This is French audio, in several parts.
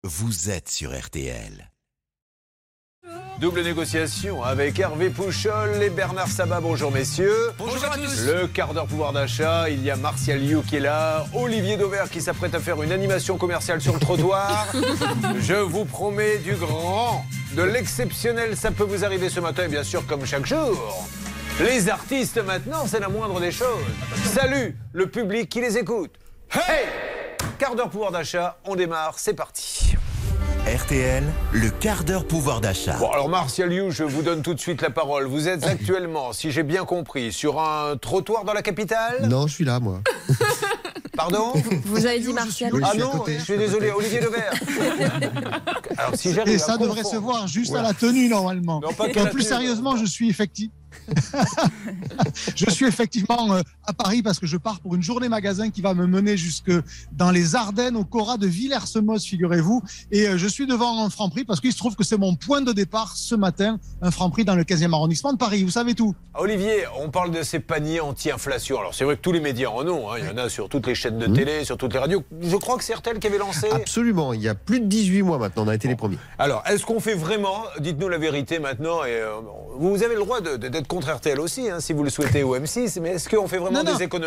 vous êtes sur RTL. Double négociation avec Hervé Pouchol et Bernard Sabat. Bonjour messieurs. Bonjour à tous. Le quart d'heure pouvoir d'achat, il y a Martial You qui est là, Olivier Dauvert qui s'apprête à faire une animation commerciale sur le trottoir. Je vous promets du grand, de l'exceptionnel, ça peut vous arriver ce matin et bien sûr comme chaque jour. Les artistes maintenant, c'est la moindre des choses. Salut le public qui les écoute. Hey! Quart d'heure pouvoir d'achat, on démarre, c'est parti. RTL, le quart d'heure pouvoir d'achat. Bon, alors Martial You, je vous donne tout de suite la parole. Vous êtes actuellement, si j'ai bien compris, sur un trottoir dans la capitale ? Non, je suis là, moi. Pardon ? Vous avez dit Martial. Oui, Ah je suis à non, côté. je suis désolé, Olivier Dauvert. Alors si j'arrive Et à ça devrait se confondre- voir juste Ouais. à la tenue normalement. Non, pas que Donc, la plus tenue, sérieusement, non. je suis effectivement à Paris parce que je pars pour une journée magasin qui va me mener jusque dans les Ardennes, au Cora de Villers-Semoz, figurez-vous. Et je suis devant un Franprix parce qu'il se trouve que c'est mon point de départ ce matin, un Franprix dans le 15e arrondissement de Paris. Vous savez tout. Ah, Olivier, on parle de ces paniers anti-inflation. Alors c'est vrai que tous les médias en ont, hein. Il y en a sur toutes les chaînes de télé, sur toutes les radios. Je crois que c'est RTL qui avait lancé. Absolument, il y a plus de 18 mois maintenant, on a été les premiers. Alors, est-ce qu'on fait vraiment, dites-nous la vérité maintenant, et vous avez le droit d'être contre RTL aussi, hein, si vous le souhaitez, ou M6, mais est-ce qu'on fait vraiment Non. des économies ?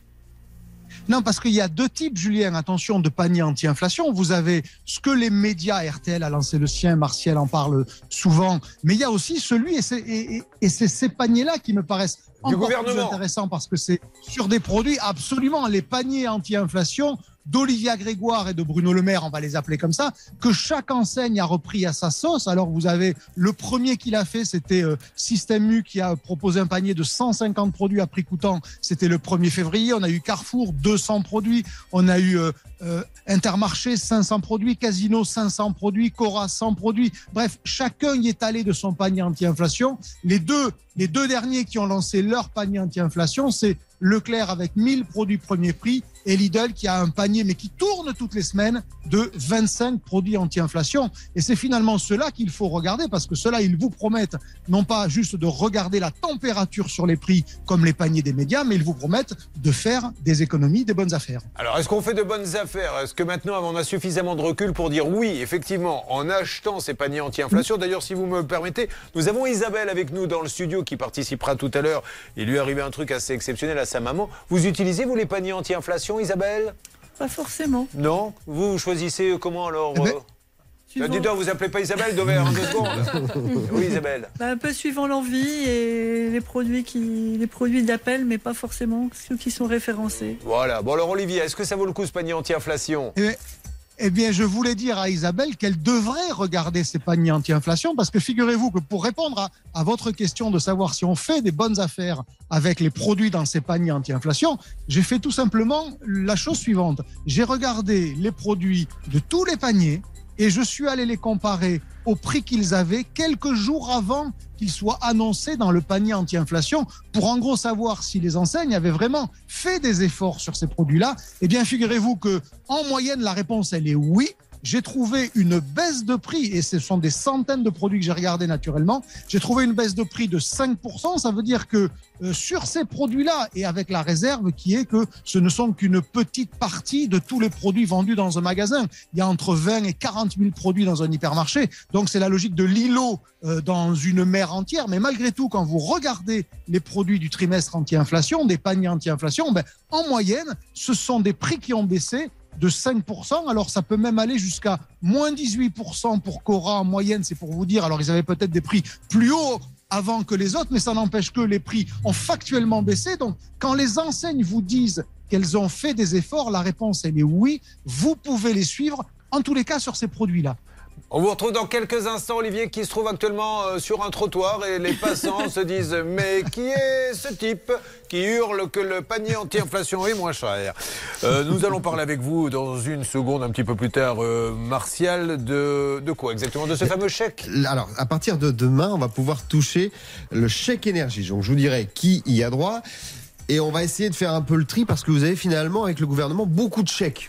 Non, parce qu'il y a deux types, Julien, attention, de panier anti-inflation. Vous avez ce que les médias, RTL a lancé le sien, Martial en parle souvent, mais il y a aussi celui, et c'est ces paniers-là qui me paraissent Du encore plus gouvernement. intéressants parce que c'est sur des produits, absolument, les paniers anti-inflation d'Olivia Grégoire et de Bruno Le Maire, on va les appeler comme ça, que chaque enseigne a repris à sa sauce. Alors vous avez le premier qu'il a fait, c'était Système U qui a proposé un panier de 150 produits à prix coûtant. C'était le 1er février. On a eu Carrefour, 200 produits. On a eu Intermarché, 500 produits. Casino, 500 produits. Cora, 100 produits. Bref, chacun y est allé de son panier anti-inflation. Les deux derniers qui ont lancé leur panier anti-inflation, c'est Leclerc avec 1000 produits premier prix et Lidl qui a un panier, mais qui tourne toutes les semaines, de 25 produits anti-inflation. Et c'est finalement cela qu'il faut regarder, parce que cela, ils vous promettent non pas juste de regarder la température sur les prix comme les paniers des médias, mais ils vous promettent de faire des économies, des bonnes affaires. Alors, est-ce qu'on fait de bonnes affaires ? Est-ce que maintenant, on a suffisamment de recul pour dire oui, effectivement, en achetant ces paniers anti-inflation ? D'ailleurs, si vous me permettez, nous avons Isabelle avec nous dans le studio qui participera tout à l'heure. Il lui est arrivé un truc assez exceptionnel à sa maman. Vous utilisez, vous, les paniers anti-inflation, Isabelle ? Pas forcément. Non ? Vous choisissez comment alors Suivant- Dis donc, vous appelez pas Isabelle Dauvert en 2 secondes. Oui, Isabelle. Un peu suivant l'envie et les produits d'appel, mais pas forcément ceux qui sont référencés. Voilà. Bon alors Olivier, est-ce que ça vaut le coup ce panier anti-inflation ? Eh bien, je voulais dire à Isabelle qu'elle devrait regarder ces paniers anti-inflation, parce que figurez-vous que pour répondre à votre question de savoir si on fait des bonnes affaires avec les produits dans ces paniers anti-inflation, j'ai fait tout simplement la chose suivante. J'ai regardé les produits de tous les paniers et je suis allé les comparer au prix qu'ils avaient quelques jours avant qu'ils soient annoncés dans le panier anti-inflation, pour en gros savoir si les enseignes avaient vraiment fait des efforts sur ces produits-là. Eh bien, figurez-vous que en moyenne, la réponse, elle est oui. J'ai trouvé une baisse de prix, et ce sont des centaines de produits que j'ai regardés naturellement. J'ai trouvé une baisse de prix de 5%. Ça veut dire que sur ces produits-là, et avec la réserve qui est que ce ne sont qu'une petite partie de tous les produits vendus dans un magasin. Il y a entre 20 et 40 000 produits dans un hypermarché. Donc c'est la logique de l'îlot dans une mer entière. Mais malgré tout, quand vous regardez les produits du trimestre anti-inflation, des paniers anti-inflation, en moyenne, ce sont des prix qui ont baissé de 5%, alors ça peut même aller jusqu'à moins 18% pour Cora en moyenne, c'est pour vous dire. Alors ils avaient peut-être des prix plus hauts avant que les autres, mais ça n'empêche que les prix ont factuellement baissé. Donc quand les enseignes vous disent qu'elles ont fait des efforts, la réponse elle est oui, vous pouvez les suivre, en tous les cas sur ces produits-là. On vous retrouve dans quelques instants, Olivier, qui se trouve actuellement sur un trottoir et les passants se disent « Mais qui est ce type qui hurle que le panier anti-inflation est moins cher ?» Nous allons parler avec vous dans une seconde, un petit peu plus tard, Martial, de quoi exactement ? De ce fameux chèque ? Alors, à partir de demain, on va pouvoir toucher le chèque énergie. Donc, je vous dirai qui y a droit. Et on va essayer de faire un peu le tri parce que vous avez finalement, avec le gouvernement, beaucoup de chèques.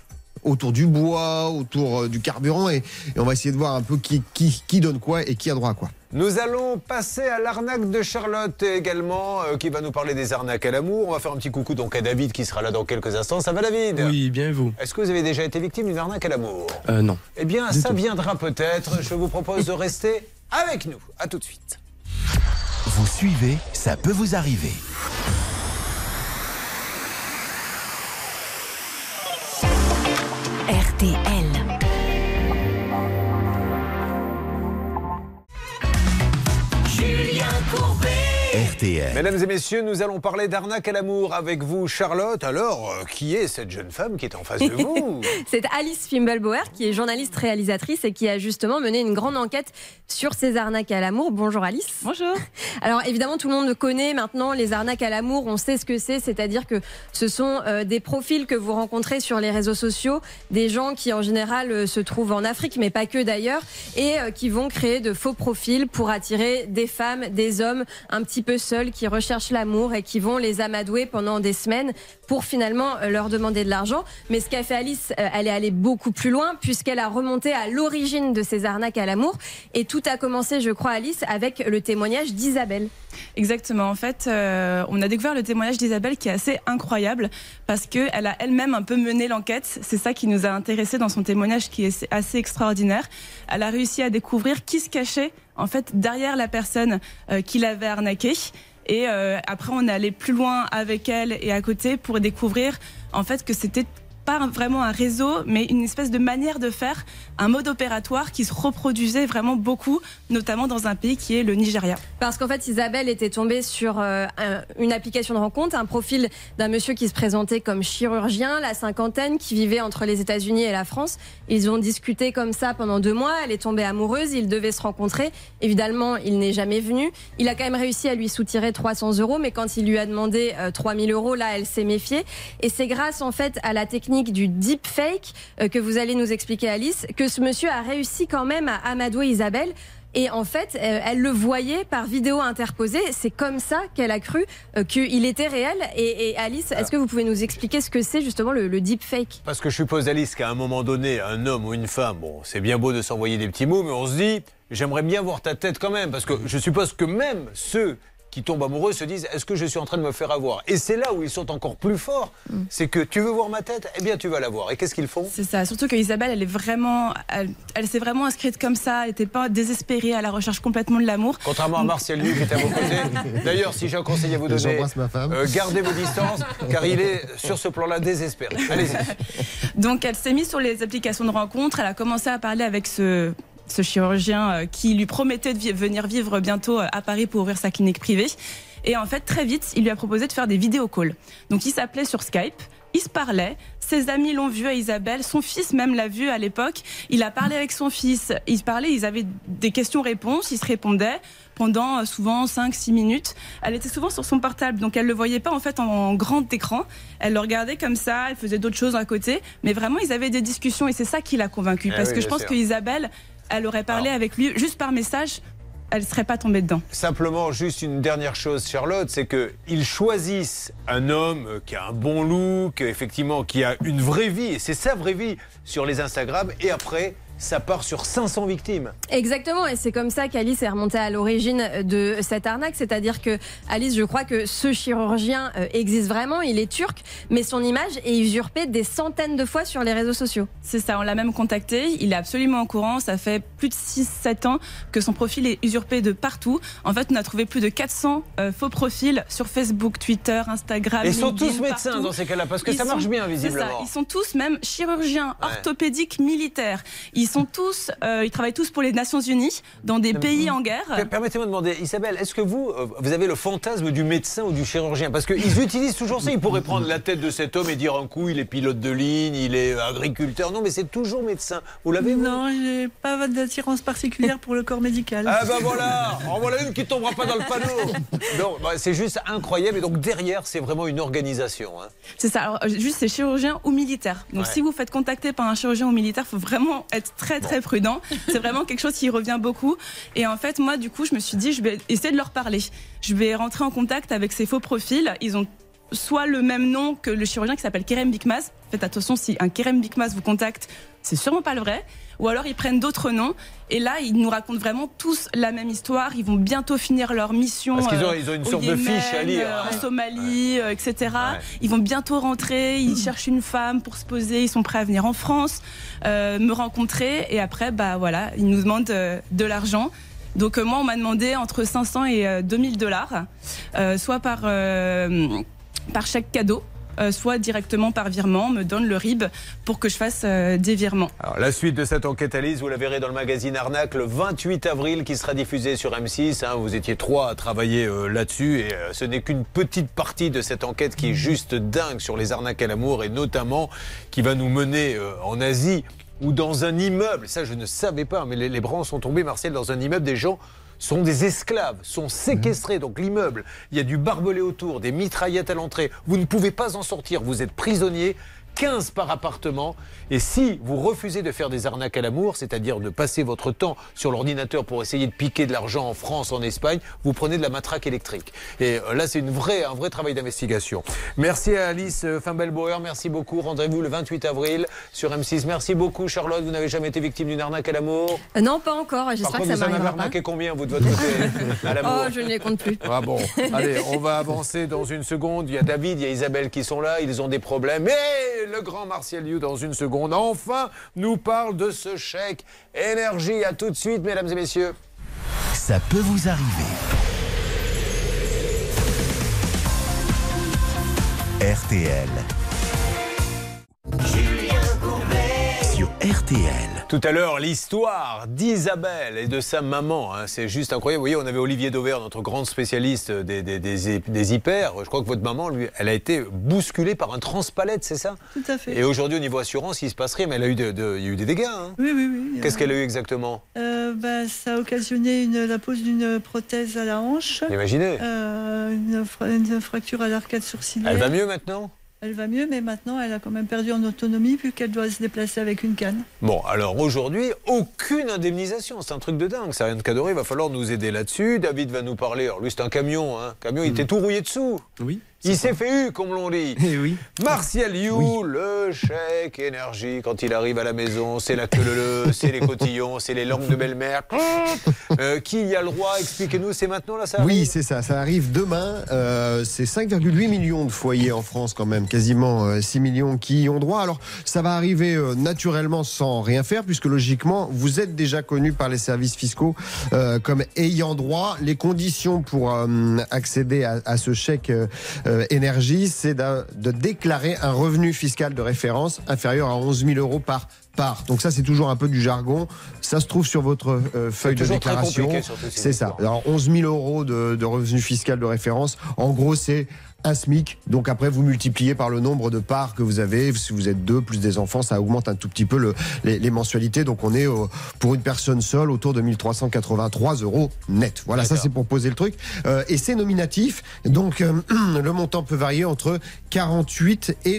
autour du bois, autour du carburant, et on va essayer de voir un peu qui donne quoi et qui a droit à quoi. Nous allons passer à l'arnaque de Charlotte également, qui va nous parler des arnaques à l'amour. On va faire un petit coucou donc à David qui sera là dans quelques instants. Ça va, David? Oui, bien et vous? Est-ce que vous avez déjà été victime d'une arnaque à l'amour? Non. Eh bien, ça viendra peut-être. Je vous propose de rester avec nous. À tout de suite. Vous suivez, ça peut vous arriver. RTL. Julien Courbet. RTL. Mesdames et messieurs, nous allons parler d'arnaque à l'amour avec vous, Charlotte. Alors, qui est cette jeune femme qui est en face de vous? C'est Alice Fimbelbauer, qui est journaliste réalisatrice et qui a justement mené une grande enquête sur ces arnaques à l'amour. Bonjour Alice. Bonjour. Alors évidemment, tout le monde connaît maintenant les arnaques à l'amour. On sait ce que c'est-à-dire que ce sont des profils que vous rencontrez sur les réseaux sociaux, des gens qui en général se trouvent en Afrique, mais pas que d'ailleurs, et qui vont créer de faux profils pour attirer des femmes, des hommes un petit peu seuls qui recherchent l'amour et qui vont les amadouer pendant des semaines pour finalement leur demander de l'argent. Mais ce qu'a fait Alice, elle est allée beaucoup plus loin puisqu'elle a remonté à l'origine de ces arnaques à l'amour. Et tout a commencé, je crois, Alice, avec le témoignage d'Isabelle. Exactement. En fait, on a découvert le témoignage d'Isabelle qui est assez incroyable parce qu'elle a elle-même un peu mené l'enquête. C'est ça qui nous a intéressés dans son témoignage qui est assez extraordinaire. Elle a réussi à découvrir qui se cachait en fait derrière la personne qui l'avait arnaquée. Et après, on est allé plus loin avec elle et à côté pour découvrir en fait que c'était pas vraiment un réseau, mais une espèce de manière de faire, un mode opératoire qui se reproduisait vraiment beaucoup, notamment dans un pays qui est le Nigeria. Parce qu'en fait, Isabelle était tombée sur une application de rencontre, un profil d'un monsieur qui se présentait comme chirurgien, la cinquantaine, qui vivait entre les États-Unis et la France. Ils ont discuté comme ça pendant 2 mois, elle est tombée amoureuse, ils devaient se rencontrer. Évidemment, il n'est jamais venu. Il a quand même réussi à lui soutirer 300 €, mais quand il lui a demandé 3000 €, là, elle s'est méfiée. Et c'est grâce, en fait, à la technique du deepfake que vous allez nous expliquer, Alice, que ce monsieur a réussi quand même à amadouer Isabelle. Et en fait, elle le voyait par vidéo interposée. C'est comme ça qu'elle a cru qu'il était réel. Et Alice, est-ce que vous pouvez nous expliquer ce que c'est justement le deepfake? Parce que je suppose, Alice, qu'à un moment donné, un homme ou une femme, bon, c'est bien beau de s'envoyer des petits mots, mais on se dit, j'aimerais bien voir ta tête quand même. Parce que je suppose que même ceux qui tombent amoureux se disent, est-ce que je suis en train de me faire avoir? Et c'est là où ils sont encore plus forts. C'est que tu veux voir ma tête? Eh bien, tu vas la voir. Et qu'est-ce qu'ils font? C'est ça. Surtout que Isabelle, elle s'est vraiment inscrite comme ça. Elle n'était pas désespérée à la recherche complètement de l'amour. Contrairement à Martial Liu qui est à vos côtés. D'ailleurs, si j'ai un conseil à vous donner, ma femme. Gardez vos distances, car il est sur ce plan-là désespéré. Allez-y. Donc, elle s'est mise sur les applications de rencontre. Elle a commencé à parler avec ce chirurgien qui lui promettait de venir vivre bientôt à Paris pour ouvrir sa clinique privée. Et en fait, très vite, il lui a proposé de faire des vidéocalls. Donc, il s'appelait sur Skype. Ils se parlaient, ses amis l'ont vu à Isabelle, son fils même l'a vu à l'époque. Il a parlé avec son fils, ils se parlaient, ils avaient des questions-réponses, ils se répondaient pendant souvent 5-6 minutes. Elle était souvent sur son portable, donc elle ne le voyait pas en fait en grand écran. Elle le regardait comme ça, elle faisait d'autres choses à côté, mais vraiment ils avaient des discussions et c'est ça qui l'a convaincue. Parce que je pense qu'Isabelle, elle aurait parlé avec lui juste par message, elle ne serait pas tombée dedans. Simplement, juste une dernière chose, Charlotte, c'est qu'ils choisissent un homme qui a un bon look, effectivement, qui a une vraie vie, et c'est sa vraie vie sur les Instagram, et après, ça part sur 500 victimes. Exactement, et c'est comme ça qu'Alice est remontée à l'origine de cette arnaque. C'est-à-dire que, Alice, je crois que ce chirurgien existe vraiment, il est turc, mais son image est usurpée des centaines de fois sur les réseaux sociaux. C'est ça, on l'a même contacté, il est absolument au courant, ça fait plus de 6-7 ans que son profil est usurpé de partout. En fait, on a trouvé plus de 400 faux profils sur Facebook, Twitter, Instagram, Ils sont LinkedIn, tous médecins partout. dans ces cas-là, parce que ça marche bien, visiblement. C'est ça, ils sont tous même chirurgiens, orthopédiques, militaires. Ils travaillent tous pour les Nations Unies, dans des pays en guerre. Permettez-moi de demander, Isabelle, est-ce que vous avez le fantasme du médecin ou du chirurgien? Parce qu'ils utilisent toujours ça. Ils pourraient prendre la tête de cet homme et dire un coup, il est pilote de ligne, il est agriculteur. Non, mais c'est toujours médecin. Vous l'avez, vous? Non, j'ai pas d'attirance particulière pour le corps médical. Ah ben voilà, en voilà une qui tombera pas dans le panneau. Non, c'est juste incroyable. Et donc derrière, c'est vraiment une organisation. Hein. C'est ça. Alors juste, c'est chirurgien ou militaire. Donc si vous faites contacter par un chirurgien ou militaire, faut vraiment être très prudent. C'est vraiment quelque chose qui revient beaucoup. Et en fait, moi, du coup, je me suis dit, je vais essayer de leur parler. Je vais rentrer en contact avec ces faux profils. Ils ont soit le même nom que le chirurgien qui s'appelle Kerem Bikmaz. Faites attention, si un Kerem Bikmaz vous contacte, c'est sûrement pas le vrai. Ou alors ils prennent d'autres noms. Et là, ils nous racontent vraiment tous la même histoire. Ils vont bientôt finir leur mission. Parce qu'ils ont une sorte de fiche à lire. En Somalie, etc. Ouais. Ils vont bientôt rentrer. Ils cherchent une femme pour se poser. Ils sont prêts à venir en France, me rencontrer. Et après, voilà, ils nous demandent de l'argent. Donc moi, on m'a demandé entre 500 et $2000, soit par chèque cadeau. Soit directement par virement, me donne le RIB pour que je fasse des virements. Alors, la suite de cette enquête, Alice, vous la verrez dans le magazine Arnaque le 28 avril qui sera diffusé sur M6. Vous étiez 3 à travailler là-dessus et ce n'est qu'une petite partie de cette enquête qui est juste dingue sur les arnaques à l'amour et notamment qui va nous mener en Asie ou dans un immeuble. Ça, je ne savais pas, mais les bras sont tombés, Martial, dans un immeuble, des gens sont des esclaves, sont séquestrés. Donc l'immeuble, il y a du barbelé autour, des mitraillettes à l'entrée. Vous ne pouvez pas en sortir, vous êtes prisonnier. 15 par appartement. Et si vous refusez de faire des arnaques à l'amour, c'est-à-dire de passer votre temps sur l'ordinateur pour essayer de piquer de l'argent en France, en Espagne, vous prenez de la matraque électrique. Et là, c'est un vrai travail d'investigation. Merci à Alice Fimbel-Bauer, merci beaucoup. Rendez-vous le 28 avril sur M6. Merci beaucoup, Charlotte. Vous n'avez jamais été victime d'une arnaque à l'amour? Non, pas encore. J'espère que ça m'arrivera pas. Vous en avez arnaqué combien, vous, de votre côté, à l'amour? Oh, je ne les compte plus. Ah bon. Allez, on va avancer dans une seconde. Il y a David, il y a Isabelle qui sont là. Ils ont des problèmes. Mais le grand Martial You, dans une seconde, enfin, nous parle de ce chèque énergie. À tout de suite, mesdames et messieurs. Ça peut vous arriver. RTL. Julien Courbet. Sur RTL. Tout à l'heure, l'histoire d'Isabelle et de sa maman, c'est juste incroyable. Vous voyez, on avait Olivier Dauvert, notre grande spécialiste des hyper. Je crois que votre maman, lui, elle a été bousculée par un transpalette, c'est ça? Tout à fait. Et aujourd'hui, au niveau assurance, il se passe rien, mais elle a eu il y a eu des dégâts. Oui. Qu'est-ce qu'elle a eu exactement? Ça a occasionné la pose d'une prothèse à la hanche. Imaginez. Une fracture à l'arcade sourcilière. Elle va mieux maintenant? Elle va mieux, mais maintenant, elle a quand même perdu en autonomie puisqu'elle doit se déplacer avec une canne. Bon, alors aujourd'hui, aucune indemnisation. C'est un truc de dingue. C'est rien de cadoré. Il va falloir nous aider là-dessus. David va nous parler. Alors lui, c'est un camion. Il était tout rouillé dessous. Oui. Il s'est fait eu, comme l'on dit. Eh oui. Martial You, le chèque énergie, quand il arrive à la maison, c'est la queue leu, c'est les cotillons, c'est les langues de belle-mère. Qui y a le droit? Expliquez-nous, c'est maintenant là, ça arrive? Oui, c'est ça, ça arrive demain. C'est 5,8 millions de foyers en France quand même, quasiment 6 millions qui y ont droit. Alors, ça va arriver naturellement sans rien faire, puisque logiquement, vous êtes déjà connu par les services fiscaux comme ayant droit. Les conditions pour accéder à ce chèque énergie, c'est de déclarer un revenu fiscal de référence inférieur à 11 000 euros par part. Donc ça, c'est toujours un peu du jargon. Ça se trouve sur votre feuille de déclaration. C'est ça. Alors 11 000 euros de revenu fiscal de référence. En gros, c'est un SMIC. Donc après, vous multipliez par le nombre de parts que vous avez. Si vous êtes 2 plus des enfants, ça augmente un tout petit peu les mensualités. Donc on est pour une personne seule autour de 1 383 euros net. Voilà, ça c'est pour poser le truc. Et c'est nominatif. Donc le montant peut varier entre 48 et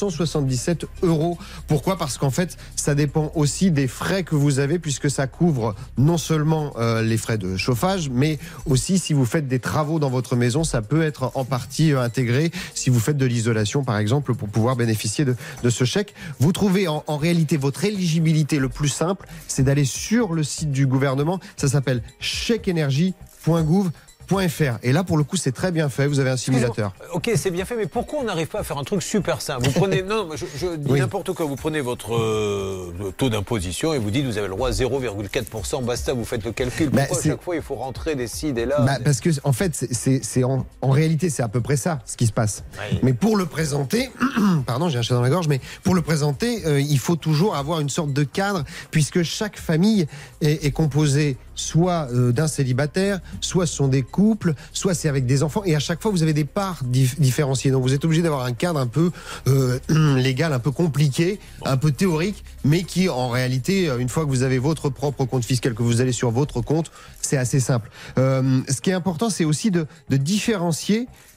277 euros. Pourquoi? Parce qu'en fait, ça dépend aussi des frais que vous avez, puisque ça couvre non seulement les frais de chauffage, mais aussi si vous faites des travaux dans votre maison, ça peut être en partie intégré si vous faites de l'isolation, par exemple, pour pouvoir bénéficier de ce chèque. Vous trouvez en réalité votre éligibilité. Le plus simple, c'est d'aller sur le site du gouvernement. Ça s'appelle chèqueénergie.gouv.fr. Et là, pour le coup, c'est très bien fait. Vous avez un simulateur. Ok, c'est bien fait, mais pourquoi on n'arrive pas à faire un truc super simple? Vous prenez, non, je dis n'importe quoi. Vous prenez votre taux d'imposition et vous dites vous avez le droit à 0,4%. Basta, vous faites le calcul. Pourquoi à chaque fois il faut rentrer des ci, des là? Parce que en fait, en réalité, c'est à peu près ça ce qui se passe. Oui. Mais pour le présenter, pardon, j'ai un chat dans la gorge, mais pour le présenter, il faut toujours avoir une sorte de cadre, puisque chaque famille est composée soit d'un célibataire, soit ce sont des couples, soit c'est avec des enfants, et à chaque fois vous avez des parts différenciées. Donc vous êtes obligé d'avoir un cadre un peu légal, un peu compliqué, un peu théorique, mais qui en réalité, une fois que vous avez votre propre compte fiscal, que vous allez sur votre compte, c'est assez simple. Ce qui est important, c'est aussi de différencier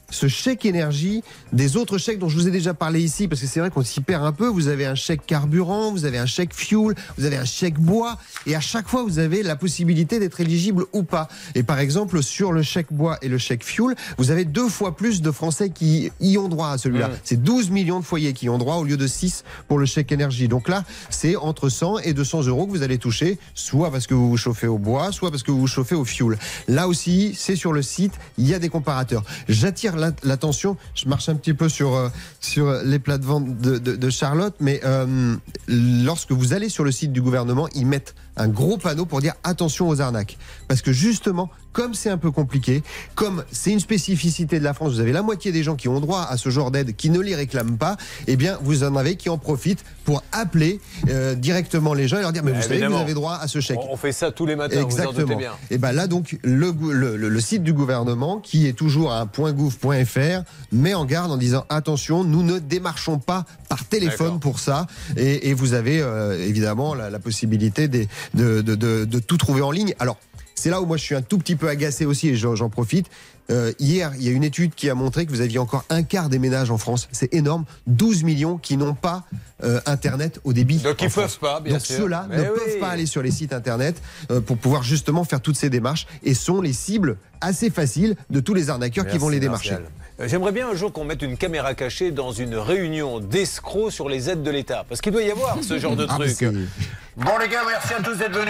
ce chèque énergie des autres chèques dont je vous ai déjà parlé ici, parce que c'est vrai qu'on s'y perd un peu. Vous avez un chèque carburant, vous avez un chèque fuel, vous avez un chèque bois, et à chaque fois vous avez la possibilité d'être éligible ou pas. Et par exemple, sur le chèque bois et le chèque fuel, vous avez 2 fois plus de Français qui y ont droit à celui-là. C'est 12 millions de foyers qui y ont droit au lieu de 6 pour le chèque énergie. Donc là, c'est entre 100 et 200 euros que vous allez toucher, soit parce que vous vous chauffez au bois, soit parce que vous vous chauffez au fuel. Là aussi, c'est sur le site, il y a des comparateurs. J'attire l'attention, je marche un petit peu sur les plates-ventes de Charlotte, mais lorsque vous allez sur le site du gouvernement, ils mettent un gros panneau pour dire attention aux arnaques. Parce que justement, comme c'est un peu compliqué, comme c'est une spécificité de la France, vous avez la moitié des gens qui ont droit à ce genre d'aide qui ne les réclament pas, eh bien vous en avez qui en profitent pour appeler directement les gens et leur dire mais vous savez que vous avez droit à ce chèque. On fait ça tous les matins, exactement. vous en doutez bien. Et bien là donc le site du gouvernement qui est toujours à .gouv.fr met en garde en disant attention, nous ne démarchons pas par téléphone pour ça, et vous avez évidemment la possibilité de tout trouver en ligne. Alors c'est là où moi je suis un tout petit peu agacé aussi, et j'en profite. Hier, il y a une étude qui a montré que vous aviez encore un quart des ménages en France. C'est énorme. 12 millions qui n'ont pas Internet au débit. Donc ils ne peuvent pas, bien sûr. Donc ceux-là ne peuvent pas aller sur les sites Internet pour pouvoir justement faire toutes ces démarches, et sont les cibles assez faciles de tous les arnaqueurs qui vont les démarcher. Martial. J'aimerais bien un jour qu'on mette une caméra cachée dans une réunion d'escrocs sur les aides de l'État. Parce qu'il doit y avoir ce genre de truc. Bon les gars, merci à tous d'être venus.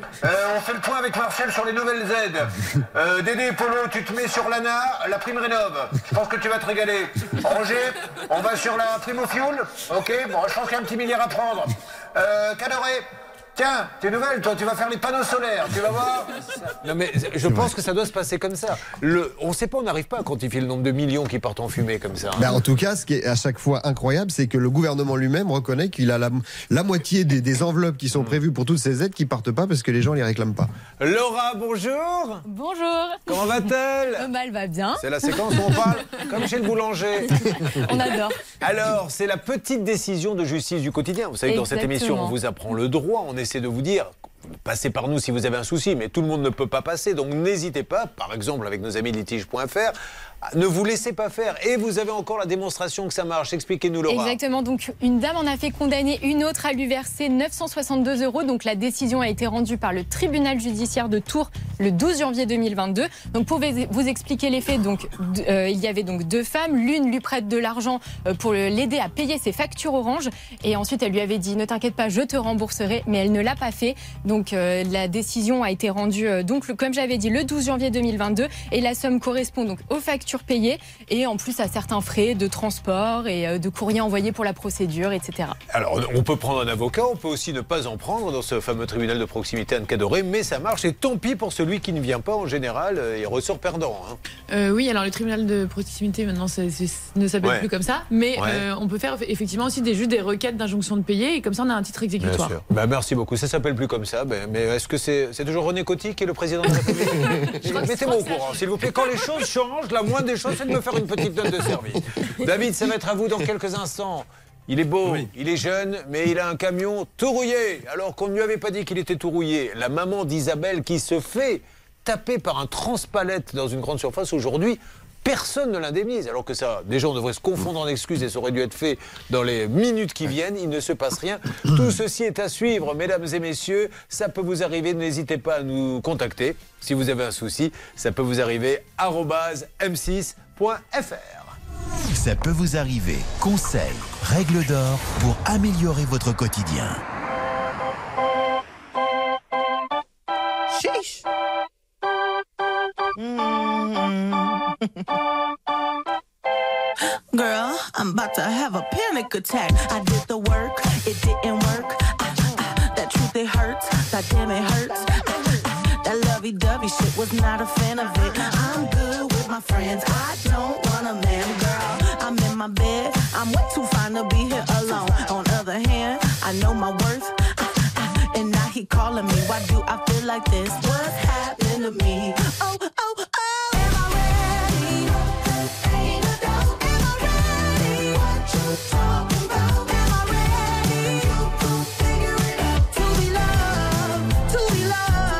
On fait le point avec Martial sur les nouvelles aides. Dédé et Polo, tu te mets sur l'ANA, la prime rénov. Je pense que tu vas te régaler. Roger, on va sur la prime au fuel. Ok, bon, je pense qu'il y a un petit milliard à prendre. Cadoré, tiens, t'es nouvelle, toi, tu vas faire les panneaux solaires, tu vas voir. Non mais je pense que ça doit se passer comme ça. On ne sait pas, on n'arrive pas à quantifier le nombre de millions qui partent en fumée comme ça. En tout cas, ce qui est à chaque fois incroyable, c'est que le gouvernement lui-même reconnaît qu'il a la moitié des enveloppes qui sont prévues pour toutes ces aides qui partent pas parce que les gens les réclament pas. Laura, bonjour. Bonjour. Comment va-t-elle? Elle va bien. C'est la séquence où on parle comme chez le boulanger. On adore. Alors, c'est la petite décision de justice du quotidien. Vous savez que dans cette émission, on vous apprend le droit, on essaie de vous dire passez par nous si vous avez un souci, mais tout le monde ne peut pas passer, donc n'hésitez pas, par exemple avec nos amis litige.fr, ne vous laissez pas faire. Et vous avez encore la démonstration que ça marche. Expliquez-nous, Laura. Exactement. Donc, une dame en a fait condamner une autre à lui verser 962 €. Donc, la décision a été rendue par le tribunal judiciaire de Tours le 12 janvier 2022. Donc, pour vous expliquer les faits, donc, il y avait donc 2 femmes. L'une lui prête de l'argent pour l'aider à payer ses factures Orange. Et ensuite, elle lui avait dit « Ne t'inquiète pas, je te rembourserai ». Mais elle ne l'a pas fait. Donc, la décision a été rendue, donc, comme j'avais dit, le 12 janvier 2022. Et la somme correspond donc aux factures payées et en plus à certains frais de transport et de courrier envoyé pour la procédure, etc. Alors, on peut prendre un avocat, on peut aussi ne pas en prendre dans ce fameux tribunal de proximité Anne Cadoré, mais ça marche et tant pis pour celui qui ne vient pas en général, il ressort perdant. Oui, alors le tribunal de proximité maintenant ne s'appelle plus comme ça, mais on peut faire effectivement aussi juste des requêtes d'injonction de payer et comme ça on a un titre exécutoire. Bien sûr. Merci beaucoup, ça s'appelle plus comme ça, mais est-ce que c'est toujours René Coty qui est le président de la République? Mettez-moi au courant, s'il vous plaît, quand les choses changent, la moindre des choses, c'est de me faire une petite note de service. David, ça va être à vous dans quelques instants. Il est beau, il est jeune, mais il a un camion tout rouillé, alors qu'on ne lui avait pas dit qu'il était tout rouillé. La maman d'Isabelle qui se fait taper par un transpalette dans une grande surface aujourd'hui, personne ne l'indemnise. Alors que ça, déjà, on devrait se confondre en excuses et ça aurait dû être fait dans les minutes qui viennent. Il ne se passe rien. Tout ceci est à suivre, mesdames et messieurs. Ça peut vous arriver. N'hésitez pas à nous contacter. Si vous avez un souci, ça peut vous arriver @m6.fr. Ça peut vous arriver. Conseils, règles d'or pour améliorer votre quotidien. Sheesh. Girl, I'm about to have a panic attack. I did the work, it didn't work. That truth, it hurts. That damn, it hurts. That lovey-dovey shit was not a fan of it. I'm good with my friends. I don't want a man, girl. I'm in my bed. I'm way too fine to be here alone. On the other hand, I know my worth. And now he calling me. Why do I feel like this? What's happened to me? Oh, oh, oh. Am I ready? Ain't a doubt. Am I ready? What you talking about? Am I ready? To figure it out. To be loved. To be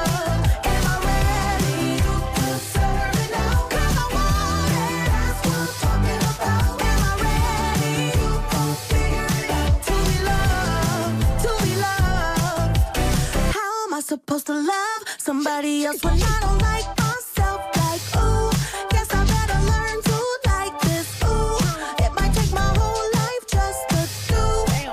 loved. Am I ready? To serve it now? 'Cause I want it. That's what supposed to love somebody else when I don't like myself? Like, ooh, guess I better learn to like this. Ooh, it might take my whole life just to do.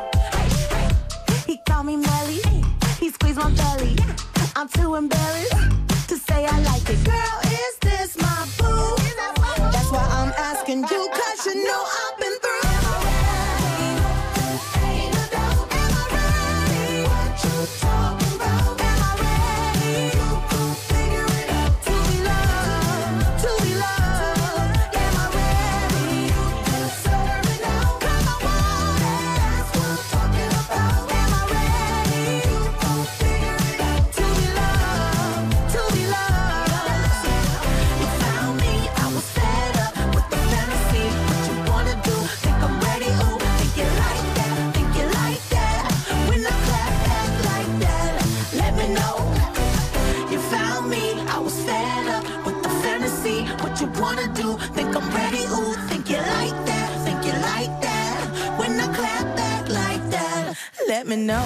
He called me Melly, he squeezed my belly. I'm too embarrassed to say I like it. Girl, is this my boo? That's why I'm asking you, 'cause you know I've been through. Think I'm ready, ooh, think you like that, when I clap back like that, let me know.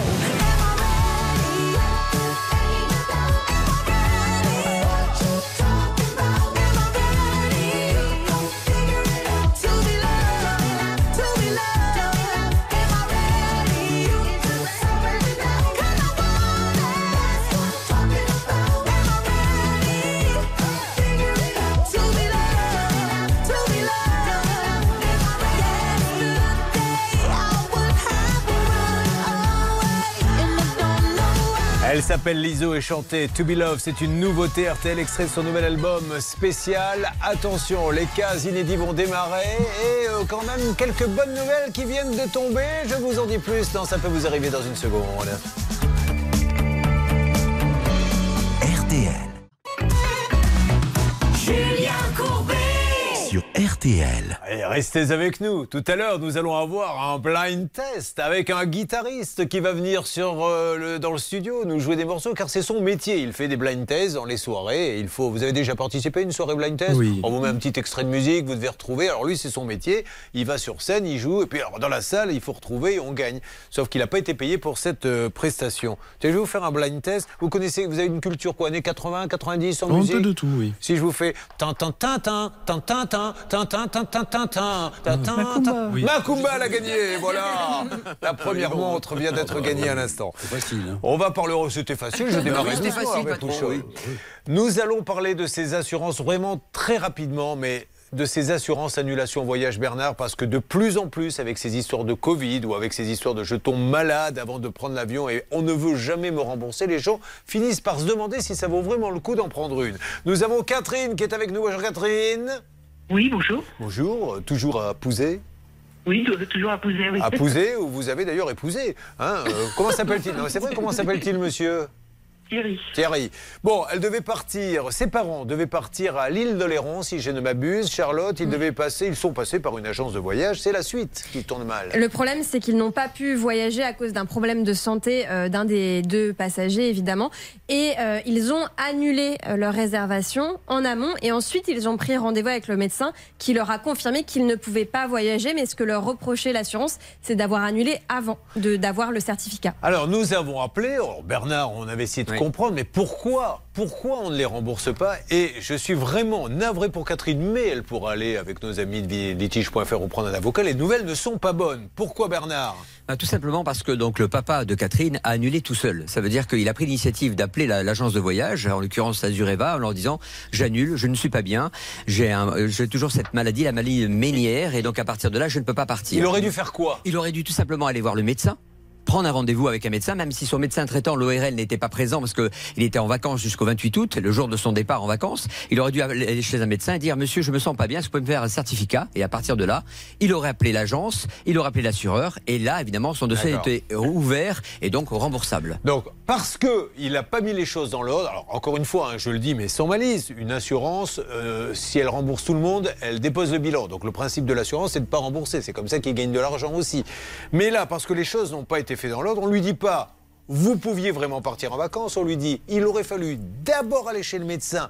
Elle s'appelle Lizzo et chantait To Be Love. C'est une nouveauté RTL, extrait de son nouvel album spécial. Attention, les cases inédits vont démarrer et quand même quelques bonnes nouvelles qui viennent de tomber. Je vous en dis plus dans Ça peut vous arriver dans une seconde. RTL. Julien Courbet Sur RTL. Et restez avec nous. Tout à l'heure, nous allons avoir un blind test avec un guitariste qui va venir dans le studio nous jouer des morceaux car c'est son métier. Il fait des blind tests dans les soirées. Et vous avez déjà participé à une soirée blind test? Oui. On vous met un petit extrait de musique, vous devez retrouver. Alors lui, c'est son métier. Il va sur scène, il joue. Et puis alors, dans la salle, il faut retrouver et on gagne. Sauf qu'il n'a pas été payé pour cette prestation. Je vais vous faire un blind test. Vous avez une culture quoi, années 80, 90 en musique? Un peu de tout, oui. Si je vous fais Macumba l'a gagné, voilà. La première montre vient d'être gagnée à l'instant. C'est facile. Hein. On va parler. C'était facile, je démarrais doucement avec tout ça. Nous allons parler de ces assurances vraiment très rapidement, mais de ces assurances annulation voyage, Bernard, parce que de plus en plus, avec ces histoires de Covid ou avec ces histoires de je tombe malade avant de prendre l'avion et on ne veut jamais me rembourser, les gens finissent par se demander si ça vaut vraiment le coup d'en prendre une. Nous avons Catherine qui est avec nous. Bonjour Catherine. Oui, bonjour. Bonjour, toujours à Pouzet? Oui, toujours à Pouzet, oui. À Pouzet, où vous avez d'ailleurs épousé. Hein, comment s'appelle-t-il? Non, c'est vrai, comment s'appelle-t-il, monsieur? Thierry. Bon, elle devait partir, ses parents devaient partir à l'île d'Oléron, si je ne m'abuse. Charlotte, ils sont passés par une agence de voyage. C'est la suite qui tourne mal. Le problème, c'est qu'ils n'ont pas pu voyager à cause d'un problème de santé d'un des deux passagers, évidemment. Et ils ont annulé leur réservation en amont. Et ensuite, ils ont pris rendez-vous avec le médecin qui leur a confirmé qu'ils ne pouvaient pas voyager. Mais ce que leur reprochait l'assurance, c'est d'avoir annulé avant d'avoir le certificat. Alors, nous avons appelé. Alors, Bernard, on avait essayé de comprendre, mais pourquoi on ne les rembourse pas? Et je suis vraiment navré pour Catherine, mais elle pourra aller avec nos amis de litige.fr ou prendre un avocat. Les nouvelles ne sont pas bonnes. Pourquoi, Bernard? Tout simplement parce que donc le papa de Catherine a annulé tout seul. Ça veut dire qu'il a pris l'initiative d'appeler l'agence de voyage, en l'occurrence Azureva, en leur disant j'annule, je ne suis pas bien, j'ai toujours cette maladie, la maladie ménière, et donc à partir de là je ne peux pas partir. Il aurait dû faire quoi? Il aurait dû tout simplement aller voir le médecin, prendre un rendez-vous avec un médecin, même si son médecin traitant, l'ORL, n'était pas présent parce qu'il était en vacances jusqu'au 28 août, le jour de son départ en vacances. Il aurait dû aller chez un médecin et dire « Monsieur, je me sens pas bien, est-ce que vous pouvez me faire un certificat ?» Et à partir de là, il aurait appelé l'agence, il aurait appelé l'assureur, et là, évidemment, son dossier était ouvert et donc remboursable. Donc, parce qu'il n'a pas mis les choses dans l'ordre, alors encore une fois, je le dis, mais sans malice, une assurance, si elle rembourse tout le monde, elle dépose le bilan. Donc le principe de l'assurance, c'est de ne pas rembourser. C'est comme ça qu'il gagne de l'argent aussi. Mais là, parce que les choses n'ont pas été fait dans l'ordre, on ne lui dit pas vous pouviez vraiment partir en vacances, on lui dit il aurait fallu d'abord aller chez le médecin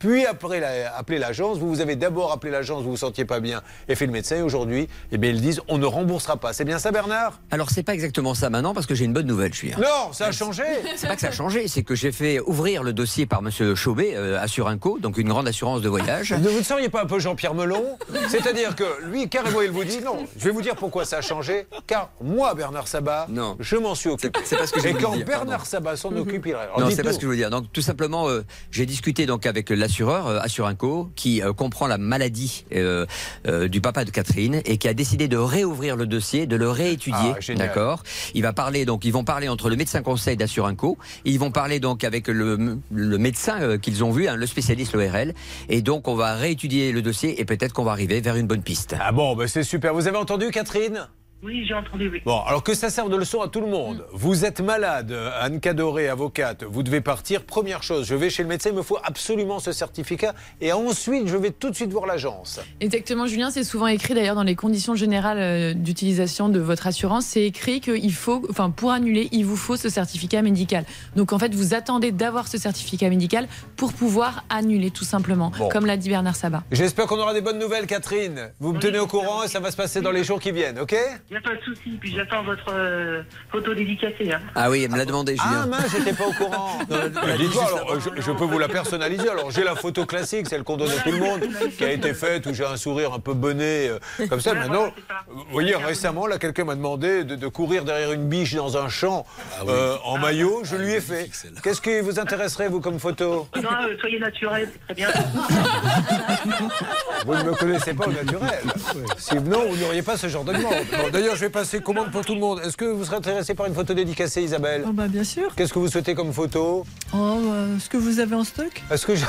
puis appeler l'agence. Vous avez d'abord appelé l'agence, vous vous sentiez pas bien et fait le médecin. Et aujourd'hui, eh bien, ils disent on ne remboursera pas. C'est bien ça, Bernard? Alors, c'est pas exactement ça maintenant parce que j'ai une bonne nouvelle, Julien. Non, ça a changé. C'est pas que ça a changé, c'est que j'ai fait ouvrir le dossier par monsieur Chaubet, Assurinco, donc une grande assurance de voyage. Vous ne seriez pas un peu Jean-Pierre Melon? C'est-à-dire que lui, carrément, il vous dit non. Je vais vous dire pourquoi ça a changé. Car moi, Bernard Sabat, je m'en suis occupé. C'est pas ce que je Et voulais quand dire, Bernard Sabat s'en occupe, il... Alors, non, c'est pas ce que je veux dire. Donc, tout simplement, j'ai discuté donc avec l'assureur Assurinco, qui comprend la maladie du papa de Catherine et qui a décidé de réouvrir le dossier, de le réétudier. D'accord. Ils vont parler entre le médecin conseil d'Assurinco, ils vont parler donc avec le médecin qu'ils ont vu, le spécialiste l'ORL, et donc on va réétudier le dossier et peut-être qu'on va arriver vers une bonne piste. Ah bon, ben c'est super. Vous avez entendu, Catherine? Oui, j'ai entendu, oui. Bon, alors que ça serve de leçon à tout le monde. Vous êtes malade, Anne Cadoré, avocate, vous devez partir. Première chose, je vais chez le médecin, il me faut absolument ce certificat. Et ensuite, je vais tout de suite voir l'agence. Exactement, Julien, c'est souvent écrit d'ailleurs dans les conditions générales d'utilisation de votre assurance. C'est écrit qu'il faut, pour annuler, il vous faut ce certificat médical. Donc en fait, vous attendez d'avoir ce certificat médical pour pouvoir annuler tout simplement, comme l'a dit Bernard Sabat. J'espère qu'on aura des bonnes nouvelles, Catherine. Vous me tenez au courant et ça va se passer dans les jours qui viennent, ok? Il n'y a pas de souci, puis j'attends votre photo dédicacée. Hein. Ah oui, elle me l'a demandé, Julien. Ah mince, j'étais pas au courant. Dites-moi, alors, je peux vous la personnaliser. Alors, j'ai la photo classique, celle qu'on donne à tout le monde, qui a été faite, où j'ai un sourire un peu bonnet, comme ça. Maintenant, vous voyez, récemment, là, quelqu'un m'a demandé de courir derrière une biche dans un champ en maillot. Je lui ai fait. Qu'est-ce qui vous intéresserait, vous, comme photo? Non, soyez naturel, c'est très bien. Vous ne me connaissez pas au naturel. Sinon, vous n'auriez pas ce genre de demande. Bon, d'ailleurs, je vais passer commande pour tout le monde. Est-ce que vous serez intéressé par une photo dédicacée, Isabelle? Bien sûr. Qu'est-ce que vous souhaitez comme photo? Ce que vous avez en stock? Est-ce que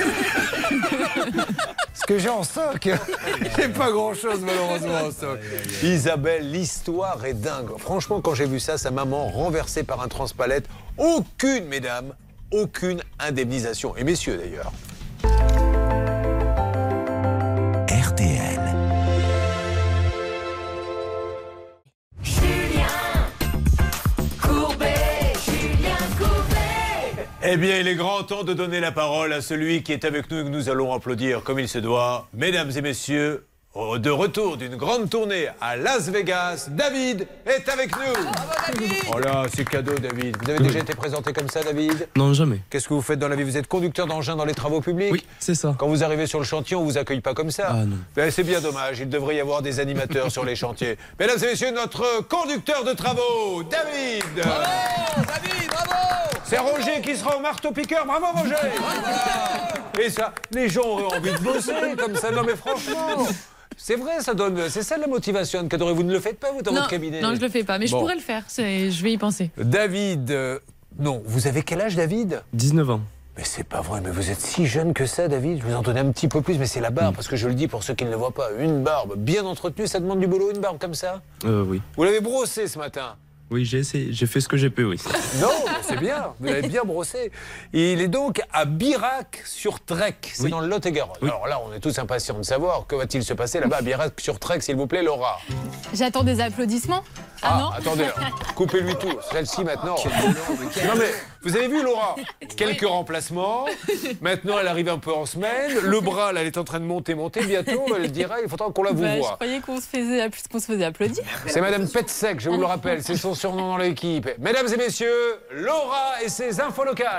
j'ai en stock? J'ai pas grand-chose, malheureusement, en stock. Isabelle, l'histoire est dingue. Franchement, quand j'ai vu ça, sa maman renversée par un transpalette. Aucune, mesdames, aucune indemnisation. Et messieurs, d'ailleurs. RTL. Eh bien, il est grand temps de donner la parole à celui qui est avec nous et que nous allons applaudir comme il se doit. Mesdames et messieurs, de retour d'une grande tournée à Las Vegas, David est avec nous. Oh là, c'est cadeau, David. Vous avez déjà été présenté comme ça, David? Non, jamais. Qu'est-ce que vous faites dans la vie? Vous êtes conducteur d'engin dans les travaux publics? Oui, c'est ça. Quand vous arrivez sur le chantier, on vous accueille pas comme ça? Ah non. Ben, c'est bien dommage, il devrait y avoir des animateurs sur les chantiers. Mesdames et messieurs, notre conducteur de travaux, David. Bravo, David, bravo. C'est Roger qui sera au marteau-piqueur. Bravo, Roger. Et ça, les gens auraient envie de bosser comme ça. Non, mais franchement... C'est vrai, c'est ça la motivation, Anne Cadoré. Vous ne le faites pas, vous, dans votre cabinet? Non, je le fais pas, mais je pourrais le faire. Je vais y penser. David, non, vous avez quel âge, David? 19 ans. Mais c'est pas vrai, mais vous êtes si jeune que ça, David. Je vous en donnais un petit peu plus, mais c'est la barbe, parce que je le dis pour ceux qui ne le voient pas. Une barbe bien entretenue, ça demande du boulot, une barbe comme ça? Oui. Vous l'avez brossée ce matin? Oui, j'ai essayé, j'ai fait ce que j'ai pu, oui. Non, c'est bien, vous l'avez bien brossé. Il est donc à Birac-sur-Trek, c'est dans le Lot-et-Garonne. Oui. Alors là, on est tous impatients de savoir que va-t-il se passer là-bas à Birac-sur-Trek, s'il vous plaît, Laura. J'attends des applaudissements. Ah non? Attendez, coupez-lui tout. Celle-ci maintenant. Non mais, vous avez vu Laura? Quelques remplacements. Maintenant, elle arrive un peu en semaine. Le bras, là, elle est en train de monter. Bientôt, elle dira, il faudra qu'on la vous voit. Je croyais qu'on se faisait applaudir. C'est Madame Petsec, je vous le rappelle. C'est son surnom dans l'équipe. Mesdames et messieurs, Laura et ses infos locales.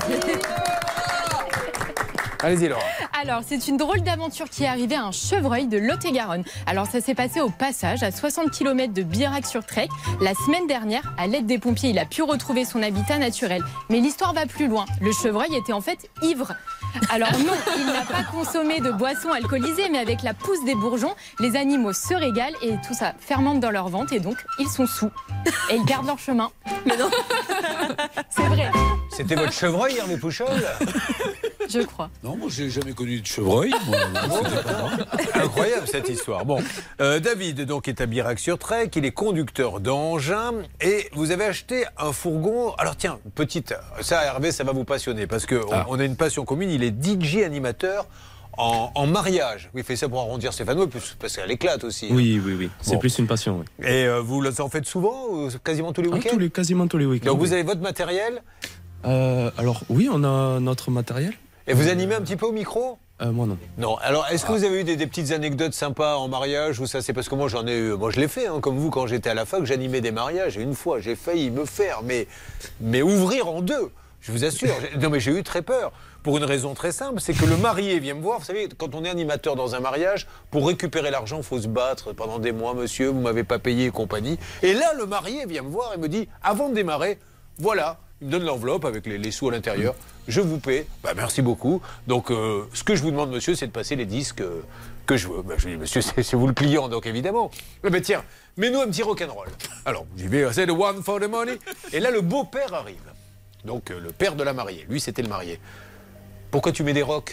Allez-y, Laura. Alors, c'est une drôle d'aventure qui est arrivée à un chevreuil de Lot-et-Garonne. Alors, ça s'est passé au passage, à 60 km de Birac-sur-Trek. La semaine dernière, à l'aide des pompiers, il a pu retrouver son habitat naturel. Mais l'histoire va plus loin. Le chevreuil était en fait ivre. Alors non, il n'a pas consommé de boissons alcoolisées, mais avec la pousse des bourgeons, les animaux se régalent et tout ça fermente dans leur ventre et donc ils sont saouls. Et ils gardent leur chemin. Mais non, c'est vrai. C'était votre chevreuil, Hervé Pouchol? Je crois. Non, moi j'ai jamais connu de chevreuil. Incroyable cette histoire. Bon, David donc est à Birac-sur-Trek, il est conducteur d'engin et vous avez acheté un fourgon. Alors tiens, petite, ça Hervé, ça va vous passionner parce que on a une passion commune. Il est DJ animateur en mariage. Oui, il fait ça pour arrondir ses fanaux parce qu'elle éclate aussi. Oui. C'est plus une passion. Oui. Et vous en faites souvent, quasiment tous les week-ends? Quasiment tous les week-ends. Donc vous avez votre matériel? Alors oui, on a notre matériel. Et vous animez un petit peu au micro ? Moi non. Non. Alors, est-ce que vous avez eu des petites anecdotes sympas en mariage ou ça? C'est parce que moi j'en ai eu. Moi je l'ai fait, hein, comme vous quand j'étais à la fac, j'animais des mariages et une fois j'ai failli me faire mais ouvrir en deux. Je vous assure. Non mais j'ai eu très peur. Pour une raison très simple, c'est que le marié vient me voir. Vous savez, quand on est animateur dans un mariage, pour récupérer l'argent, il faut se battre pendant des mois, monsieur, vous m'avez pas payé et compagnie. Et là, le marié vient me voir et me dit, avant de démarrer, voilà. Il me donne l'enveloppe avec les sous à l'intérieur. Je vous paie. Bah, merci beaucoup. Donc, ce que je vous demande, monsieur, c'est de passer les disques que je veux. Bah, je lui dis, monsieur, c'est vous le client, donc évidemment. Mais tiens, mets-nous un petit rock'n'roll. Alors, j'y vais, c'est the one for the money. Et là, le beau-père arrive. Donc, le père de la mariée. Lui, c'était le marié. Pourquoi tu mets des rocks?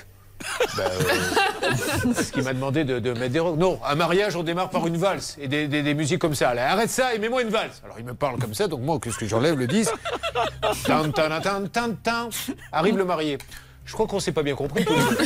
Parce qu'il m'a demandé de mettre des rocks. Non, un mariage, on démarre par une valse et des musiques comme ça. Là, arrête ça et mets-moi une valse. Alors il me parle comme ça, donc moi, qu'est-ce que j'enlève le disque? Tan, tan, tan, tan, tan. Arrive le marié. Je crois qu'on s'est pas bien compris.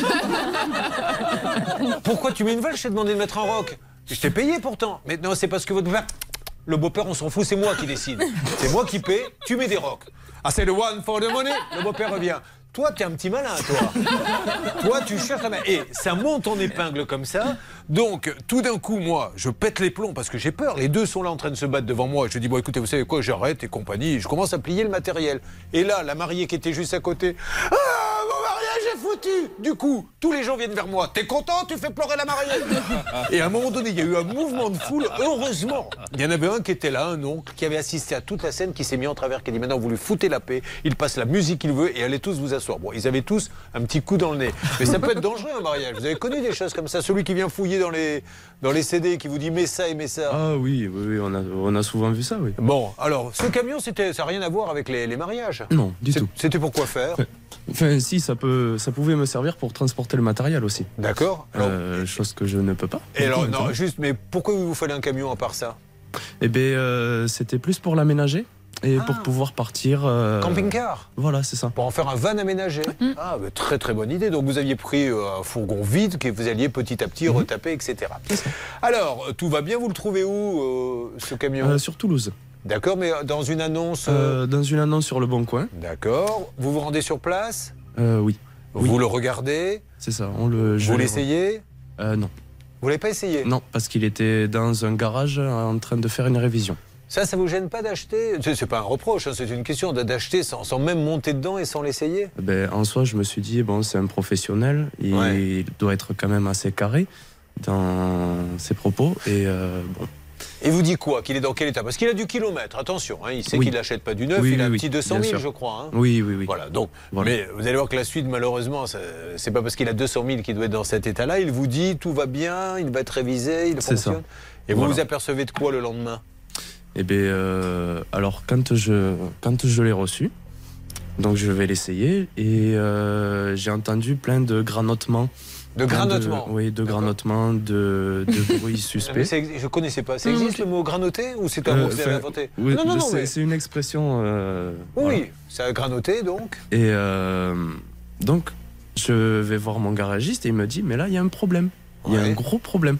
Pourquoi tu mets une valse? Je t'ai demandé de mettre un rock. Je t'ai payé pourtant. Mais non, c'est parce que votre père... Le beau-père, on s'en fout, c'est moi qui décide. C'est moi qui paie, tu mets des rocks. Ah, c'est le one for the money. Le beau-père revient. Toi, t'es un petit malin, toi. Toi, tu cherches la main. Et ça monte en épingle comme ça. Donc, tout d'un coup, moi, je pète les plombs parce que j'ai peur. Les deux sont là en train de se battre devant moi. Je dis, bon, écoutez, vous savez quoi, j'arrête et compagnie. Je commence à plier le matériel. Et là, la mariée qui était juste à côté. Ah, mon mariage est foutu. Du coup, tous les gens viennent vers moi. T'es content? Tu fais pleurer la mariée. Et à un moment donné, il y a eu un mouvement de foule. Heureusement, il y en avait un qui était là, un oncle, qui avait assisté à toute la scène, qui s'est mis en travers, qui a dit, maintenant, vous lui foutez la paix. Il passe la musique qu'il veut et allez tous vous asseoir. Bon, ils avaient tous un petit coup dans le nez. Mais ça peut être dangereux, un mariage. Vous avez connu des choses comme ça? Celui qui vient fouiller dans les CD, qui vous dit mets ça et mets ça. Ah oui, on a souvent vu ça, oui. Bon, alors, ce camion, ça n'a rien à voir avec les mariages? Non, du tout. C'était pour quoi faire? Enfin, si, ça pouvait me servir pour transporter le matériel aussi. D'accord. Chose que je ne peux pas. Et alors, non, juste, mais pourquoi vous fallait un camion à part ça? Eh bien, c'était plus pour l'aménager. Et pour pouvoir partir... Camping-car? Voilà, c'est ça. Pour en faire un van aménagé? Ah, bah, très très bonne idée. Donc vous aviez pris un fourgon vide que vous alliez petit à petit retaper, etc. Alors, tout va bien, vous le trouvez où, ce camion? Sur Toulouse. D'accord, mais dans une annonce Dans une annonce sur Le Bon Coin. D'accord. Vous vous rendez sur place? Oui. Vous le regardez? C'est ça. Vous l'essayez? Non. Vous l'avez pas essayé? Non, parce qu'il était dans un garage en train de faire une révision. Ça vous gêne pas d'acheter? C'est pas un reproche, hein, c'est une question d'acheter sans même monter dedans et sans l'essayer? En soi, je me suis dit, bon, c'est un professionnel, il doit être quand même assez carré dans ses propos. Et bon. Et vous dit quoi? Qu'il est dans quel état? Parce qu'il a du kilomètre, attention, hein, il sait qu'il n'achète pas du neuf, il a un petit 200 000, je crois. Hein. Oui. Voilà, donc, mais vous allez voir que la suite, malheureusement, c'est pas parce qu'il a 200 000 qu'il doit être dans cet état-là. Il vous dit, tout va bien, il va être révisé, il fonctionne. Ça. Et vous vous apercevez de quoi le lendemain? Eh bien, alors quand je l'ai reçu, donc je vais l'essayer et j'ai entendu plein de granotements. De granotements? Oui, de granotements, de bruits suspects. Je connaissais pas. Ça existe le mot granoter ou c'est un mot que vous avez inventé? Oui, non, c'est une expression. Oui, voilà. Ça a granoté donc. Et donc, je vais voir mon garagiste et il me dit, mais là, il y a un problème. Il y a un gros problème.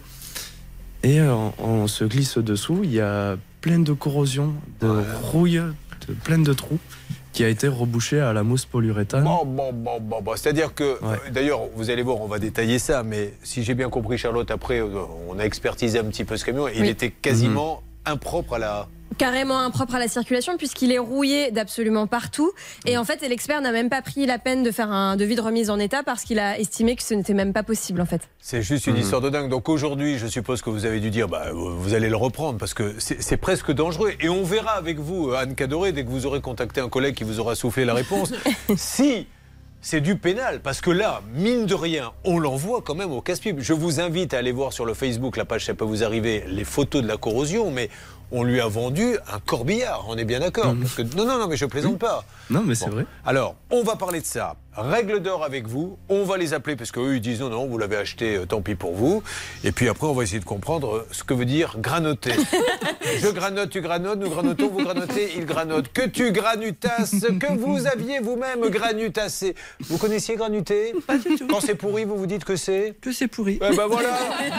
Et on se glisse dessous, il y a plein de corrosion, de rouille, plein de trous, qui a été rebouché à la mousse polyuréthane. Bon. C'est-à-dire que, d'ailleurs, vous allez voir, on va détailler ça, mais si j'ai bien compris, Charlotte, après, on a expertisé un petit peu ce camion, et il était quasiment impropre à la... Carrément impropre à la circulation puisqu'il est rouillé d'absolument partout. Et en fait, l'expert n'a même pas pris la peine de faire un devis de remise en état parce qu'il a estimé que ce n'était même pas possible en fait. C'est juste une histoire de dingue. Donc aujourd'hui, je suppose que vous avez dû dire, vous allez le reprendre parce que c'est presque dangereux. Et on verra avec vous, Anne Cadoré, dès que vous aurez contacté un collègue qui vous aura soufflé la réponse, si... c'est du pénal, parce que là, mine de rien, on l'envoie quand même au casse-pipe. Je vous invite à aller voir sur le Facebook, la page Ça peut vous arriver, les photos de la corrosion, mais on lui a vendu un corbillard, on est bien d'accord. Non, mais je plaisante pas. Non, mais c'est vrai. Alors, on va parler de ça. Règle d'or avec vous, on va les appeler, parce qu'eux, ils disent non, vous l'avez acheté, tant pis pour vous. Et puis après, on va essayer de comprendre ce que veut dire granoter. Je granote, tu granotes, nous granotons, vous granotez, il granote. Que tu granutasses, que vous aviez vous-même granutassé. Vous connaissiez granuter? Pas du tout. Quand c'est pourri, vous vous dites que c'est? Que c'est pourri. Eh ben voilà.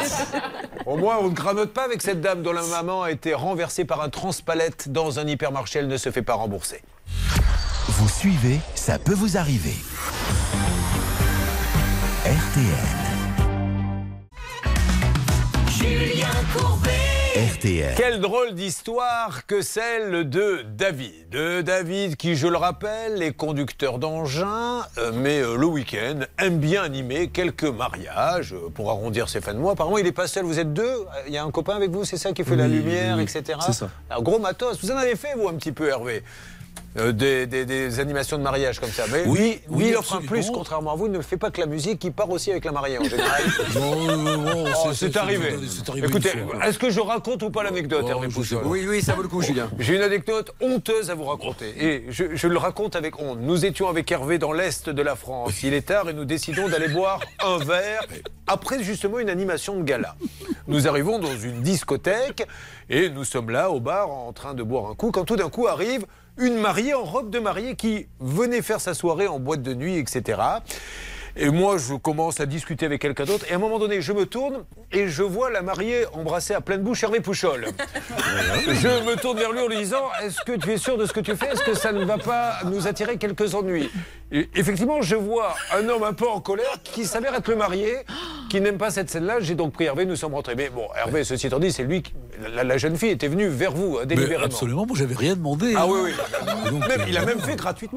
Au moins, on ne granote pas avec cette dame dont la maman a été renversée par un transpalette dans un hypermarché. Elle ne se fait pas rembourser. Vous suivez, ça peut vous arriver. Julien Courbet. RTL. Quelle drôle d'histoire que celle de David. David qui, je le rappelle, est conducteur d'engin, mais le week-end aime bien animer quelques mariages pour arrondir ses fins de mois. Apparemment, il n'est pas seul, vous êtes deux. Il y a un copain avec vous, c'est ça, qui fait la lumière, etc. C'est ça. Un gros matos. Vous en avez fait, vous, un petit peu, Hervé des animations de mariage comme ça. Mais Oui, il offre un absolument. plus, contrairement à vous, il ne fait pas que la musique, il part aussi avec la mariée en général. C'est arrivé. Écoutez, est-ce que je raconte ou pas l'anecdote, Hervé Pouchol ? Oui, ça vaut le coup, Julien. J'ai une anecdote honteuse à vous raconter. Et je le raconte avec honte. Nous étions avec Hervé dans l'Est de la France. Il est tard et nous décidons d'aller boire un verre après justement une animation de gala. Nous arrivons dans une discothèque et nous sommes là au bar en train de boire un coup quand tout d'un coup arrive une mariée en robe de mariée qui venait faire sa soirée en boîte de nuit, etc. Et moi, je commence à discuter avec quelqu'un d'autre. Et à un moment donné, je me tourne et je vois la mariée embrasser à pleine bouche Hervé Pouchol. Je me tourne vers lui en lui disant « Est-ce que tu es sûr de ce que tu fais ? Est-ce que ça ne va pas nous attirer quelques ennuis ?» Et effectivement, je vois un homme un peu en colère qui s'avère être le marié, qui n'aime pas cette scène-là. J'ai donc pris Hervé, nous sommes rentrés. Mais bon, Hervé, ceci étant dit, c'est lui, la jeune fille était venue vers vous, délibérément. Mais absolument, moi j'avais rien demandé. Ah oui. Donc, il a même fait gratuitement.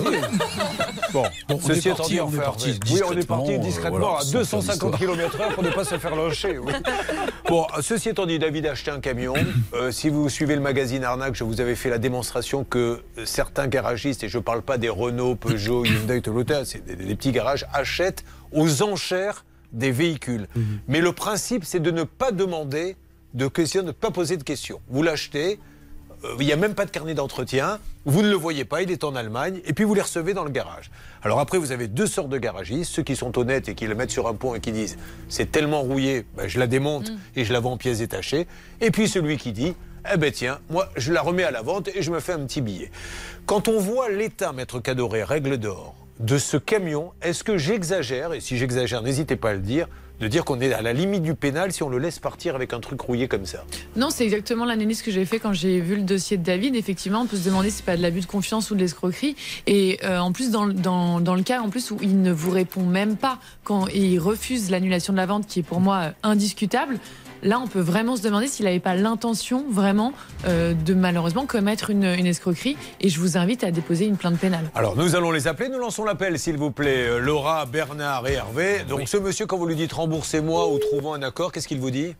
Bon, ceci étant dit, on est parti oui, on est parti discrètement à 250 km/h pour ne pas se faire lyncher. Oui. Bon, ceci étant dit, David a acheté un camion. Si vous suivez le magazine Arnaque, je vous avais fait la démonstration que certains garagistes, et je ne parle pas des Renault, Peugeot, Hyundai, Toyota, c'est des petits garages, achètent aux enchères des véhicules. Mais le principe, c'est de ne pas demander de questions, de ne pas poser de questions. Vous l'achetez. Il n'y a même pas de carnet d'entretien, vous ne le voyez pas, il est en Allemagne, et puis vous les recevez dans le garage. Alors après, vous avez deux sortes de garagistes, ceux qui sont honnêtes et qui le mettent sur un pont et qui disent « c'est tellement rouillé, je la démonte et je la vends en pièces détachées », et puis celui qui dit « eh ben tiens, moi je la remets à la vente et je me fais un petit billet ». Quand on voit l'état, Maître Cadoré, règle d'or, de ce camion, est-ce que j'exagère, et si j'exagère, n'hésitez pas à le dire, de dire qu'on est à la limite du pénal si on le laisse partir avec un truc rouillé comme ça? Non, c'est exactement l'analyse que j'ai fait quand j'ai vu le dossier de David. Effectivement, on peut se demander si c'est pas de l'abus de confiance ou de l'escroquerie. Et en plus, dans le cas en plus où il ne vous répond même pas quand il refuse l'annulation de la vente, qui est pour moi indiscutable. Là, on peut vraiment se demander s'il n'avait pas l'intention vraiment de malheureusement commettre une escroquerie. Et je vous invite à déposer une plainte pénale. Alors, nous allons les appeler. Nous lançons l'appel, s'il vous plaît. Laura, Bernard et Hervé. Donc, ce monsieur, quand vous lui dites remboursez-moi ou trouvons un accord, qu'est-ce qu'il vous dit?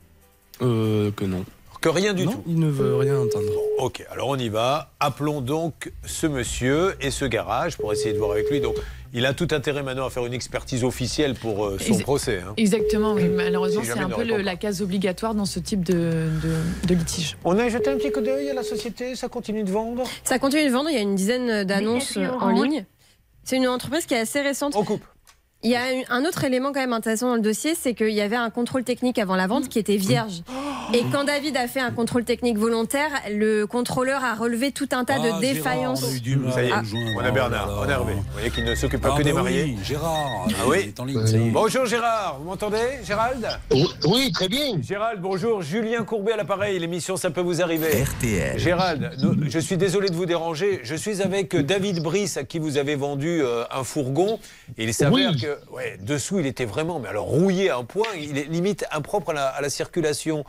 Que non. Que rien du tout? Non, il ne veut rien entendre. Bon, ok, alors on y va. Appelons donc ce monsieur et ce garage pour essayer de voir avec lui. Donc, il a tout intérêt maintenant à faire une expertise officielle pour son procès. Hein. Exactement, oui. Malheureusement, Si c'est jamais un il ne peu répond la case obligatoire dans ce type de litige. On a jeté un petit coup d'œil à la société, ça continue de vendre? Ça continue de vendre, il y a une dizaine d'annonces en ligne. C'est une entreprise qui est assez récente. On coupe. Il y a un autre élément quand même intéressant dans le dossier, c'est qu'il y avait un contrôle technique avant la vente qui était vierge. Et quand David a fait un contrôle technique volontaire, le contrôleur a relevé tout un tas de défaillances. Ça y est, on a Bernard, on a Hervé. Vous voyez qu'il ne s'occupe pas que des mariés. Oui, Gérard. Ah oui. est en ligne, ça y est. Bonjour Gérard, vous m'entendez, Gérald? Oui, très bien. Gérald, bonjour. Julien Courbet à l'appareil, l'émission Ça peut vous arriver. RTL. Gérald, je suis désolé de vous déranger. Je suis avec David Brice à qui vous avez vendu un fourgon. Et il s'avère que, dessous, il était vraiment, mais alors rouillé à un point, il est limite impropre à la circulation.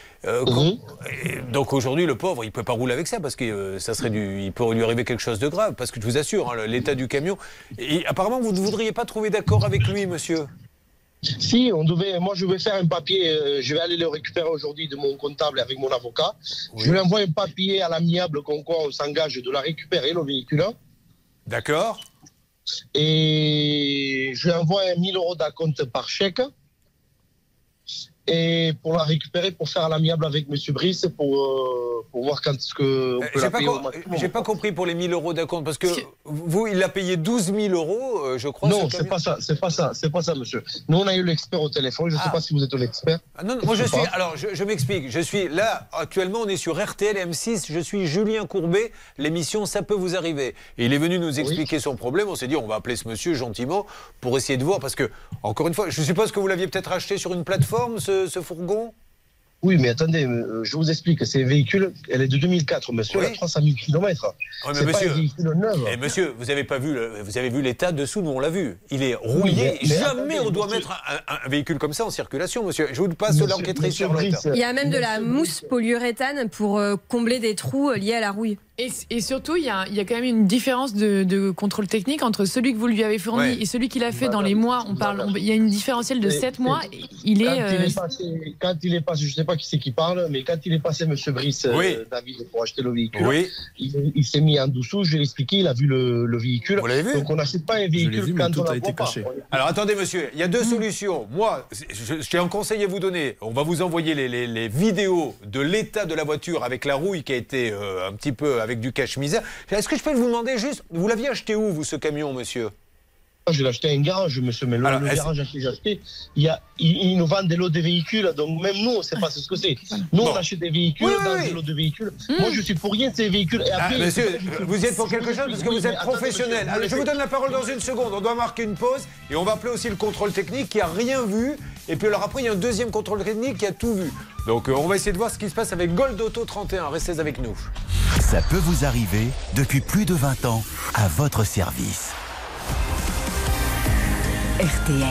Donc aujourd'hui, le pauvre, il ne peut pas rouler avec ça parce que il peut lui arriver quelque chose de grave. Parce que je vous assure, hein, l'état du camion. Et apparemment, vous ne voudriez pas trouver d'accord avec lui, monsieur? Si, moi je vais faire un papier, je vais aller le récupérer aujourd'hui de mon comptable avec mon avocat. Oui. Je lui envoie un papier à l'amiable comme quoi on s'engage de la récupérer, le véhicule. D'accord. Et je lui envoie 1 000 € d'acompte par chèque. Et pour la récupérer, pour faire à l'amiable avec M. Brice, pour voir quand est-ce qu'on peut la payer au maximum. J'ai pas compris pour les 1 000 € d'acompte, parce que vous, il l'a payé 12 000 €, je crois. Non, c'est pas ça, monsieur. Nous, on a eu l'expert au téléphone, je ne sais pas si vous êtes l'expert. Non, moi je m'explique, je suis là, actuellement, on est sur RTL M6, je suis Julien Courbet, l'émission Ça peut vous arriver. Et il est venu nous expliquer son problème, on s'est dit, on va appeler ce monsieur gentiment pour essayer de voir, parce que, encore une fois, je suppose que vous l'aviez peut-être acheté sur une plateforme, ce fourgon? Oui, mais attendez, je vous explique. C'est un véhicule, elle est de 2004, monsieur, elle a 300 000 km. C'est pas un véhicule neuf. Et monsieur, vous avez vu l'état dessous, nous on l'a vu. Il est rouillé. Jamais on doit mettre un véhicule comme ça en circulation, monsieur. Je vous passe l'enquêtrice Charlotte. Il y a même de la mousse polyuréthane pour combler des trous liés à la rouille. Et surtout, il y a quand même une différence de contrôle technique entre celui que vous lui avez fourni et celui qu'il a fait dans les mois. Il y a une différentielle de 7 mois. Quand il est passé, je ne sais pas qui c'est qui parle, mais quand il est passé, M. Brice, David, pour acheter le véhicule, il s'est mis en dessous, je vais l'expliquer, il a vu le véhicule. Vous l'avez vu? Donc on n'achète pas un véhicule quand on a été caché. Alors attendez, monsieur, il y a deux solutions. Moi, j'ai un conseil à vous donner. On va vous envoyer les vidéos de l'état de la voiture avec la rouille qui a été un petit peu avec du cache-misère. Est-ce que je peux vous demander juste, vous l'aviez acheté où, vous, ce camion, monsieur? Je l'ai acheté à un garage, monsieur, mais le garage que j'ai acheté, ils nous vendent des lots de véhicules, donc même nous, on ne sait pas ce que c'est. Nous, on achète des véhicules dans des lots de véhicules. Moi, je suis pour rien, ces véhicules. Et après, monsieur, vous y êtes pour quelque chose parce que vous êtes professionnel. Alors, je vous donne la parole dans une seconde. On doit marquer une pause et on va appeler aussi le contrôle technique qui n'a rien vu. Et puis alors après, il y a un deuxième contrôle technique qui a tout vu. Donc, on va essayer de voir ce qui se passe avec Gold Auto 31. Restez avec nous. Ça peut vous arriver depuis plus de 20 ans à votre service. RTL.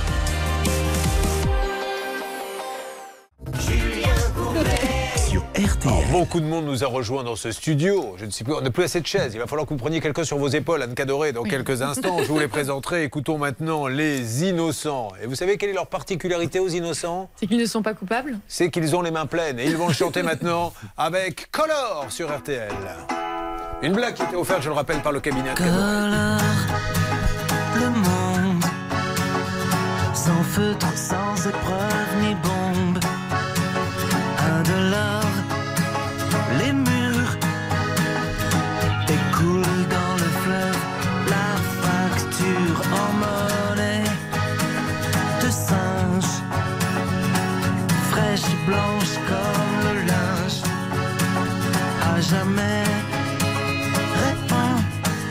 Sur RTL. Alors, beaucoup de monde nous a rejoints dans ce studio. Je ne sais plus, on n'a plus assez de chaises. Il va falloir que vous preniez quelqu'un sur vos épaules, Anne Cadoré, dans quelques instants. Je vous les présenterai. Écoutons maintenant les innocents. Et vous savez quelle est leur particularité aux innocents? C'est qu'ils ne sont pas coupables. C'est qu'ils ont les mains pleines. Et ils vont le chanter maintenant avec Color sur RTL. Une blague qui était offerte, je le rappelle, par le cabinet. Color, le monde, sans feutre, sans épreuve ni bombe. Indolore, les murs écoulent dans le fleuve la facture en monnaie de singe, fraîche et blanche comme le linge, à jamais. Réponds,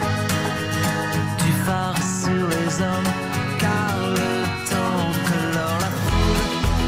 tu fares sur les hommes, car le temps colore la foule.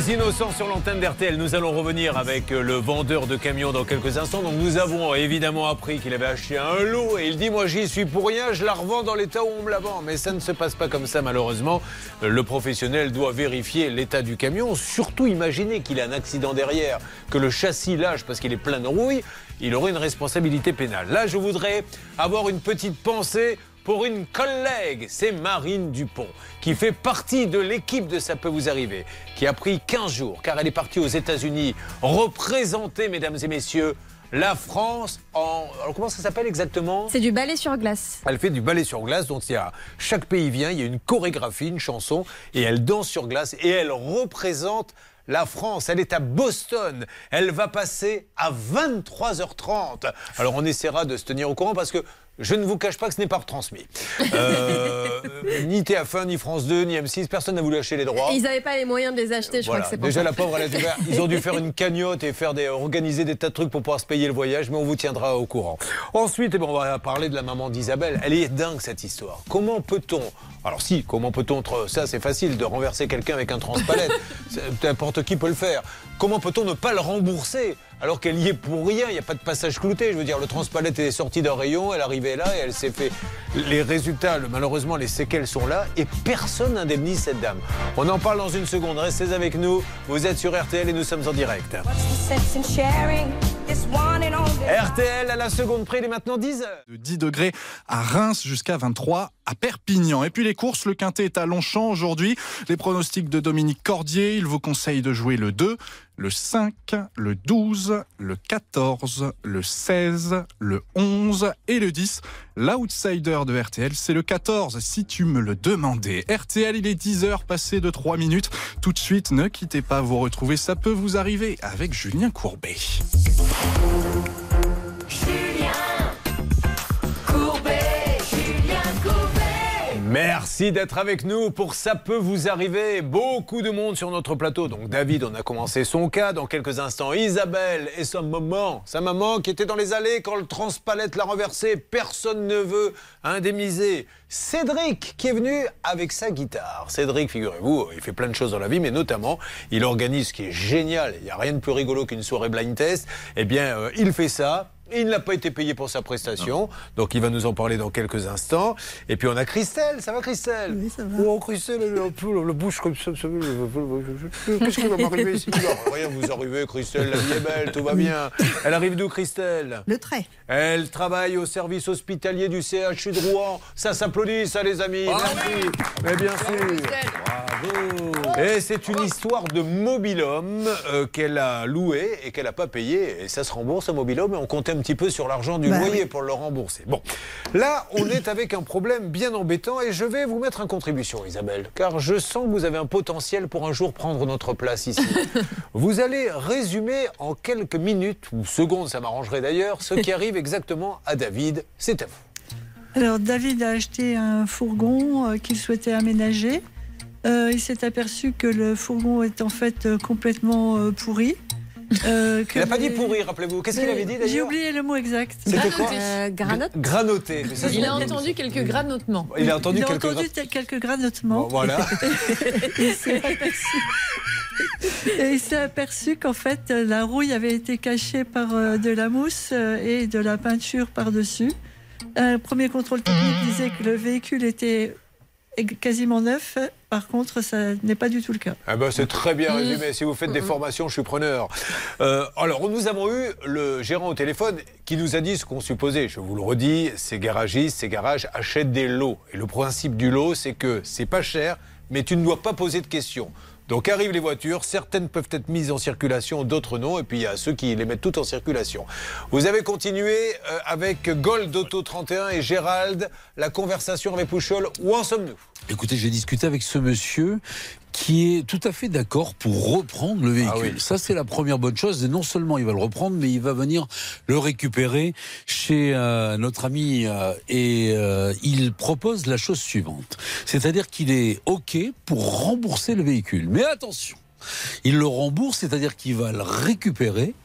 Les innocents sur l'antenne d'RTL. Nous allons revenir avec le vendeur de camions dans quelques instants. Donc nous avons évidemment appris qu'il avait acheté un lot et il dit moi j'y suis pour rien, je la revends dans l'état où on me la vend. Mais ça ne se passe pas comme ça malheureusement. Le professionnel doit vérifier l'état du camion. Surtout imaginez qu'il a un accident derrière, que le châssis lâche parce qu'il est plein de rouille, il aurait une responsabilité pénale. Là je voudrais avoir une petite pensée pour une collègue, c'est Marine Dupont, qui fait partie de l'équipe de Ça peut vous arriver, qui a pris 15 jours, car elle est partie aux États-Unis représenter, mesdames et messieurs, la France en... Alors comment ça s'appelle exactement ? C'est du ballet sur glace. Elle fait du ballet sur glace, donc chaque pays vient, il y a une chorégraphie, une chanson, et elle danse sur glace, et elle représente la France. Elle est à Boston. Elle va passer à 23h30. Alors on essaiera de se tenir au courant parce que je ne vous cache pas que ce n'est pas retransmis. Ni TF1, ni France 2, ni M6, personne n'a voulu acheter les droits. Ils n'avaient pas les moyens de les acheter, je crois que c'est pour déjà, ça. la pauvre, ils ont dû faire une cagnotte et organiser des tas de trucs pour pouvoir se payer le voyage, mais on vous tiendra au courant. Ensuite, on va parler de la maman d'Isabelle. Elle est dingue, cette histoire. Comment peut-on... Alors comment peut-on... Ça, c'est facile, de renverser quelqu'un avec un transpalette. N'importe qui peut le faire. Comment peut-on ne pas le rembourser alors qu'elle y est pour rien? Il n'y a pas de passage clouté. Je veux dire, le transpalette est sorti d'un rayon, elle arrivait là et elle s'est fait... Les résultats, malheureusement, les séquelles sont là et personne n'indemnise cette dame. On en parle dans une seconde. Restez avec nous. Vous êtes sur RTL et nous sommes en direct. RTL à la seconde près, il est maintenant 10h. De 10 degrés à Reims jusqu'à 23 à Perpignan. Et puis les courses, le Quintet est à Longchamp aujourd'hui. Les pronostics de Dominique Cordier, il vous conseille de jouer le 2, le 5, le 12, le 14, le 16, le 11 et le 10. L'outsider de RTL, c'est le 14, si tu me le demandais. RTL, il est 10h, passé de 3 minutes. Tout de suite, ne quittez pas, vous retrouvez Ça peut vous arriver avec Julien Courbet. Merci d'être avec nous pour Ça peut vous arriver. Beaucoup de monde sur notre plateau. Donc David, on a commencé son cas. Dans quelques instants, Isabelle et sa maman qui était dans les allées quand le transpalette l'a renversé. Personne ne veut indemniser. Cédric qui est venu avec sa guitare. Cédric, figurez-vous, il fait plein de choses dans la vie, mais notamment, il organise ce qui est génial. Il n'y a rien de plus rigolo qu'une soirée blind test. Eh bien, il fait ça. Il n'a pas été payé pour sa prestation, donc il va nous en parler dans quelques instants. Et puis on a Christelle, ça va Christelle ? Oui, ça va. Oh Christelle, elle a un peu la bouche comme ça. Qu'est-ce qui va m'arriver ici ? Rien vous arrivez Christelle, la vie est belle, tout va bien. Elle arrive d'où Christelle ? Le Trait. Elle travaille au service hospitalier du CHU de Rouen. Ça s'applaudit ça les amis, merci. Mais bien sûr. Bravo. Et c'est une histoire de mobil-homme qu'elle a loué et qu'elle n'a pas payé. Et ça se rembourse un mobil-homme et on comptait un petit peu sur l'argent du loyer pour le rembourser. Bon, là, on est avec un problème bien embêtant et je vais vous mettre en contribution, Isabelle, car je sens que vous avez un potentiel pour un jour prendre notre place ici. Vous allez résumer en quelques minutes, ou secondes, ça m'arrangerait d'ailleurs, ce qui arrive exactement à David. C'est à vous. Alors, David a acheté un fourgon qu'il souhaitait aménager. Il s'est aperçu que le fourgon est en fait complètement pourri. Il n'a pas dit pourri, rappelez-vous. Qu'est-ce qu'il avait dit d'ailleurs ? J'ai oublié le mot exact. C'était quoi ? Granoté. Il a entendu quelques granotements. Il a entendu quelques granotements. Bon, voilà. Et il s'est aperçu qu'en fait, la rouille avait été cachée par de la mousse et de la peinture par-dessus. Un premier contrôle technique disait que le véhicule était quasiment neuf. Par contre, ça n'est pas du tout le cas. Ah ben, c'est très bien résumé. Si vous faites des formations, je suis preneur. Alors, nous avons eu le gérant au téléphone qui nous a dit ce qu'on supposait. Je vous le redis, ces garagistes, ces garages achètent des lots. Et le principe du lot, c'est que c'est pas cher, mais tu ne dois pas poser de questions. Donc arrivent les voitures, certaines peuvent être mises en circulation, d'autres non, et puis il y a ceux qui les mettent toutes en circulation. Vous avez continué avec Gold Auto 31 et Gérald, la conversation avec Pouchol. Où en sommes-nous ? Écoutez, j'ai discuté avec ce monsieur qui est tout à fait d'accord pour reprendre le véhicule. Ah oui. Ça, c'est la première bonne chose. Et non seulement il va le reprendre, mais il va venir le récupérer chez notre ami. Il propose la chose suivante. C'est-à-dire qu'il est OK pour rembourser le véhicule. Mais attention, il le rembourse, c'est-à-dire qu'il va le récupérer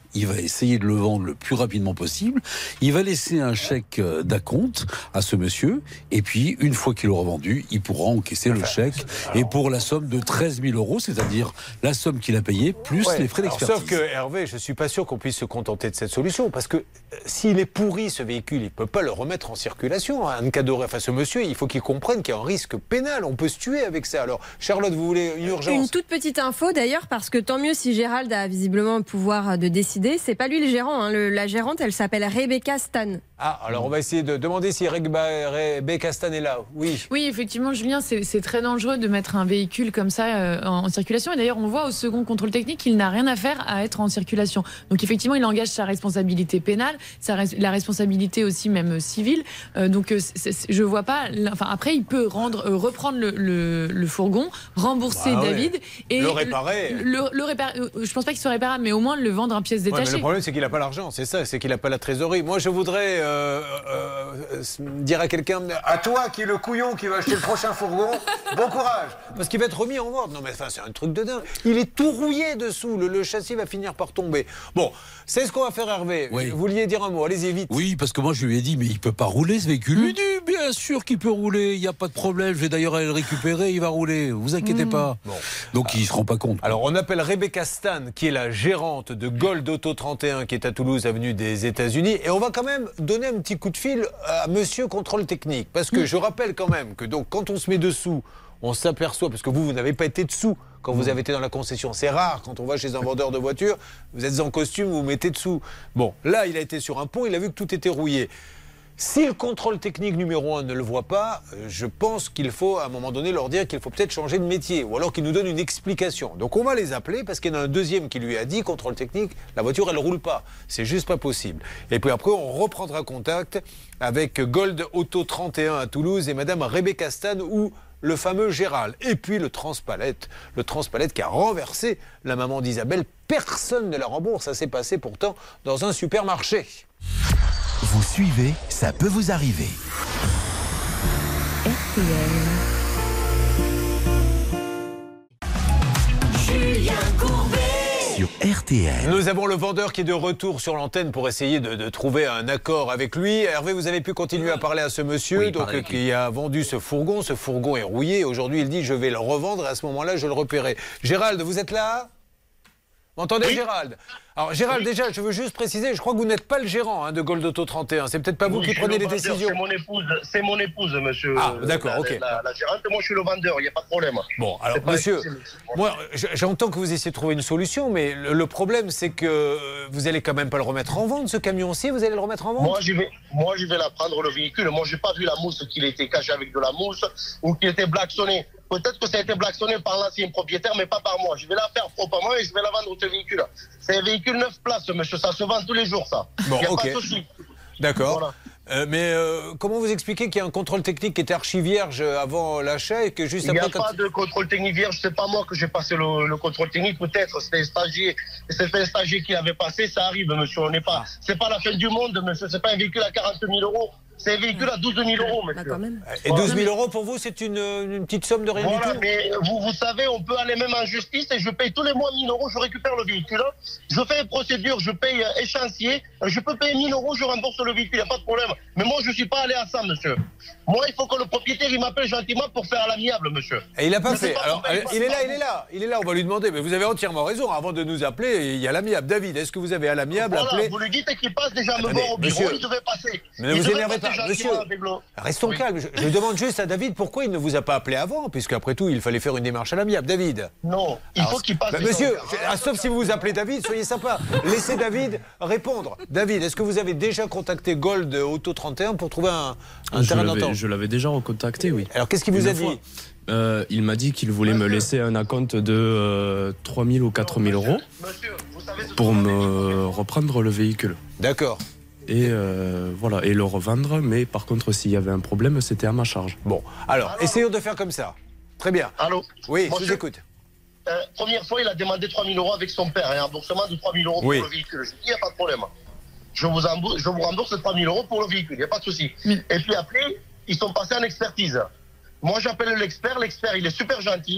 il va essayer de le vendre le plus rapidement possible. Il va laisser un chèque d'acompte à ce monsieur. Et puis, une fois qu'il aura vendu, il pourra encaisser le chèque. Et pour la somme de 13 000 €, c'est-à-dire la somme qu'il a payée, plus les frais d'expertise. Sauf que, Hervé, je ne suis pas sûr qu'on puisse se contenter de cette solution. Parce que s'il est pourri, ce véhicule, il ne peut pas le remettre en circulation. Anne Cadoré, enfin, ce monsieur, il faut qu'il comprenne qu'il y a un risque pénal. On peut se tuer avec ça. Alors, Charlotte, vous voulez une urgence? Une toute petite info d'ailleurs, parce que tant mieux si Gérald a visiblement le pouvoir de décider. C'est pas lui le gérant. La gérante, elle s'appelle Rebecca Stan. Ah, alors on va essayer de demander si Rebecca Stan est là. Oui. Oui, effectivement, Julien, c'est très dangereux de mettre un véhicule comme ça en circulation. Et d'ailleurs, on voit au second contrôle technique qu'il n'a rien à faire à être en circulation. Donc effectivement, il engage sa responsabilité pénale, la responsabilité aussi même civile. Donc je vois pas. Enfin, après, il peut reprendre le fourgon, rembourser David et le réparer. Le réparer. Je pense pas qu'il soit réparable, mais au moins le vendre en pièces détachées. Mais le problème, c'est qu'il n'a pas l'argent. C'est ça, c'est qu'il n'a pas la trésorerie. Moi, je voudrais dire à quelqu'un, à toi qui est le couillon qui va acheter le prochain fourgon, bon courage, parce qu'il va être remis en vente. Non mais enfin, c'est un truc de dingue. Il est tout rouillé dessous, le châssis va finir par tomber. Bon, c'est ce qu'on va faire, Hervé. Vous vouliez dire un mot, allez-y vite. Oui, parce que moi je lui ai dit, mais il peut pas rouler ce véhicule. Il dit, bien sûr qu'il peut rouler, il n'y a pas de problème, je vais d'ailleurs aller le récupérer, il va rouler, vous inquiétez pas. Bon. Donc il se rend pas compte. Alors on appelle Rebecca Stan, qui est la gérante de Gold Auto 31, qui est à Toulouse, avenue des États-Unis, et on va quand même donner un petit coup de fil à monsieur contrôle technique, parce que je rappelle quand même que donc quand on se met dessous, on s'aperçoit, parce que vous n'avez pas été dessous quand vous avez été dans la concession. C'est rare quand on va chez un vendeur de voitures, vous êtes en costume, vous vous mettez dessous. Bon, là il a été sur un pont, il a vu que tout était rouillé. Si le contrôle technique numéro 1 ne le voit pas, je pense qu'il faut à un moment donné leur dire qu'il faut peut-être changer de métier, ou alors qu'ils nous donnent une explication. Donc on va les appeler, parce qu'il y en a un deuxième qui lui a dit, contrôle technique, la voiture elle roule pas, c'est juste pas possible. Et puis après on reprendra contact avec Gold Auto 31 à Toulouse et Madame Rebecca Stan ou le fameux Gérald. Et puis le Transpalette qui a renversé la maman d'Isabelle. Personne ne la rembourse, ça s'est passé pourtant dans un supermarché. Vous suivez, ça peut vous arriver. Julien Courbet. Sur RTL. Nous avons le vendeur qui est de retour sur l'antenne pour essayer de trouver un accord avec lui. Hervé, vous avez pu continuer à parler à ce monsieur qui a vendu ce fourgon. Ce fourgon est rouillé. Aujourd'hui, il dit je vais le revendre et à ce moment-là, je le repérerai. Gérald, vous êtes là ? Vous entendez, oui. Gérald? Alors Gérald, déjà, je veux juste préciser, je crois que vous n'êtes pas le gérant de Gold Auto 31. C'est peut-être pas vous qui prenez les décisions. C'est mon épouse, monsieur. Ah, d'accord, ok. La gérante, moi je suis le vendeur, il n'y a pas de problème. Bon, alors monsieur, moi j'entends que vous essayez de trouver une solution, mais le problème c'est que vous allez quand même pas le remettre en vente, ce camion-ci, vous allez le remettre en vente? Moi je vais la prendre le véhicule. Moi j'ai pas vu la mousse qu'il était caché avec de la mousse ou qu'il était blacksonné. Peut-être que ça a été blacksonné par l'ancien propriétaire, mais pas par moi. Je vais la faire proprement et je vais la vendre ce véhicule. C'est un véhicule 9 places, monsieur. Ça se vend tous les jours, ça. Bon, il n'y a ok. pas de souci. D'accord. Voilà. Comment vous expliquez qu'il y a un contrôle technique qui était archi vierge avant l'achat et que juste après... Il n'y a pas de contrôle technique vierge. C'est pas moi que j'ai passé le contrôle technique. Peut-être c'était un stagiaire. C'était un stagiaire qui l'avait passé. Ça arrive, monsieur. On n'est pas... C'est pas la fin du monde, monsieur. C'est pas un véhicule à 40 000 €. C'est un véhicule à 12 000 €, monsieur. Quand même. Et 12 000 € pour vous, c'est une petite somme de rien du tout? Mais vous savez, on peut aller même en justice et je paye tous les mois 1 000 €, je récupère le véhicule. Je fais une procédure, je paye échéancier, je peux payer 1 000 €, je rembourse le véhicule, il n'y a pas de problème. Mais moi, je ne suis pas allé à ça, monsieur. Moi, il faut que le propriétaire, il m'appelle gentiment pour faire à l'amiable, monsieur. Et il n'a pas fait. Alors, il est là, on va lui demander. Mais vous avez entièrement raison. Avant de nous appeler, il y a l'amiable. David, est-ce que vous avez à l'amiable appelé? Vous lui dites qu'il passe déjà me voir au bureau, il devait passer. Mais ne vous énervez pas, monsieur. Restons calmes. Je demande juste à David pourquoi il ne vous a pas appelé avant, puisque après tout, il fallait faire une démarche à l'amiable. David. Non, il faut qu'il passe. Monsieur, sauf si vous vous appelez David, soyez sympa. Laissez David répondre. David, est-ce que vous avez déjà contacté Gold Auto 31 pour trouver un terrain d'entente? Je l'avais déjà recontacté, oui. Alors qu'est-ce qu'il vous a dit? Il m'a dit qu'il voulait me laisser un acompte de 3 000 ou 4 000 € pour me reprendre le véhicule. D'accord. Et voilà, et le revendre, mais par contre, s'il y avait un problème, c'était à ma charge. Bon, alors, essayons de faire comme ça. Très bien. Allô? Oui, je vous écoute. Première fois, il a demandé 3 000 € avec son père, un remboursement de 3 000 € pour le véhicule. Je dis, il n'y a pas de problème. Je vous rembourse 3 000 € pour le véhicule, il n'y a pas de souci. Et puis après, ils sont passés en expertise. Moi, j'appelle l'expert, il est super gentil.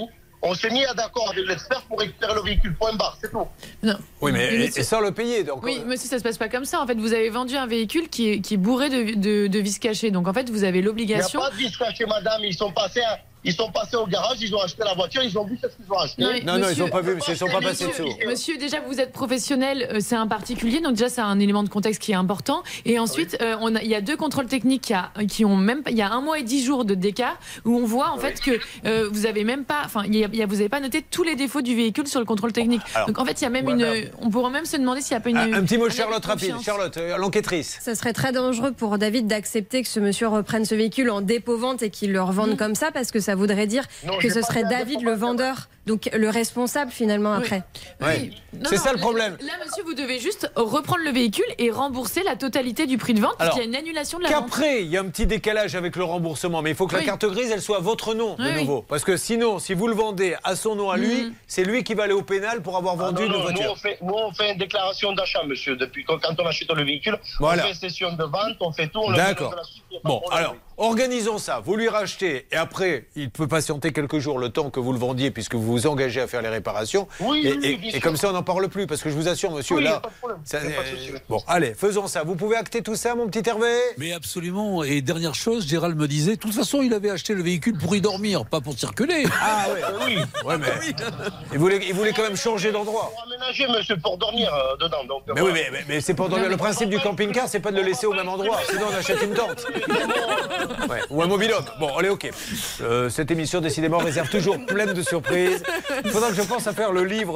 On s'est mis d'accord avec l'expert pour récupérer le véhicule, point barre, c'est tout. Non. Oui, mais et sans le payer. Donc, oui, monsieur, ça se passe pas comme ça. En fait, vous avez vendu un véhicule qui est bourré de vis cachés. Donc, en fait, vous avez l'obligation. Il n'y a pas de vis cachés, madame. Ils sont passés au garage, ils ont acheté la voiture, ils ont vu ce qu'ils ont acheté. Non, ils n'ont pas vu, monsieur, ils ne sont pas passés dessous. Monsieur, déjà, vous êtes professionnel, c'est un particulier, donc déjà, c'est un élément de contexte qui est important. Et ensuite, il y a 2 contrôles techniques qui ont même, il y a 1 mois et 10 jours d'écart où on voit en fait que vous avez même pas, enfin, vous n'avez pas noté tous les défauts du véhicule sur le contrôle technique. Alors, donc en fait, il y a même on pourrait même se demander s'il n'y a pas un petit mot de Charlotte rapide. Charlotte, l'enquêtrice. Ça serait très dangereux pour David d'accepter que ce monsieur reprenne ce véhicule en dépôt-vente et qu'il le revende comme ça, parce que ça voudrait dire que ce serait David le vendeur, donc le responsable finalement après. Oui. C'est ça le problème. Là, monsieur, vous devez juste reprendre le véhicule et rembourser la totalité du prix de vente, parce qu'il y a une annulation de la vente. Qu'après, il y a un petit décalage avec le remboursement, mais il faut que la carte grise, elle soit à votre nom de nouveau. Parce que sinon, si vous le vendez à son nom à lui, c'est lui qui va aller au pénal pour avoir vendu une voiture. Nous, on fait une déclaration d'achat, monsieur. Depuis quand on achète le véhicule, voilà. On fait session de vente, on fait tout. D'accord. Bon, alors, organisons ça. Vous lui rachetez et après, il peut patienter quelques jours le temps que vous le vendiez puisque vous vous engagez à faire les réparations. Et comme ça, on n'en parle plus parce que je vous assure, monsieur, là. Bon, allez, faisons ça. Vous pouvez acter tout ça, mon petit Hervé? Mais absolument. Et dernière chose, Gérald me disait, de toute façon, il avait acheté le véhicule pour y dormir, pas pour circuler. Ah oui. Ouais, mais il voulait quand même changer d'endroit. Pour aménager, monsieur, pour dormir dedans. Donc, mais oui, mais c'est pour dormir. Le principe du camping-car, c'est pas de le laisser au même endroit. Sinon, on achète une tente. Ouais, ou un mobil-home. Bon, allez, ok. Cette émission, décidément, réserve toujours pleine de surprises. Il faudra que je pense à faire le livre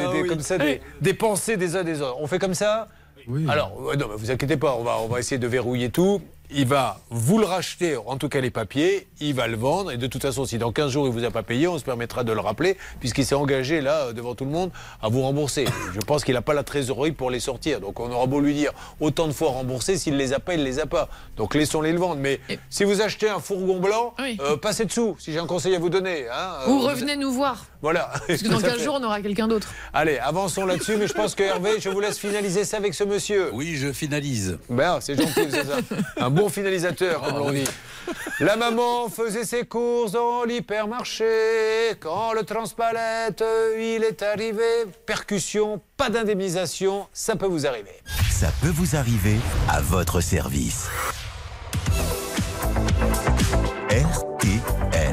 des pensées des uns des autres. On fait comme ça? Oui. Alors, non, mais vous inquiétez pas, on va essayer de verrouiller tout. Il va vous le racheter, en tout cas les papiers, il va le vendre, et de toute façon, si dans 15 jours il ne vous a pas payé, on se permettra de le rappeler, puisqu'il s'est engagé là, devant tout le monde, à vous rembourser. Je pense qu'il n'a pas la trésorerie pour les sortir, donc on aura beau lui dire autant de fois rembourser, s'il ne les a pas, il ne les a pas. Donc laissons-les le vendre. Mais si vous achetez un fourgon blanc, passez dessous, si j'ai un conseil à vous donner. Ou revenez nous voir. Voilà. Parce que dans 15 jours, on aura quelqu'un d'autre. Allez, avançons là-dessus, mais je pense que Hervé, je vous laisse finaliser ça avec ce monsieur. Oui, je finalise. Ben, c'est gentil, c'est ça. Un bon finalisateur, comme l'on dit. La maman faisait ses courses dans l'hypermarché. Quand le transpalette, il est arrivé. Percussion, pas d'indemnisation, ça peut vous arriver. Ça peut vous arriver à votre service. RTL.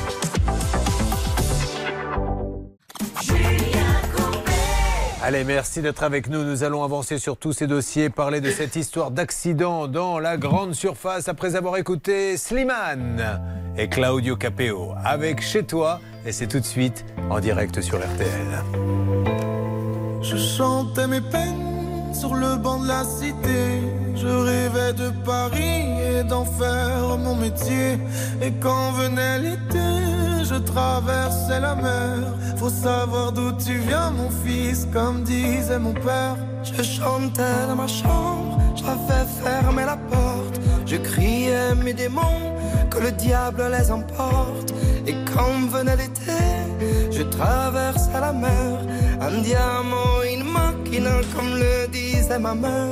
Allez, merci d'être avec nous. Nous allons avancer sur tous ces dossiers, parler de cette histoire d'accident dans la grande surface après avoir écouté Slimane et Claudio Capeo avec Chez toi. Et c'est tout de suite en direct sur RTL. Je chantais mes peines sur le banc de la cité. Je rêvais de Paris et d'en faire mon métier. Et quand venait l'été, je traversais la mer. Faut savoir d'où tu viens, mon fils, comme disait mon père. Je chantais dans ma chambre, j'avais fermé la porte. Je criais mes démons, que le diable les emporte. Et quand venait l'été, je traversais la mer. Un diamant, une machina, comme le disait ma mère.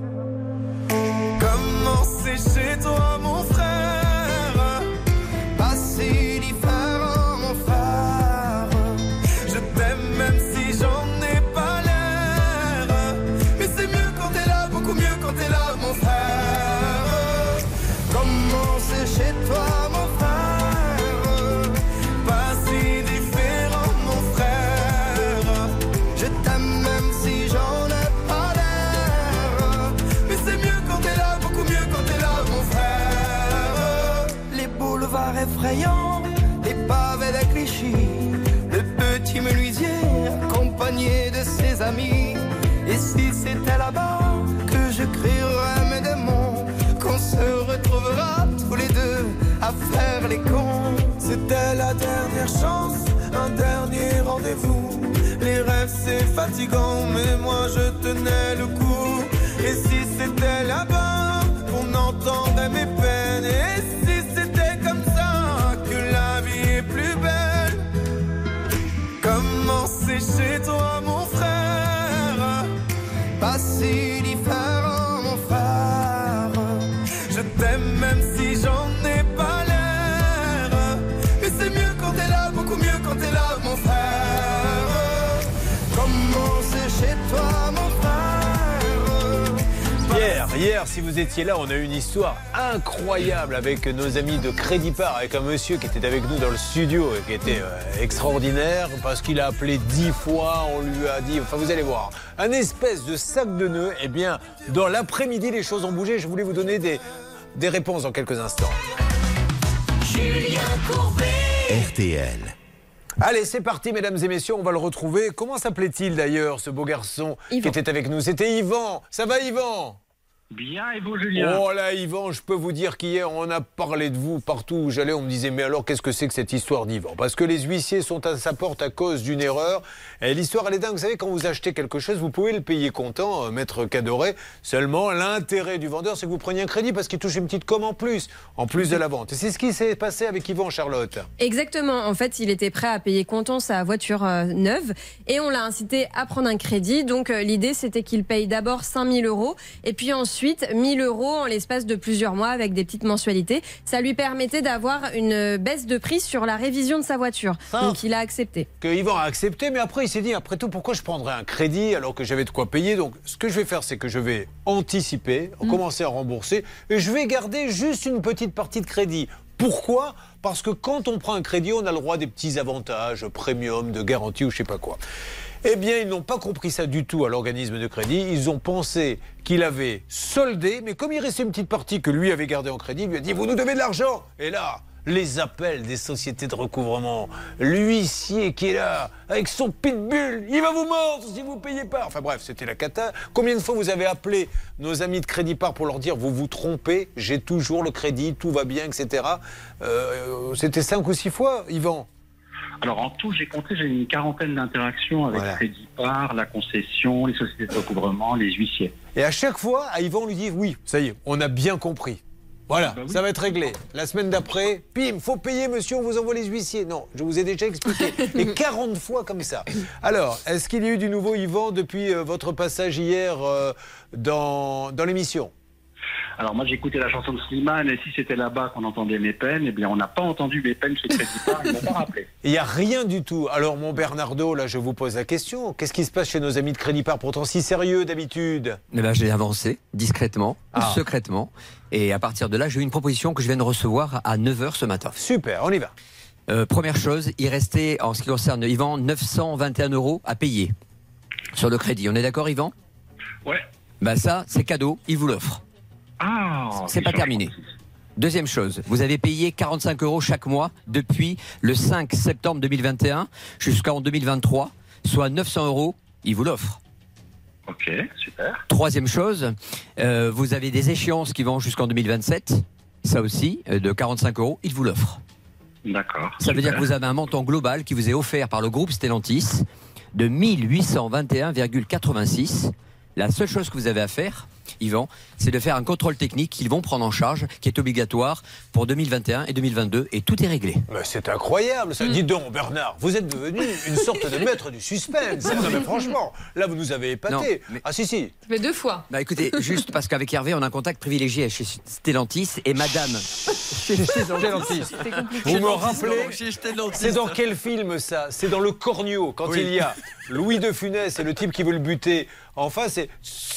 Comment c'est chez toi, mon frère? Pas si différent, mon frère. Je t'aime même si j'en ai pas l'air. Mais c'est mieux quand t'es là, beaucoup mieux quand t'es là, mon frère. Comment c'est chez toi, mon frère? Pas si différent, mon frère. Je t'aime même si j'en ai pas l'air. Mais c'est mieux quand t'es là, beaucoup mieux quand t'es là, mon frère. Les boulevards effrayants, les pavés de Clichy, le petit menuisier accompagné de ses amis. Et si c'était là-bas que je crierais mes démons, qu'on se retrouvera tous les deux à faire les cons. C'était la dernière chance, un dernier rendez-vous. Les rêves c'est fatigant, mais moi je tenais le coup. Et si c'était là-bas qu'on entendait mes peines, et si c'était comme ça que la vie est plus belle. Comment c'est chez toi, mon frère? Pas si différent, mon frère. Je t'aime même si j'en ai pas l'air. Mais c'est mieux quand t'es là, beaucoup mieux quand t'es là, Hier, si vous étiez là, on a eu une histoire incroyable avec nos amis de Crédipart, avec un monsieur qui était avec nous dans le studio et qui était extraordinaire parce qu'il a appelé 10 fois, on lui a dit, enfin vous allez voir, un espèce de sac de nœuds. Eh bien, dans l'après-midi, les choses ont bougé. Je voulais vous donner des réponses dans quelques instants. Julien Courbet. RTL. Allez, c'est parti, mesdames et messieurs, on va le retrouver. Comment s'appelait-il d'ailleurs, ce beau garçon qui était avec nous? C'était Yvan. Ça va, Yvan? Bien, et vous, Julien? Oh là, Yvan, je peux vous dire qu'hier, on a parlé de vous partout où j'allais. On me disait, mais alors, qu'est-ce que c'est que cette histoire d'Yvan? Parce que les huissiers sont à sa porte à cause d'une erreur. Et l'histoire, elle est dingue. Vous savez, quand vous achetez quelque chose, vous pouvez le payer comptant, maître Cadoré. Seulement, l'intérêt du vendeur, c'est que vous preniez un crédit parce qu'il touche une petite com en plus de la vente. Et c'est ce qui s'est passé avec Yvan, Charlotte. Exactement. En fait, il était prêt à payer comptant sa voiture neuve et on l'a incité à prendre un crédit. Donc, l'idée, c'était qu'il paye d'abord 5 000 € et puis ensuite 1 000 € en l'espace de plusieurs mois avec des petites mensualités. Ça lui permettait d'avoir une baisse de prix sur la révision de sa voiture. Donc, il a accepté. Que Yvan a accepté, mais après, il s'est dit, après tout, pourquoi je prendrais un crédit alors que j'avais de quoi payer? Donc, ce que je vais faire, c'est que je vais anticiper, commencer à rembourser et je vais garder juste une petite partie de crédit. Pourquoi? Parce que quand on prend un crédit, on a le droit à des petits avantages, premium, de garantie ou je sais pas quoi. Eh bien, ils n'ont pas compris ça du tout à l'organisme de crédit. Ils ont pensé qu'il avait soldé, mais comme il restait une petite partie que lui avait gardée en crédit, il lui a dit « Vous nous devez de l'argent !» Et là, les appels des sociétés de recouvrement, l'huissier qui est là, avec son pitbull, il va vous mordre si vous ne payez pas. Enfin bref, c'était la cata. Combien de fois vous avez appelé nos amis de Crédipart pour leur dire « Vous vous trompez, j'ai toujours le crédit, tout va bien, etc. » C'était 5 ou 6 fois, Yvan? Alors en tout, j'ai compté, j'ai une quarantaine d'interactions avec Crédipart, la concession, les sociétés de recouvrement, les huissiers. Et à chaque fois, à Yvan, on lui dit oui, ça y est, on a bien compris. Voilà, ça va être réglé. La semaine d'après, pim, faut payer monsieur, on vous envoie les huissiers. Non, je vous ai déjà expliqué. Et 40 fois comme ça. Alors, est-ce qu'il y a eu du nouveau, Yvan, depuis votre passage hier dans l'émission? Alors moi j'ai écouté la chanson de Slimane et si c'était là-bas qu'on entendait mes peines, eh bien on n'a pas entendu mes peines chez Crédipart, ils ne m'ont pas rappelé. Il n'y a rien du tout. Alors mon Bernardo, là je vous pose la question, qu'est-ce qui se passe chez nos amis de Crédipart, pourtant si sérieux d'habitude? Eh ben, j'ai avancé discrètement, secrètement, et à partir de là j'ai eu une proposition que je viens de recevoir à 9h ce matin. Super, on y va. Première chose, il restait en ce qui concerne Yvan 921 € à payer sur le crédit. On est d'accord Yvan? Ouais. Ben ça c'est cadeau, il vous l'offre. Ah, c'est pas terminé. Deuxième chose, vous avez payé 45 € chaque mois depuis le 5 septembre 2021 jusqu'en 2023, soit 900 €, il vous l'offre. Ok, super. Troisième chose, vous avez des échéances qui vont jusqu'en 2027, ça aussi, de 45 €, il vous l'offre. D'accord. Ça veut dire que vous avez un montant global qui vous est offert par le groupe Stellantis de 1821,86. La seule chose que vous avez à faire, Yvan, c'est de faire un contrôle technique qu'ils vont prendre en charge, qui est obligatoire pour 2021 et 2022, et tout est réglé. Mais c'est incroyable ça. Dites donc, Bernard, vous êtes devenu une sorte de maître du suspense. Non, mais franchement, là vous nous avez épaté. Non, mais... Ah si. Ça fait 2 fois. Bah écoutez, juste parce qu'avec Hervé, on a un contact privilégié chez Stellantis et madame. Chez Stellantis. Vous me rappelez, c'est dans quel film ça? C'est dans Le Cornio, quand il y a Louis de Funès et le type qui veut le buter. Enfin, c'est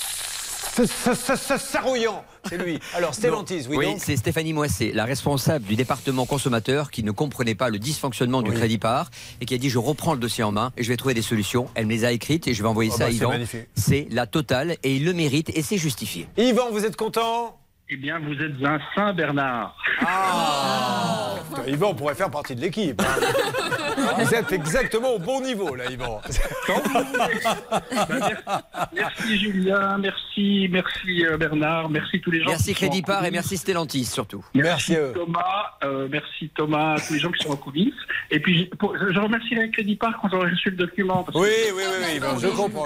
Sarouillant, c'est lui. Alors Stellantis, oui, donc c'est Stéphanie Moissé, la responsable du département consommateur qui ne comprenait pas le dysfonctionnement du Crédipart et qui a dit je reprends le dossier en main et je vais trouver des solutions. Elle me les a écrites et je vais envoyer ça à Yvan. C'est la totale et il le mérite et c'est justifié. Yvan, vous êtes content? Eh bien, vous êtes un saint, Bernard. Putain, Yvan pourrait faire partie de l'équipe. Vous êtes exactement au bon niveau, là, Yvan. Merci, Julien. Merci, Bernard. Merci tous les gens. Merci Crédipart et merci Stellantis, surtout. Merci Thomas. Merci Thomas, tous les gens qui sont en coulisses. Et puis, je remercierai Crédipart quand j'aurai reçu le document. Oui, Yvan, je comprends.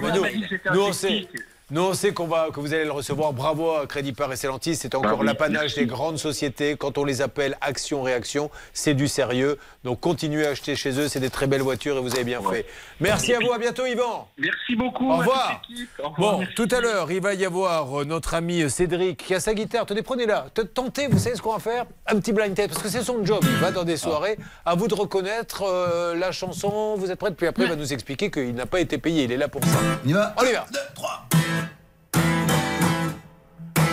Nous, on sait que vous allez le recevoir. Bravo à Crédipart et Stellantis. C'est encore l'apanage des grandes sociétés. Quand on les appelle action-réaction, c'est du sérieux. Donc, continuez à acheter chez eux. C'est des très belles voitures et vous avez bien fait. Merci à vous. À bientôt, Yvan. Merci beaucoup. Au revoir. Bon, tout à l'heure, il va y avoir notre ami Cédric qui a sa guitare. Tenez, prenez-la. Tentez, vous savez ce qu'on va faire? Un petit blind test, parce que c'est son job. Il va dans des soirées. À vous de reconnaître la chanson. Vous êtes prêts? Puis après, il va nous expliquer qu'il n'a pas été payé. Il est là pour ça. On y va. 1, 2, 3.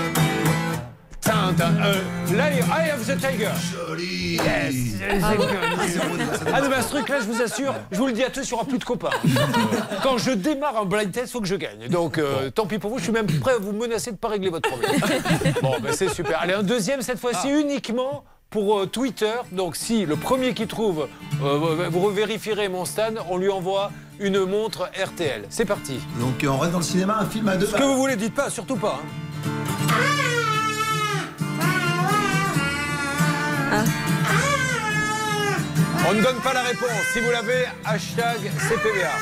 Tintin. Eye of the Tiger. Joli. Yes. Ah non, mais à ce truc-là, je vous assure, je vous le dis à tous, il n'y aura plus de copains. Quand je démarre un blind test, il faut que je gagne. Donc, tant pis pour vous, je suis même prêt à vous menacer de ne pas régler votre problème. Bon, ben c'est super. Allez, un deuxième, cette fois-ci uniquement pour Twitter. Donc, si le premier qui trouve, vous revérifierez mon Stan, on lui envoie une montre RTL. C'est parti. Donc, on reste dans le cinéma, un film à deux. Ce que vous voulez, dites pas, surtout pas. On ne donne pas la réponse. Si vous l'avez, hashtag CPVA.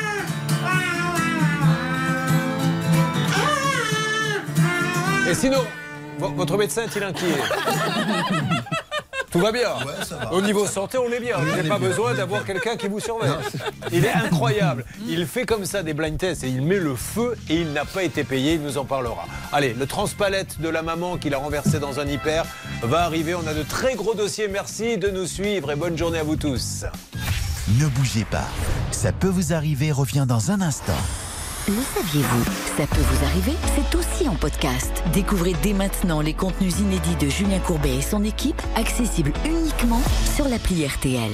Et sinon, votre médecin est-il inquiet? Tout va bien. Ouais, ça va. Au niveau santé, on est bien. Vous n'avez pas besoin d'avoir quelqu'un qui vous surveille. Il est incroyable. Il fait comme ça des blind tests et il met le feu et il n'a pas été payé. Il nous en parlera. Allez, le transpalette de la maman qu'il a renversé dans un hyper va arriver. On a de très gros dossiers. Merci de nous suivre et bonne journée à vous tous. Ne bougez pas. Ça peut vous arriver revient dans un instant. Le saviez-vous? Ça peut vous arriver, c'est aussi en podcast. Découvrez dès maintenant les contenus inédits de Julien Courbet et son équipe, accessibles uniquement sur l'appli RTL.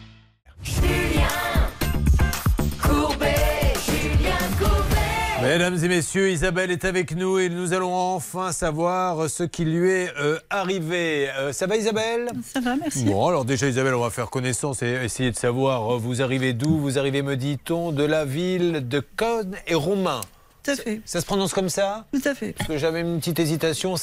Mesdames et messieurs, Isabelle est avec nous et nous allons enfin savoir ce qui lui est arrivé. Ça va Isabelle? Ça va, merci. Bon, alors déjà Isabelle, on va faire connaissance et essayer de savoir, vous arrivez d'où? Vous arrivez, me dit-on, de la ville de Cosne et Romain. Tout à fait. Ça se prononce comme ça? Tout à fait. Parce que j'avais une petite hésitation.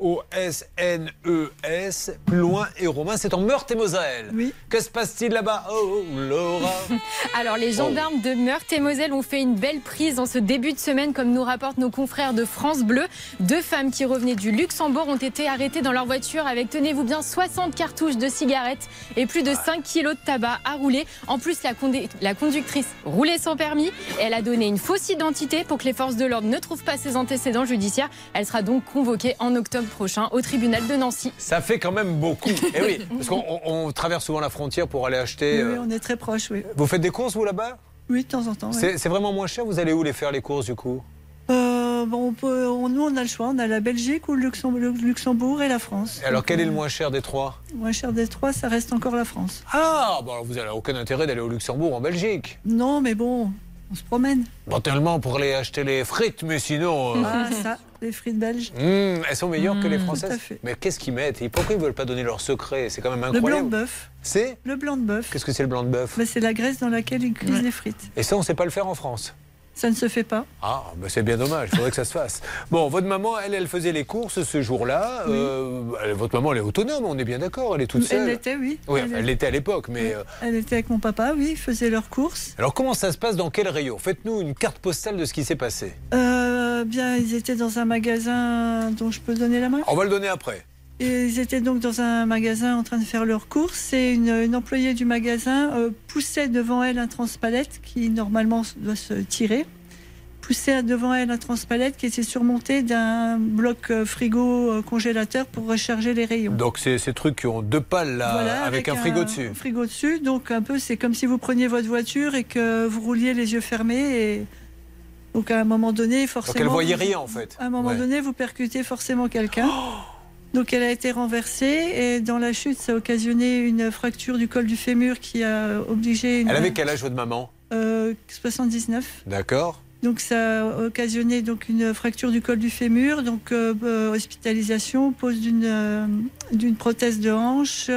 C-O-S-N-E-S, plus loin, et Romain, c'est en Meurthe-et-Moselle. Oui. Que se passe-t-il là-bas? Oh, Laura. Alors, les gendarmes de Meurthe-et-Moselle ont fait une belle prise en ce début de semaine, comme nous rapportent nos confrères de France Bleu. 2 femmes qui revenaient du Luxembourg ont été arrêtées dans leur voiture avec, tenez-vous bien, 60 cartouches de cigarettes et plus de 5 kilos de tabac à rouler. En plus, la conductrice roulait sans permis. Elle a donné une fausse identité pour que les forces de l'ordre ne trouvent pas ses antécédents judiciaires. Elle sera donc convoquée en octobre prochain au tribunal de Nancy. Ça fait quand même beaucoup. Eh oui, parce qu'on traverse souvent la frontière pour aller acheter. Oui, on est très proches, oui. Vous faites des courses, vous, là-bas? Oui, de temps en temps. Oui. C'est vraiment moins cher? Vous allez où les faire, les courses, du coup? Nous, on a le choix. On a la Belgique ou le Luxembourg et la France. Et alors, quel est le moins cher des trois? Le moins cher des trois, ça reste encore la France. Ah, bon, alors vous n'avez aucun intérêt d'aller au Luxembourg ou en Belgique? Non, mais bon, on se promène. Bon, tellement pour aller acheter les frites, mais sinon... Ah, ça, les frites belges. Elles sont meilleures que les françaises. Tout à fait. Mais qu'est-ce qu'ils mettent? Et pourquoi ils ne veulent pas donner leur secret? C'est quand même Le incroyable. blanc de bœuf. C'est Le blanc de bœuf. Qu'est-ce que c'est le blanc de bœuf? C'est la graisse dans laquelle ils cuisent les frites. Et ça, on ne sait pas le faire en France? Ça ne se fait pas. Ah, ben c'est bien dommage, il faudrait que ça se fasse. Bon, votre maman, elle faisait les courses ce jour-là. Oui. Votre maman, elle est autonome, on est bien d'accord, elle est toute seule. Elle l'était, oui. Oui, elle l'était à l'époque, mais... Elle était avec mon papa, oui, ils faisaient leurs courses. Alors, comment ça se passe? Dans quel rayon? Faites-nous une carte postale de ce qui s'est passé. Bien, ils étaient dans un magasin dont je peux donner la main. On va le donner après. Et ils étaient donc dans un magasin en train de faire leurs courses et une employée du magasin poussait devant elle un transpalette qui normalement doit se tirer. Poussait devant elle un transpalette qui était surmonté d'un bloc frigo congélateur pour recharger les rayons. Donc c'est ces trucs qui ont 2 pales là, Voilà, avec un frigo dessus. Frigo dessus, donc un peu c'est comme si vous preniez votre voiture et que vous rouliez les yeux fermés et donc à un moment donné forcément. Donc elle voyait rien en fait. À un moment donné vous percutez forcément quelqu'un. Donc elle a été renversée et dans la chute ça a occasionné une fracture du col du fémur qui a obligé. Elle avait quel âge votre maman? 79. D'accord. Donc ça a occasionné donc une fracture du col du fémur, donc hospitalisation, pose d'une prothèse de hanche,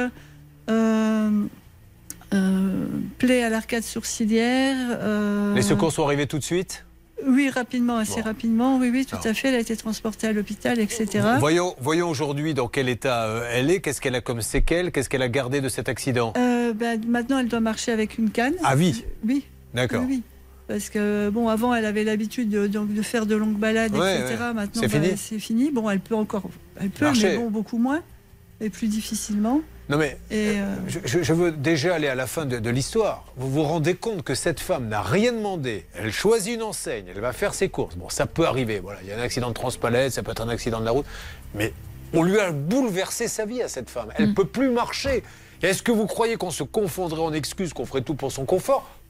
plaie à l'arcade sourcilière. Les secours sont arrivés tout de suite? Oui, rapidement, assez rapidement. Oui, tout à fait. Elle a été transportée à l'hôpital, etc. Voyons aujourd'hui dans quel état elle est. Qu'est-ce qu'elle a comme séquelles? Qu'est-ce qu'elle a gardé de cet accident? Maintenant, elle doit marcher avec une canne. À vie? Oui. D'accord. Oui. Parce que, bon, avant, elle avait l'habitude de faire de longues balades, etc. Maintenant, c'est fini. Bon, elle peut encore... Elle peut, marcher. Mais bon, beaucoup moins. Et plus difficilement. Non mais, je veux déjà aller à la fin de l'histoire. Vous vous rendez compte que cette femme n'a rien demandé. Elle choisit une enseigne, elle va faire ses courses. Bon, ça peut arriver. Voilà, il y a un accident de transpalette, ça peut être un accident de la route. Mais on lui a bouleversé sa vie à cette femme. Elle ne peut plus marcher. Est-ce que vous croyez qu'on se confondrait en excuses, qu'on ferait tout pour son confort?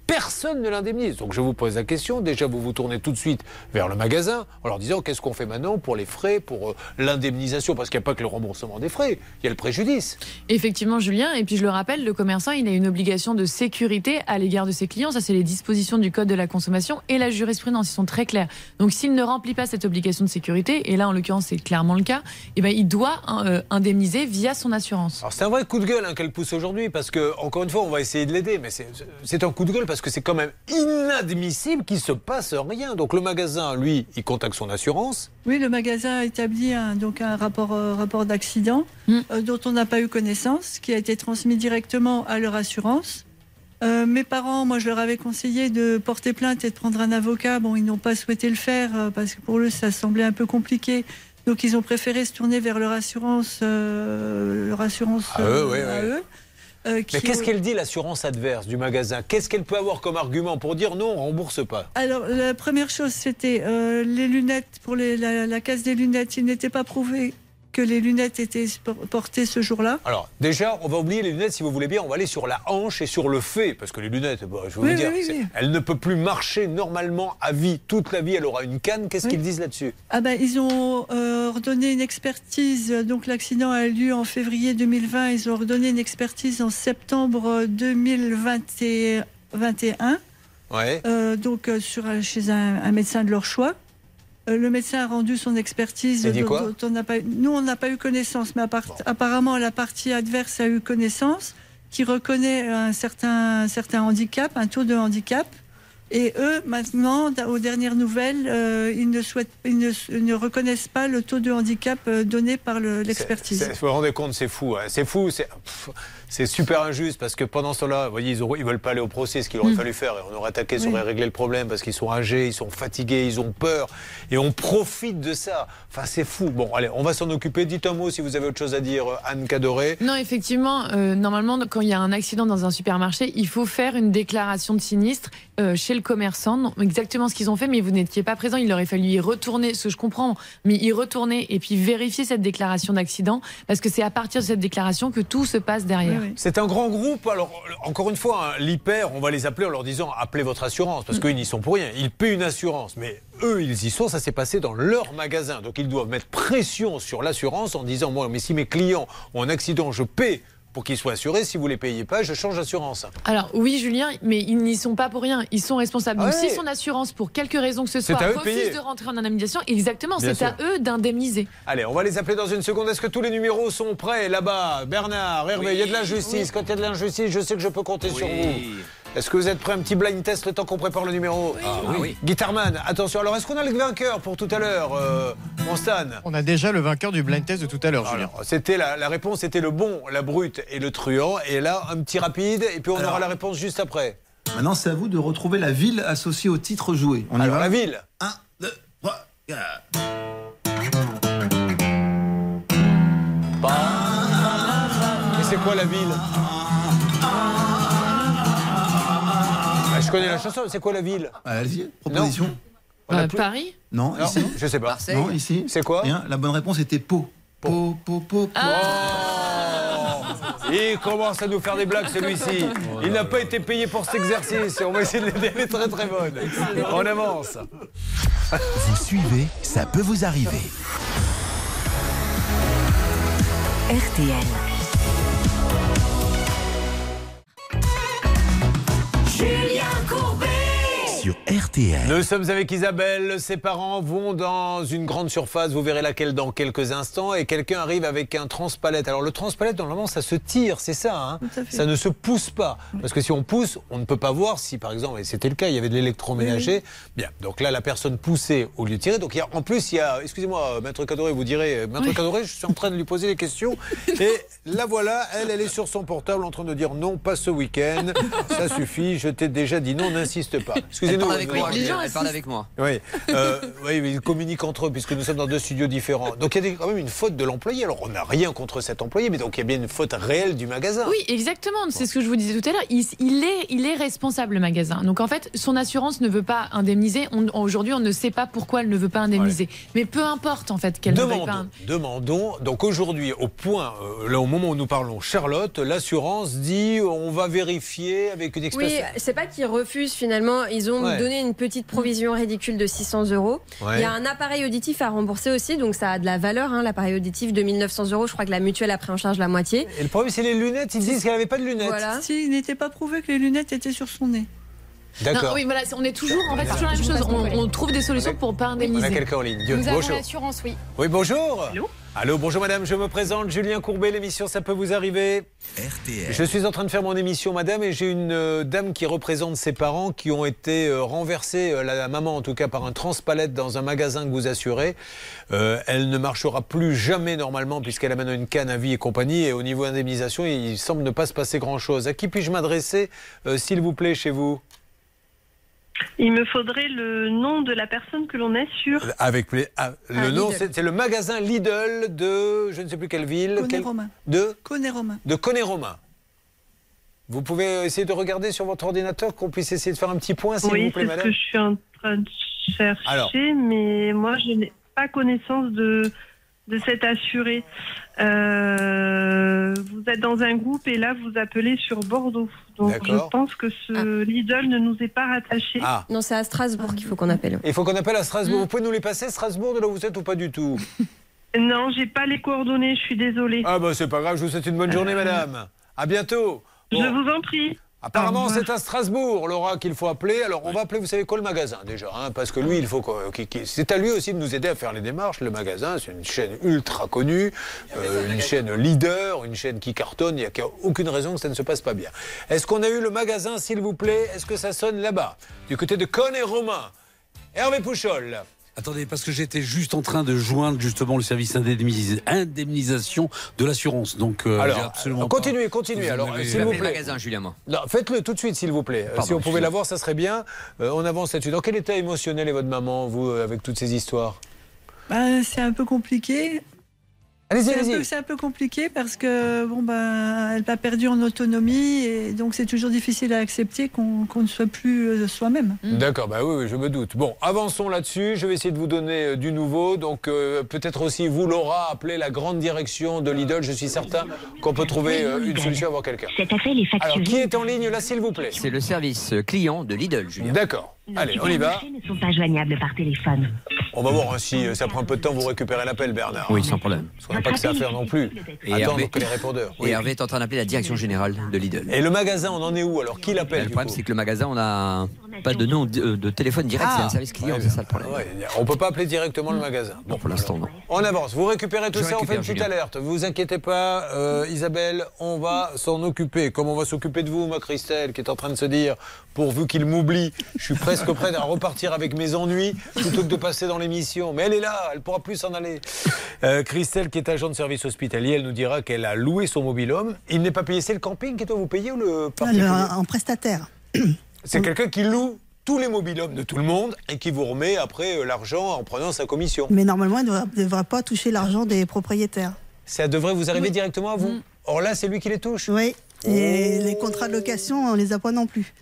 personne ne l'indemnise. Donc je vous pose la question, déjà vous vous tournez tout de suite vers le magasin en leur disant qu'est-ce qu'on fait maintenant pour les frais, pour l'indemnisation, parce qu'il n'y a pas que le remboursement des frais, il y a le préjudice. Effectivement, Julien, et puis je le rappelle, le commerçant, il a une obligation de sécurité à l'égard de ses clients. Ça, c'est les dispositions du Code de la consommation et la jurisprudence, ils sont très clairs. Donc s'il ne remplit pas cette obligation de sécurité, et là en l'occurrence c'est clairement le cas, eh ben, il doit indemniser via son assurance. Alors c'est un vrai coup de gueule qu'elle pousse aujourd'hui, parce que, encore une fois, on va essayer de l'aider, mais c'est un coup de gueule parce que c'est quand même inadmissible qu'il se passe rien. Donc le magasin, lui, il contacte son assurance. Oui, le magasin a établi un rapport d'accident dont on n'a pas eu connaissance, qui a été transmis directement à leur assurance. Mes parents, moi je leur avais conseillé de porter plainte et de prendre un avocat. Bon, ils n'ont pas souhaité le faire parce que pour eux ça semblait un peu compliqué. Donc ils ont préféré se tourner vers leur assurance à eux. Mais qu'est-ce qu'elle dit, l'assurance adverse du magasin? Qu'est-ce qu'elle peut avoir comme argument pour dire non, on ne rembourse pas? Alors, la première chose, c'était les lunettes, pour la casse des lunettes, il n'était pas prouvé que les lunettes étaient portées ce jour-là. Alors, déjà, on va oublier les lunettes, si vous voulez bien, on va aller sur la hanche et sur le fait, parce que les lunettes, je vais vous dire, elle ne peut plus marcher normalement à vie, toute la vie, elle aura une canne. Qu'est-ce qu'ils disent là-dessus? Ils ont ordonné une expertise, donc l'accident a eu lieu en février 2020, ils ont ordonné une expertise en septembre 2021, chez un médecin de leur choix. Le médecin a rendu son expertise. Nous, on n'a pas eu connaissance, mais apparemment, la partie adverse a eu connaissance, qui reconnaît un certain handicap, un taux de handicap. Et eux, maintenant, aux dernières nouvelles, ils ne reconnaissent pas le taux de handicap donné par l'expertise. Vous vous rendez compte, c'est fou. Hein. C'est fou, c'est super injuste, parce que pendant ce temps-là, vous voyez, ils ne veulent pas aller au procès, ce qu'il aurait fallu faire. Et on aurait attaqué, ça aurait réglé le problème, parce qu'ils sont âgés, ils sont fatigués, ils ont peur. Et on profite de ça. Enfin, c'est fou. Bon, allez, on va s'en occuper. Dites un mot si vous avez autre chose à dire, Anne Cadoré. Non, effectivement, normalement, quand il y a un accident dans un supermarché, il faut faire une déclaration de sinistre chez le commerçant. Non, exactement ce qu'ils ont fait, mais vous n'étiez pas présent. Il aurait fallu y retourner, ce que je comprends, mais y retourner et puis vérifier cette déclaration d'accident, parce que c'est à partir de cette déclaration que tout se passe derrière. Oui. C'est un grand groupe. Alors, encore une fois, l'hyper, on va les appeler en leur disant appelez votre assurance, parce qu'ils n'y sont pour rien. Ils paient une assurance, mais eux, ils y sont. Ça s'est passé dans leur magasin. Donc, ils doivent mettre pression sur l'assurance en disant moi, mais si mes clients ont un accident, je paie pour qu'ils soient assurés. Si vous ne les payez pas, je change d'assurance. Alors oui, Julien, mais ils n'y sont pas pour rien. Ils sont responsables. Donc si son assurance, pour quelque raison que ce soit, refuse de rentrer en indemnisation, exactement, c'est à eux d'indemniser. Allez, on va les appeler dans une seconde. Est-ce que tous les numéros sont prêts là-bas? Bernard, Hervé, il y a de l'injustice. Quand il y a de l'injustice, je sais que je peux compter sur vous. Est-ce que vous êtes prêts? Un petit blind test le temps qu'on prépare le numéro? Oui. Guitarman, attention. Alors, est-ce qu'on a le vainqueur pour tout à l'heure, mon Stan? On a déjà le vainqueur du blind test de tout à l'heure, Julien. C'était la réponse, c'était le bon, la brute et le truand. Et là, un petit rapide, et puis on aura la réponse juste après. Maintenant, c'est à vous de retrouver la ville associée au titre joué. On y va ? La ville. 1, 2, 3, 4. Mais c'est quoi la ville? Je connais la chanson, c'est quoi la ville? Allez-y, proposition. Paris? Non, ici. Je sais pas. Marseille. Non, ici. C'est quoi? Bien, la bonne réponse était Pau. Pau. Il commence à nous faire des blagues, celui-ci. Il n'a pas été payé pour cet exercice. On va essayer de l'aider, elle est très très bonne. On avance. Vous suivez, ça peut vous arriver. RTL. Julien Courbet sur RTL. Nous sommes avec Isabelle. Ses parents vont dans une grande surface. Vous verrez laquelle dans quelques instants. Et quelqu'un arrive avec un transpalette. Alors le transpalette, normalement, ça se tire, c'est ça. Hein, ça ne se pousse pas. Parce que si on pousse, on ne peut pas voir si, par exemple, et c'était le cas, il y avait de l'électroménager. Bien. Donc là, la personne poussait au lieu de tirer. Donc en plus, il y a, excusez-moi, Maître Cadoré, vous direz, Maître Cadoré, je suis en train de lui poser des questions. Et la voilà, elle est sur son portable en train de dire non, pas ce week-end. Ça suffit, je t'ai déjà dit non, n'insiste pas. Excusez-nous, avec moi. Elle parle avec moi. Oui, oui, mais ils communiquent entre eux puisque nous sommes dans 2 studios différents. Donc il y a quand même une faute de l'employé. Alors on n'a rien contre cet employé, mais donc il y a bien une faute réelle du magasin. Oui, exactement. C'est ce que je vous disais tout à l'heure. Il est responsable, le magasin. Donc en fait, son assurance ne veut pas indemniser. Aujourd'hui, on ne sait pas pourquoi elle ne veut pas indemniser. Mais peu importe en fait qu'elle ne veuille pas. Demandons. Donc aujourd'hui, au point, là au moment où nous parlons, Charlotte, l'assurance dit on va vérifier avec une expertise. Oui, c'est pas qu'ils refusent finalement. Ils ont donné une petite provision ridicule de 600 €. Ouais. Il y a un appareil auditif à rembourser aussi, donc ça a de la valeur. L'appareil auditif, 2900 €. Je crois que la mutuelle a pris en charge la moitié. Et le problème, c'est les lunettes. Ils disent qu'elle n'avait pas de lunettes. Voilà. Si, il n'était pas prouvé que les lunettes étaient sur son nez. D'accord. Oui, voilà, on est toujours, en fait, toujours la même chose. On trouve des solutions pour ne pas indemniser. On a quelqu'un en ligne. Nous avons Bonjour. l'assurance, oui. Oui, bonjour. Allô, bonjour madame, je me présente, Julien Courbet, l'émission Ça peut vous arriver. RTL. Je suis en train de faire mon émission madame et j'ai une dame qui représente ses parents qui ont été renversés, la maman en tout cas, par un transpalette dans un magasin que vous assurez. Elle ne marchera plus jamais normalement puisqu'elle a maintenant une canne à vie et compagnie, et au niveau indemnisation il semble ne pas se passer grand chose. À qui puis-je m'adresser s'il vous plaît chez vous? Il me faudrait le nom de la personne que l'on assure. Avec le nom, c'est le magasin Lidl de je ne sais plus quelle ville. Coney-Romain. De Coney-Romain. De Coney-Romain. Vous pouvez essayer de regarder sur votre ordinateur, qu'on puisse essayer de faire un petit point, s'il vous plaît, madame. Oui, c'est ce que je suis en train de chercher, mais moi, je n'ai pas connaissance de cet assuré. Vous êtes dans un groupe et là, vous appelez sur Bordeaux. Donc, je pense que ce Lidl ne nous est pas rattaché. Non, c'est à Strasbourg qu'il faut qu'on appelle. Il faut qu'on appelle à Strasbourg. Vous pouvez nous les passer, Strasbourg, de là où vous êtes ou pas du tout? Non, j'ai pas les coordonnées, je suis désolée. Ah bah c'est pas grave, je vous souhaite une bonne journée, madame. À bientôt. Bon. Je vous en prie. Apparemment, c'est à Strasbourg, Laura, qu'il faut appeler. Alors, on va appeler, vous savez quoi, le magasin, déjà, hein, parce que lui, il faut c'est à lui aussi de nous aider à faire les démarches. Le magasin, c'est une chaîne ultra connue, une chaîne leader, une chaîne qui cartonne. Il n'y a aucune raison que ça ne se passe pas bien. Est-ce qu'on a eu le magasin, s'il vous plaît? Est-ce que ça sonne là-bas, du côté de Coney-Romain? Hervé Pouchol. Attendez, parce que j'étais juste en train de joindre justement le service indemnisation de l'assurance. Donc, alors, absolument continuez. Alors, s'il vous plaît. Magasin, Julien, moi. Non, faites-le tout de suite, s'il vous plaît. Pardon, si on pouvait l'avoir, ça serait bien. On avance là-dessus. Dans quel état émotionnel est votre maman, vous, avec toutes ces histoires? C'est un peu compliqué. Allez-y. C'est un peu compliqué parce que elle a perdu en autonomie et donc c'est toujours difficile à accepter qu'on ne soit plus soi-même. D'accord, bah oui, je me doute. Bon, avançons là-dessus. Je vais essayer de vous donner du nouveau. Donc peut-être aussi vous, Laura, appelez la grande direction de Lidl. Je suis certain qu'on peut trouver une solution à avoir quelqu'un. Cet appel est facturé. Alors qui est en ligne là, s'il vous plaît? C'est le service client de Lidl, Julien. D'accord. Allez, on y va. Les ne sont pas joignables par téléphone. On va voir si ça prend un peu de temps, vous récupérez l'appel, Bernard. Oui, sans problème. Parce qu'on n'a pas que ça à faire non plus. Et Attendre que les répondeurs. Et Hervé est en train d'appeler la direction générale de Lidl. Et le magasin, on en est où alors? Qui l'appelle? Le problème, c'est que le magasin, on n'a pas de nom de téléphone direct, c'est un service client, c'est ça le problème. On ne peut pas appeler directement le magasin. Bon, pour l'instant, non. On avance. Vous récupérez tout ça, on fait une petite Julien. alerte. Vous inquiétez pas, Isabelle, on va s'en occuper. Comme on va s'occuper de vous, ma Christelle, qui est en train de se dire, pourvu qu'il m'oublie, je suis presque prêt à repartir avec mes ennuis plutôt que de passer dans l'émission. Mais elle est là, elle pourra plus s'en aller. Christelle, qui est agent de service hospitalier, elle nous dira qu'elle a loué son mobil-home. Il n'est pas payé, c'est le camping qui doit vous payer ou le particulier? En prestataire. C'est quelqu'un qui loue tous les mobil-homes de tout le monde et qui vous remet après l'argent en prenant sa commission. Mais normalement, elle ne devrait pas toucher l'argent des propriétaires. Ça devrait vous arriver directement à vous. Or là, c'est lui qui les touche. Oui. Et les contrats de location, on les a pas non plus.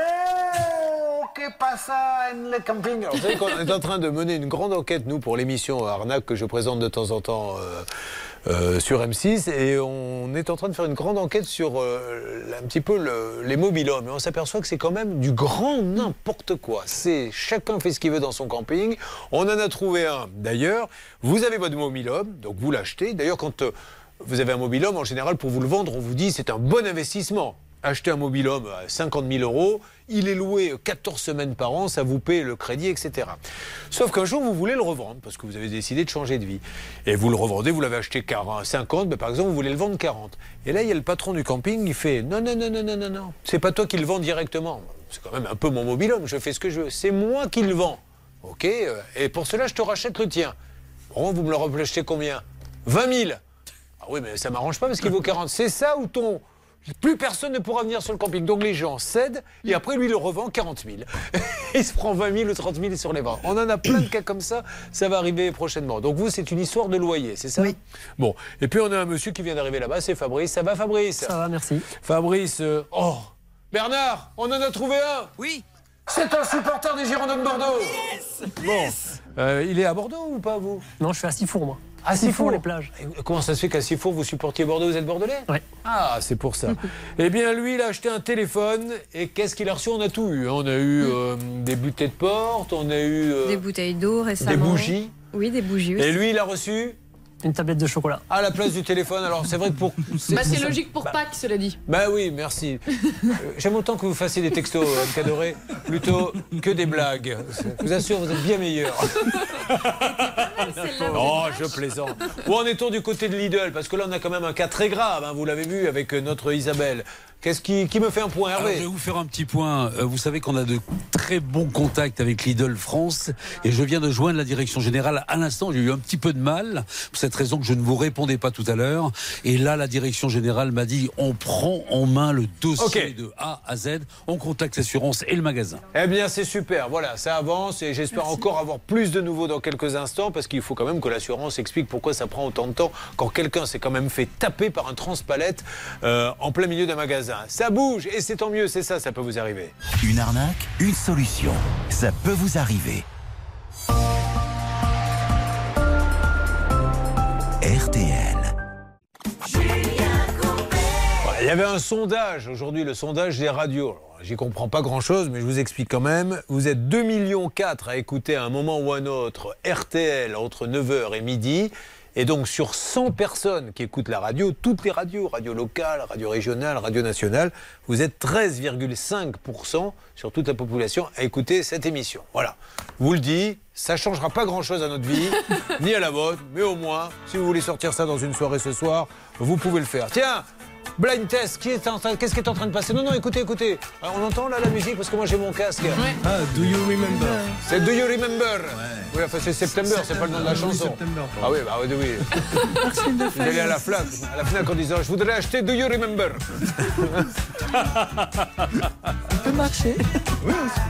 Que pasa en le camping? Alors, vous savez qu'on est en train de mener une grande enquête, nous, pour l'émission Arnaque que je présente de temps en temps sur M6, et on est en train de faire une grande enquête sur un petit peu les mobil-homes. Et on s'aperçoit que c'est quand même du grand n'importe quoi. Chacun fait ce qu'il veut dans son camping. On en a trouvé un. D'ailleurs, vous avez votre mobil-home, donc vous l'achetez. D'ailleurs, quand vous avez un mobil-home, en général, pour vous le vendre, on vous dit c'est un bon investissement. Acheter un mobil-home à 50 000 €, il est loué 14 semaines par an, ça vous paie le crédit, etc. Sauf qu'un jour, vous voulez le revendre, parce que vous avez décidé de changer de vie. Et vous le revendez, vous l'avez acheté 50, mais par exemple, vous voulez le vendre 40. Et là, il y a le patron du camping, il fait « Non, c'est pas toi qui le vends directement. C'est quand même un peu mon mobil-home, je fais ce que je veux. C'est moi qui le vends. Ok, et pour cela, je te rachète le tien. Bon, vous me le rachetez combien? 20 000. Ah oui, mais ça m'arrange pas parce qu'il vaut 40. C'est ça ou plus personne ne pourra venir sur le camping. Donc les gens cèdent et après lui il le revend 40 000. Il se prend 20 000 ou 30 000 sur les ventes. On en a plein de cas comme ça, ça va arriver prochainement. Donc vous, c'est une histoire de loyer, c'est ça? Oui. Bon, et puis on a un monsieur qui vient d'arriver là-bas, c'est Fabrice. Ça va Fabrice? Ça va, merci. Fabrice, Bernard, on en a trouvé un? Oui. C'est un supporter des Girondins de Bordeaux. Yes. Bon, il est à Bordeaux ou pas vous? Non, je suis à Sifour moi. À Sifour, les plages. Et comment ça se fait qu'à Sifour, vous supportiez Bordeaux, vous êtes bordelais? Oui. Ah, c'est pour ça. Eh bien, lui, il a acheté un téléphone et qu'est-ce qu'il a reçu? On a tout eu. On a eu des bouteilles de porte, on a eu... Des bouteilles d'eau récemment. Des bougies. Oui, des bougies aussi. Et lui, il a reçu... Une tablette de chocolat. À la place du téléphone. Alors, c'est vrai que pour... C'est logique pour Pâques, cela dit. Bah oui, merci. J'aime autant que vous fassiez des textos, M. Cadoré, plutôt que des blagues. Je vous assure, vous êtes bien meilleur. Oh, je plaisante. Où en est-on du côté de Lidl? Parce que là, on a quand même un cas très grave, hein, vous l'avez vu avec notre Isabelle. Qu'est-ce qui me fait un point, Hervé? Alors, je vais vous faire un petit point. Vous savez qu'on a de très bons contacts avec Lidl France et je viens de joindre la direction générale à l'instant. J'ai eu un petit peu de mal pour cette raison que je ne vous répondais pas tout à l'heure. Et là, la direction générale m'a dit on prend en main le dossier de A à Z. On contacte l'assurance et le magasin. Eh bien, c'est super. Voilà, ça avance et j'espère encore avoir plus de nouveaux dans quelques instants parce qu'il faut quand même que l'assurance explique pourquoi ça prend autant de temps quand quelqu'un s'est quand même fait taper par un transpalette en plein milieu d'un magasin. Ça bouge et c'est tant mieux, c'est ça, ça peut vous arriver. Une arnaque, une solution. Ça peut vous arriver. RTL. Il y avait un sondage aujourd'hui, le sondage des radios. J'y comprends pas grand-chose, mais je vous explique quand même. Vous êtes 2,4 millions à écouter à un moment ou à un autre RTL entre 9h et midi. Et donc, sur 100 personnes qui écoutent la radio, toutes les radios, radio locale, radio régionale, radio nationale, vous êtes 13,5% sur toute la population à écouter cette émission. Voilà. Je vous le dis, ça ne changera pas grand-chose à notre vie, ni à la vôtre, mais au moins, si vous voulez sortir ça dans une soirée ce soir, vous pouvez le faire. Tiens, blind test, qu'est-ce qui est en train de passer? Non, écoutez. Alors, on entend là la musique parce que moi j'ai mon casque. Ouais. Ah, Do You Remember? C'est Do You Remember? Oui, enfin c'est September, c'est pas le nom de la chanson. September, ah oui, oui. Vous allez à la FNAC en disant je voudrais acheter Do You Remember? Ça peut marcher. Oui, aussi.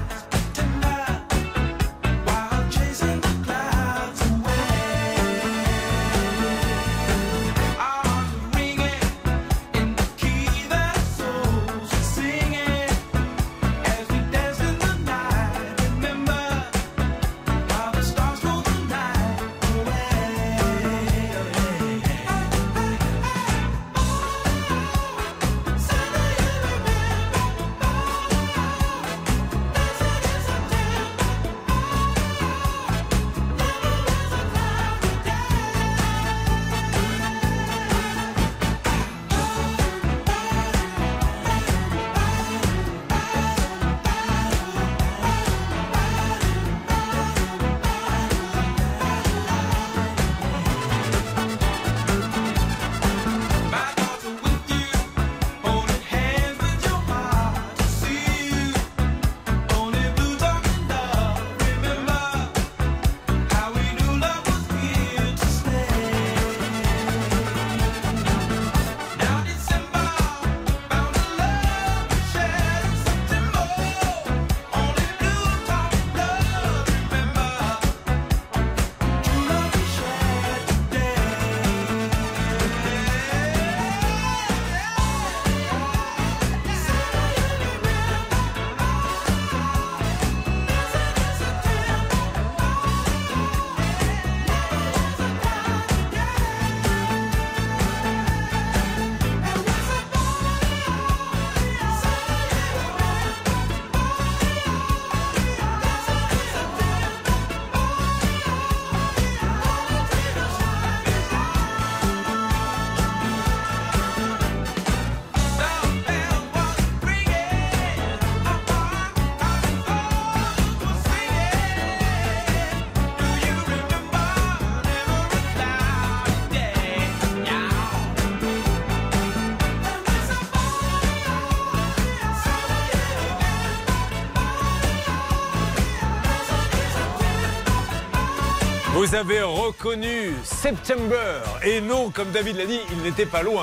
Vous avez reconnu September. Et non, comme David l'a dit, il n'était pas loin.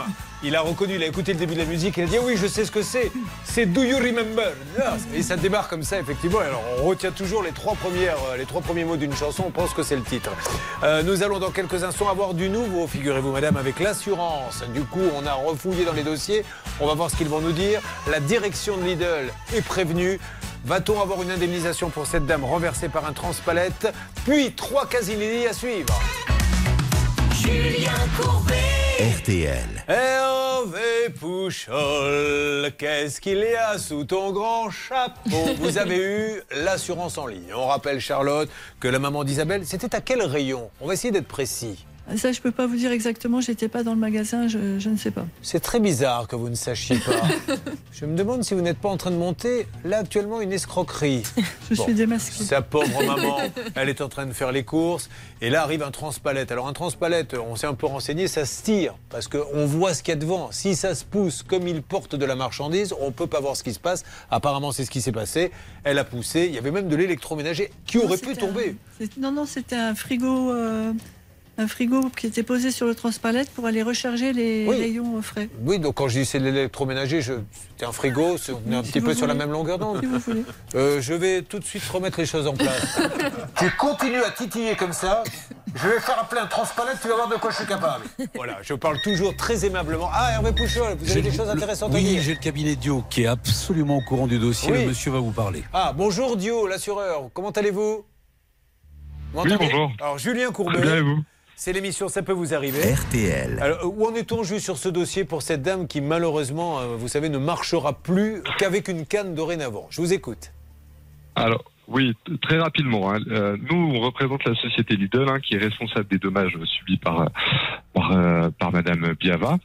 Il a reconnu, il a écouté le début de la musique, il a dit oui, je sais ce que c'est. C'est Do You Remember? Et ça démarre comme ça, effectivement. Alors, on retient toujours les trois premiers mots d'une chanson, on pense que c'est le titre. Nous allons dans quelques instants avoir du nouveau, figurez-vous, madame, avec l'assurance. Du coup, on a refouillé dans les dossiers. On va voir ce qu'ils vont nous dire. La direction de Lidl est prévenue. Va-t-on avoir une indemnisation pour cette dame renversée par un transpalette? Puis 3 cas inédits à suivre. Julien Courbet. RTL. Hervé Pouchol, qu'est-ce qu'il y a sous ton grand chapeau? Vous avez eu l'assurance en ligne. On rappelle, Charlotte, que la maman d'Isabelle, c'était à quel rayon? On va essayer d'être précis. Ça, je peux pas vous dire exactement, j'étais pas dans le magasin, je ne sais pas. C'est très bizarre que vous ne sachiez pas. Je me demande si vous n'êtes pas en train de monter, là, actuellement, une escroquerie. Je suis démasquée. Sa pauvre maman, elle est en train de faire les courses, et là arrive un transpalette. Alors un transpalette, on s'est un peu renseigné, ça se tire, parce qu'on voit ce qu'il y a devant. Si ça se pousse comme il porte de la marchandise, on peut pas voir ce qui se passe. Apparemment, c'est ce qui s'est passé. Elle a poussé, il y avait même de l'électroménager qui aurait pu tomber. Non, c'était un frigo... Un frigo qui était posé sur le transpalette pour aller recharger les rayons frais. Oui, donc quand je dis c'est de l'électroménager, c'était un frigo, on est un petit peu sur la même longueur d'onde. Si vous voulez. Je vais tout de suite remettre les choses en place. Tu continues à titiller comme ça, je vais faire appeler un transpalette, tu vas voir de quoi je suis capable. Voilà, je parle toujours très aimablement. Ah, Hervé Pouchol, vous avez des choses intéressantes à dire? Oui, j'ai le cabinet Dio qui est absolument au courant du dossier. Oui. Le monsieur va vous parler. Ah, bonjour Dio, l'assureur. Comment allez-vous? Oui, bonjour. Alors, Julien Courbet. Très bien, et vous? C'est l'émission Ça peut vous arriver. RTL. Alors, où en est-on juste sur ce dossier pour cette dame qui, malheureusement, vous savez, ne marchera plus qu'avec une canne dorénavant? Je vous écoute. Alors, oui, très rapidement. Nous, on représente la société Lidl, qui est responsable des dommages subis par Madame Biava.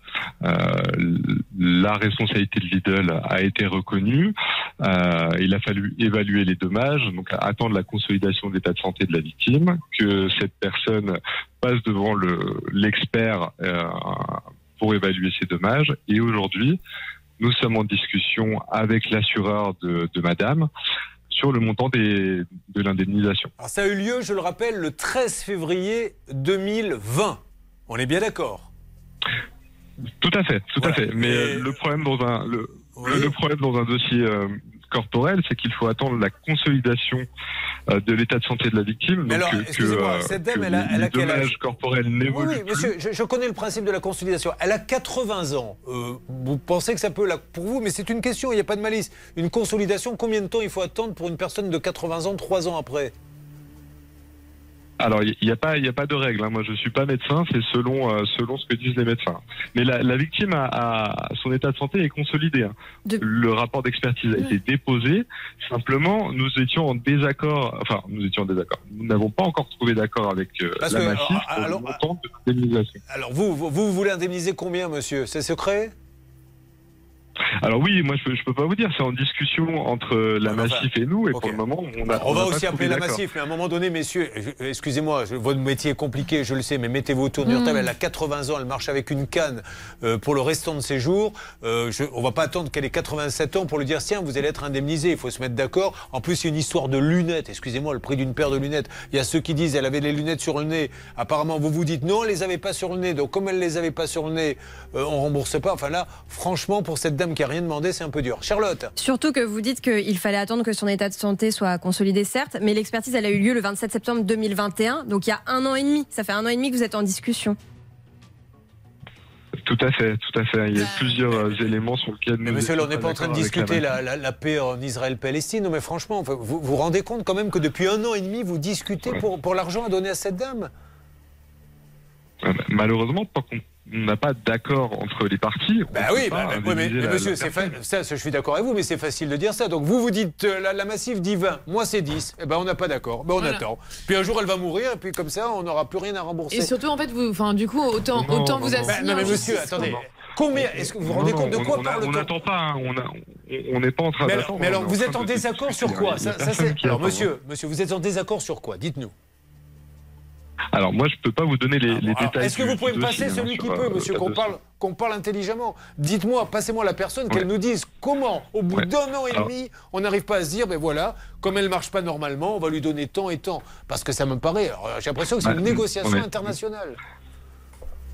La responsabilité de Lidl a été reconnue. Il a fallu évaluer les dommages, donc attendre la consolidation de l'état de santé de la victime, que cette personne passe devant l'expert pour évaluer ses dommages. Et aujourd'hui, nous sommes en discussion avec l'assureur de Madame sur le montant de l'indemnisation. Alors ça a eu lieu, je le rappelle, le 13 février 2020. On est bien d'accord? Tout à fait. Mais le problème dans un dossier corporel, c'est qu'il faut attendre la consolidation de l'état de santé de la victime. Mais donc, alors, excusez-moi, cette dame, elle a quel âge? dommages corporels n'évoluent Oui, monsieur, je connais le principe de la consolidation. Elle a 80 ans. Vous pensez que ça peut, pour vous, mais c'est une question, il n'y a pas de malice. Une consolidation, combien de temps il faut attendre pour une personne de 80 ans, 3 ans après? Alors, il n'y a pas de règle. Moi, je suis pas médecin. C'est selon ce que disent les médecins. Mais la victime son état de santé est consolidé. Le rapport d'expertise a été déposé. Simplement, nous étions en désaccord. Enfin, Nous n'avons pas encore trouvé d'accord avec la Massif pour le montant de l'indemnisation. Alors, vous voulez indemniser combien, monsieur? C'est secret? Alors oui, moi je peux pas vous dire, c'est en discussion entre la Massif et nous, et pour le moment on va aussi appeler la Massif, mais à un moment donné, messieurs, excusez-moi, votre métier est compliqué, je le sais, mais mettez-vous autour d'une table. Elle a 80 ans, elle marche avec une canne pour le restant de ses jours. On va pas attendre qu'elle ait 87 ans pour lui dire tiens, vous allez être indemnisé. Il faut se mettre d'accord. En plus, il y a une histoire de lunettes. Excusez-moi, le prix d'une paire de lunettes. Il y a ceux qui disent elle avait les lunettes sur le nez. Apparemment, vous vous dites non, elle les avait pas sur le nez. Donc comme elle les avait pas sur le nez, on rembourse pas. Enfin là, franchement, pour cette dame qui a rien demandé, c'est un peu dur. Charlotte. Surtout que vous dites qu'il fallait attendre que son état de santé soit consolidé, certes, mais l'expertise, elle a eu lieu le 27 septembre 2021, donc il y a 1 an et demi. Ça fait 1 an et demi que vous êtes en discussion. Tout à fait. Il y a plusieurs éléments sur lesquels nous... Mais monsieur, on n'est pas en train de discuter la paix en Israël-Palestine. Non, mais franchement, vous vous rendez compte quand même que depuis 1 an et demi, vous discutez pour l'argent à donner à cette dame? Malheureusement, tant qu'on n'a pas d'accord entre les parties. Mais monsieur, ça, je suis d'accord avec vous, mais c'est facile de dire ça. Donc vous dites, la Massif dit 20, moi c'est 10. Eh ben on n'a pas d'accord. On attend. Puis un jour elle va mourir, et puis comme ça on n'aura plus rien à rembourser. Et surtout en fait, du coup, autant vous assigner. Non mais monsieur, attendez. Combien? Est-ce que vous vous rendez compte de quoi parle-t-on? On n'attend pas. On n'est pas en train d'attendre. Mais alors vous êtes en désaccord sur quoi? Alors monsieur, vous êtes en désaccord sur quoi? Dites-nous. Alors moi je peux pas vous donner les détails. Est-ce que vous pouvez me passer celui qui peut, monsieur, qu'on parle intelligemment? Dites-moi, passez-moi la personne, qu'elle nous dise comment, au bout d'1 an et demi, on n'arrive pas à se dire, ben voilà, comme elle marche pas normalement, on va lui donner tant et tant. Parce que ça me paraît, j'ai l'impression que c'est une négociation internationale.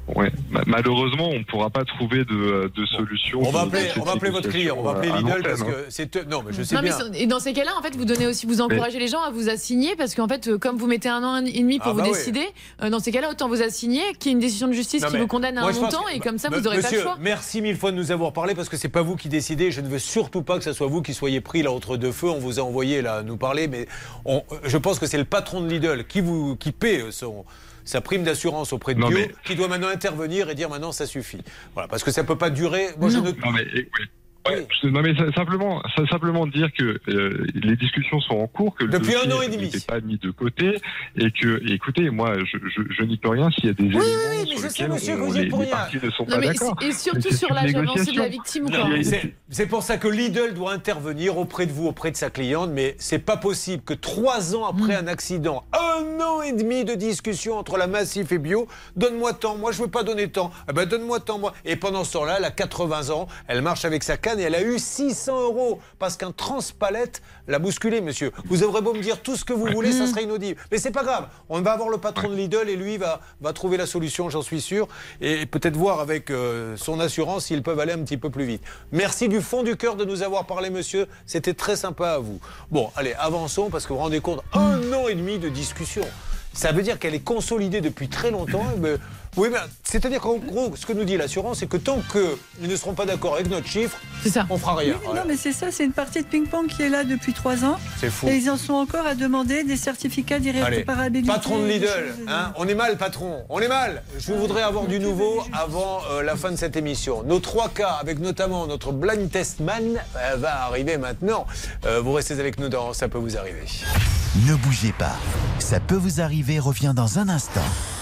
Ouais. Malheureusement, on ne pourra pas trouver de solution. On va appeler votre client, on va appeler Lidl parce que c'est... Non, mais je sais bien. Mais et dans ces cas-là, en fait, vous encouragez les gens à vous assigner parce qu'en fait, comme vous mettez 1 an et demi pour vous décider, dans ces cas-là, autant vous assigner qu'il y ait une décision de justice qui vous condamne à un montant et comme ça, vous n'aurez pas le choix. Merci 1000 fois de nous avoir parlé parce que c'est pas vous qui décidez. Je ne veux surtout pas que ce soit vous qui soyez pris là entre deux feux. On vous a envoyé là nous parler, mais je pense que c'est le patron de Lidl qui paie sa prime d'assurance auprès de Bio, qui doit maintenant intervenir et dire maintenant ça suffit. Voilà, parce que ça peut pas durer. Moi, Non mais simplement dire que les discussions sont en cours, que le depuis dossier 1 an et demi n'était pas mis de côté et que, écoutez, moi je n'y peux rien s'il y a des éléments sur lesquels les parties ne sont pas d'accord. Et surtout sur l'âge avancé de la victime. C'est pour ça que Lidl doit intervenir auprès de vous, auprès de sa cliente, mais c'est pas possible que 3 ans après un accident, 1 an et demi de discussion entre la Massif et Bio, donne-moi tant, moi je veux pas donner tant, donne-moi tant, moi. Et pendant ce temps-là, elle a 80 ans, elle marche avec sa canne et elle a eu 600 € parce qu'un transpalette l'a bousculé, monsieur. Vous aurez beau me dire tout ce que vous voulez, ça serait inaudible. Mais c'est pas grave. On va avoir le patron de Lidl et lui va trouver la solution, j'en suis sûr. Et peut-être voir avec son assurance s'ils peuvent aller un petit peu plus vite. Merci du fond du cœur de nous avoir parlé, monsieur. C'était très sympa à vous. Bon, allez, avançons parce que vous vous rendez compte, 1 an et demi de discussion. Ça veut dire qu'elle est consolidée depuis très longtemps. Oui, mais c'est-à-dire qu'en gros, ce que nous dit l'assurance, c'est que tant qu'ils ne seront pas d'accord avec notre chiffre, on fera rien. Oui, non, mais c'est ça, c'est une partie de ping-pong qui est là depuis 3 ans. C'est fou. Et ils en sont encore à demander des certificats d'irréparabilité. Patron de Lidl, on est mal, patron, on est mal. Je voudrais avoir du nouveau avant la fin de cette émission. Nos 3 cas, avec notamment notre blind test man, va arriver maintenant. Vous restez avec nous dans Ça peut vous arriver. Ne bougez pas. Ça peut vous arriver revient dans un instant.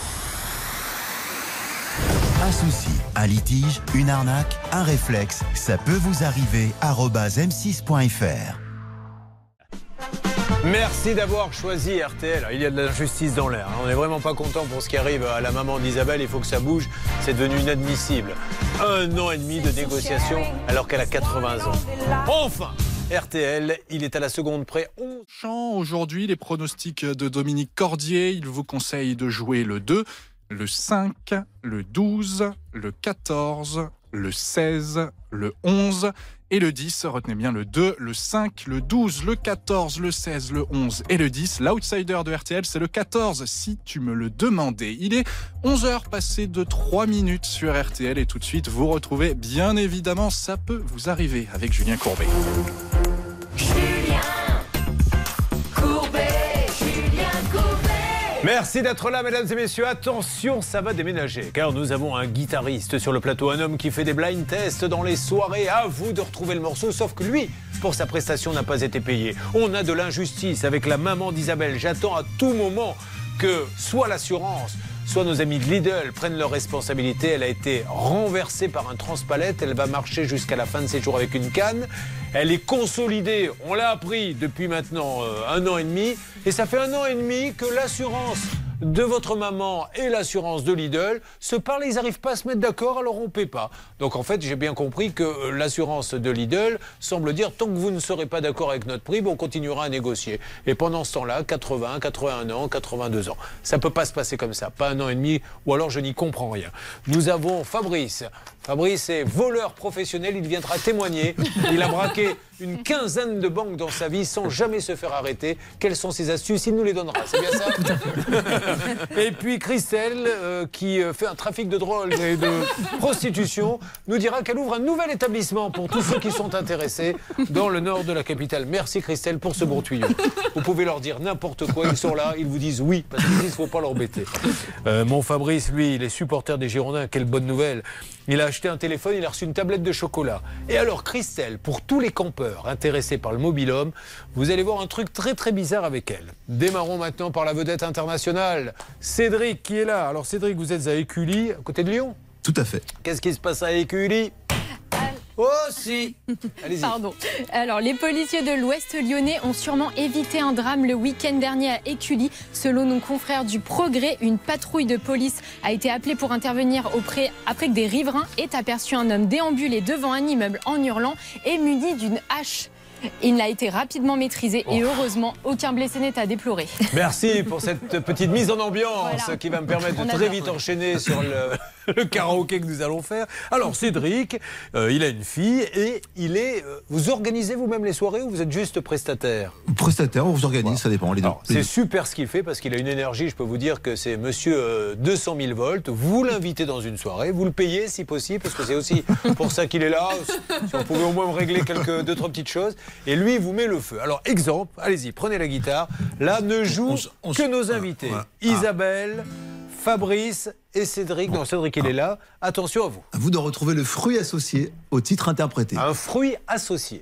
Un souci, un litige, une arnaque, un réflexe, ça peut vous arriver. @m6.fr. Merci d'avoir choisi RTL. Il y a de l'injustice dans l'air. On n'est vraiment pas content pour ce qui arrive à la maman d'Isabelle. Il faut que ça bouge. C'est devenu inadmissible. 1 an et demi de négociation alors qu'elle a 80 ans. Enfin, RTL, il est à la seconde près. Aujourd'hui, les pronostics de Dominique Cordier. Il vous conseille de jouer le 2, le 5, le 12, le 14, le 16, le 11 et le 10. Retenez bien le 2, le 5, le 12, le 14, le 16, le 11 et le 10. L'outsider de RTL, c'est le 14, si tu me le demandais. Il est 11h passé de 3 minutes sur RTL et tout de suite, vous retrouvez bien évidemment Ça peut vous arriver avec Julien Courbet. Merci d'être là, mesdames et messieurs. Attention, ça va déménager, car nous avons un guitariste sur le plateau, un homme qui fait des blind tests dans les soirées. À vous de retrouver le morceau, sauf que lui, pour sa prestation, n'a pas été payé. On a de l'injustice avec la maman d'Isabelle. J'attends à tout moment que soit l'assurance, soit nos amis de Lidl prennent leurs responsabilités. Elle a été renversée par un transpalette. Elle va marcher jusqu'à la fin de ses jours avec une canne. Elle est consolidée, on l'a appris depuis maintenant 1 an et demi. Et ça fait 1 an et demi que l'assurance de votre maman et l'assurance de Lidl se parlent. Ils n'arrivent pas à se mettre d'accord, alors on ne paie pas. Donc en fait, j'ai bien compris que l'assurance de Lidl semble dire tant que vous ne serez pas d'accord avec notre prix, on continuera à négocier. Et pendant ce temps-là, 80, 81 ans, 82 ans. Ça ne peut pas se passer comme ça. Pas 1 an et demi, ou alors je n'y comprends rien. Nous avons Fabrice. Fabrice est voleur professionnel, il viendra témoigner. Il a braqué une quinzaine de banques dans sa vie sans jamais se faire arrêter. Quelles sont ses astuces? Il nous les donnera, c'est bien ça? Et puis Christelle, qui fait un trafic de drogue et de prostitution, nous dira qu'elle ouvre un nouvel établissement pour tous ceux qui sont intéressés dans le nord de la capitale. Merci Christelle pour ce bon tuyau. Vous pouvez leur dire n'importe quoi, ils sont là, ils vous disent oui, parce qu'ils disent qu'il ne faut pas l'embêter. Mon Fabrice, lui, il est supporter des Girondins, quelle bonne nouvelle. Il a acheté un téléphone, il a reçu une tablette de chocolat. Et alors Christelle, pour tous les campeurs intéressés par le mobil-home, vous allez voir un truc très très bizarre avec elle. Démarrons maintenant par la vedette internationale, Cédric qui est là. Alors Cédric, vous êtes à Écully, à côté de Lyon? Tout à fait. Qu'est-ce qui se passe à Écully? Oh si. Allez-y. Pardon. Alors, les policiers de l'Ouest lyonnais ont sûrement évité un drame le week-end dernier à Écully. Selon nos confrères du Progrès, une patrouille de police a été appelée pour intervenir après que des riverains aient aperçu un homme déambuler devant un immeuble en hurlant et muni d'une hache. Il a été rapidement maîtrisé et heureusement, aucun blessé n'est à déplorer. Merci pour cette petite mise en ambiance qui va me permettre de très vite enchaîner sur le karaoké que nous allons faire. Alors Cédric, il a une fille et vous organisez vous-même les soirées ou vous êtes juste prestataire? Prestataire, on vous organise, ça dépend, les deux. C'est super ce qu'il fait parce qu'il a une énergie, je peux vous dire que c'est monsieur 200 000 volts. Vous l'invitez dans une soirée, vous le payez si possible parce que c'est aussi pour ça qu'il est là. Si on pouvait au moins me régler deux, trois petites choses. Et lui, il vous met le feu. Alors, exemple, allez-y, prenez la guitare. Là, ne jouent que nos invités. Isabelle, Fabrice et Cédric. Non, Cédric, il est là. Attention à vous. À vous de retrouver le fruit associé au titre interprété. Un fruit associé.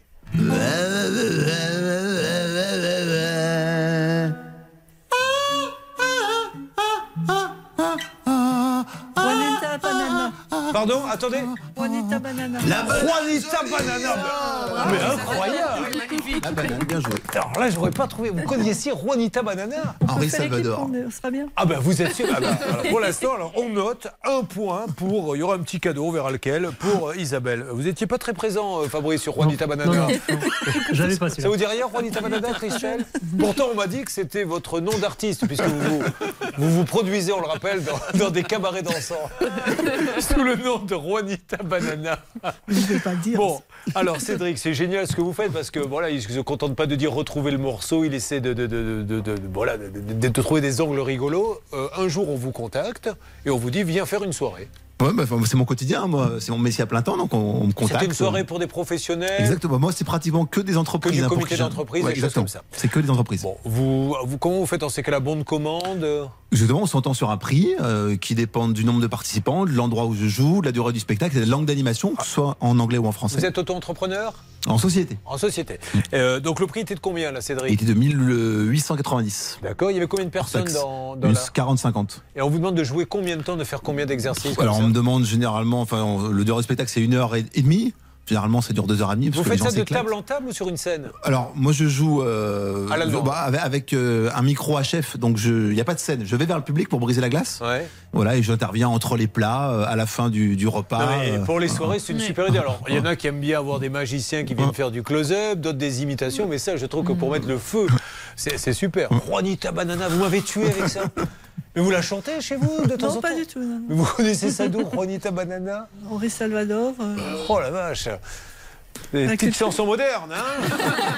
Juanita Banana. Pardon, attendez. Juanita Banana. Juanita Banana. Mais incroyable. La banane, bien joué. Alors là, j'aurais pas trouvé. Vous connaissiez Juanita Banana? Henri Salvador. Ça sera bien. Ah ben vous êtes sûr. Alors, pour l'instant, alors, on note un point pour. Il y aura un petit cadeau, on verra lequel, pour Isabelle. Vous n'étiez pas très présent, Fabrice, sur Juanita Banana. Non. J'avais pas. Ça vous dit rien, Juanita Banana, Christelle? Pourtant, on m'a dit que c'était votre nom d'artiste, puisque vous produisez, on le rappelle, dans des cabarets dansants, sous le nom de Juanita Banana. Je ne vais pas le dire. Bon, alors Cédric, c'est génial ce que vous faites, parce que voilà, il ne se contente pas de dire retrouver le morceau, il essaie de trouver des angles rigolos. Un jour, on vous contacte et on vous dit viens faire une soirée. Ouais, bah, c'est mon quotidien, moi. C'est mon métier à plein temps, donc on me contacte. C'était une soirée pour des professionnels. Exactement. Moi, c'est pratiquement que des entreprises. Que du comité d'entreprise, des choses comme ça. C'est que des entreprises. Bon, comment vous faites dans ces cas-là? Bon de commande? Exactement, on s'entend sur un prix qui dépend du nombre de participants, de l'endroit où je joue, de la durée du spectacle et de la langue d'animation, que ce soit en anglais ou en français. Vous êtes auto-entrepreneur? En société. En société. Donc le prix était de combien là, Cédric? Il était de 1890. D'accord, il y avait combien de personnes dans 40-50. Et on vous demande de jouer combien de temps, de faire combien d'exercices? Alors on me demande généralement, le durée du spectacle c'est 1h30. Généralement, ça dure 2h30. Vous faites ça de table en table ou sur une scène? Alors, moi, je joue avec un micro HF, donc il n'y a pas de scène. Je vais vers le public pour briser la glace. Ouais. Voilà, et j'interviens entre les plats, à la fin du repas. Non, mais pour les soirées, c'est une super idée. Alors, il y en a qui aiment bien avoir des magiciens qui viennent faire du close-up, d'autres des imitations, mais ça, je trouve que pour mettre le feu, c'est super. Juanita Banana, vous m'avez tué avec ça. Mais vous la chantez chez vous de temps en temps? Non, pas du tout. Non. Mais vous connaissez ça d'où, Juanita Banana? Henri Salvador. Oh la vache! Des petites chansons modernes, hein?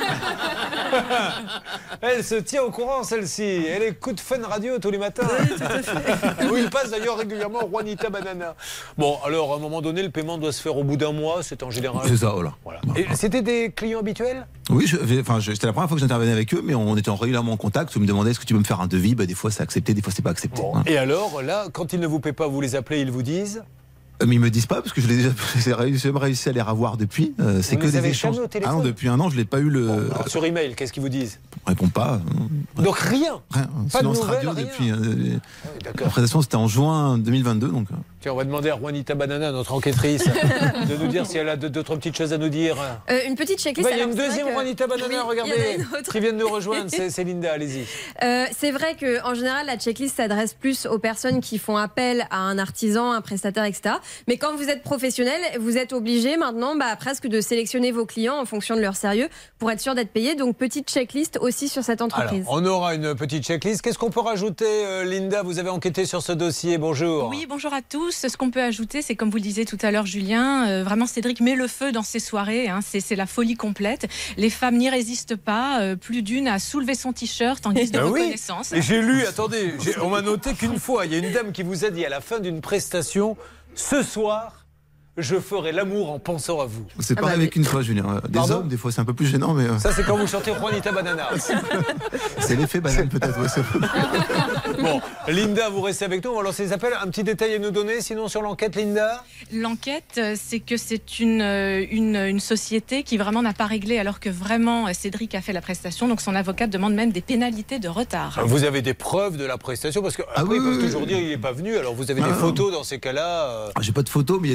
Elle se tient au courant, celle-ci. Elle écoute Fun Radio tous les matins. Oui, tout à fait. Où il passe d'ailleurs régulièrement Juanita Banana. Bon, alors, à un moment donné, le paiement doit se faire au bout d'un mois. C'est en général. C'est ça, voilà. Et c'était des clients habituels? Oui, c'était la première fois que j'intervenais avec eux, mais on était régulièrement en contact. Ils me demandaient est-ce que tu peux me faire un devis? Des fois, c'est accepté, des fois, c'est pas accepté. Bon. Et alors, là, quand ils ne vous paient pas, vous les appelez, ils vous disent? Mais ils me disent pas parce que j'ai réussi à les revoir depuis. C'est que des échanges. Au téléphone? Depuis un an, je l'ai pas eu le. Bon, alors sur email, qu'est-ce qu'ils vous disent? On répond pas. Donc rien. Pas de nouvelles, radio rien. depuis. D'accord. La présentation c'était en juin 2022 donc. Tiens, on va demander à Juanita Banana, notre enquêtrice, de nous dire si elle a deux, trois petites choses à nous dire. Une petite checklist. Il y a une deuxième Juanita Banana, regardez, qui vient de nous rejoindre. C'est Linda, allez-y. C'est vrai qu'en général, la checklist s'adresse plus aux personnes qui font appel à un artisan, un prestataire, etc. Mais quand vous êtes professionnel, vous êtes obligé maintenant presque de sélectionner vos clients en fonction de leur sérieux pour être sûr d'être payé. Donc, petite checklist aussi sur cette entreprise. Alors, on aura une petite checklist. Qu'est-ce qu'on peut rajouter, Linda? Vous avez enquêté sur ce dossier. Bonjour. Oui, bonjour à tous. Ce qu'on peut ajouter, c'est comme vous le disiez tout à l'heure, Julien, vraiment Cédric met le feu dans ses soirées. Hein, c'est la folie complète. Les femmes n'y résistent pas. Plus d'une a soulevé son t-shirt en guise de reconnaissance. Et j'ai lu, attendez, on m'a noté qu'une fois, il y a une dame qui vous a dit à la fin d'une prestation, ce soir, je ferai l'amour en pensant à vous. C'est pareil avec une fois, Julien. Des hommes, des fois, c'est un peu plus gênant, mais. Ça, c'est quand vous chantez Juanita Banana. C'est l'effet banane, peut-être. Bon, Linda, vous restez avec nous. On va lancer les appels. Un petit détail à nous donner, sinon, sur l'enquête, Linda? L'enquête, c'est que c'est une société qui vraiment n'a pas réglé, alors que vraiment Cédric a fait la prestation. Donc, son avocat demande même des pénalités de retard. Vous avez des preuves de la prestation? Parce qu'après, ils peuvent toujours dire qu'il n'est pas venu. Alors, vous avez des photos dans ces cas-là? J'ai pas de photos, mais il y a des personnes qui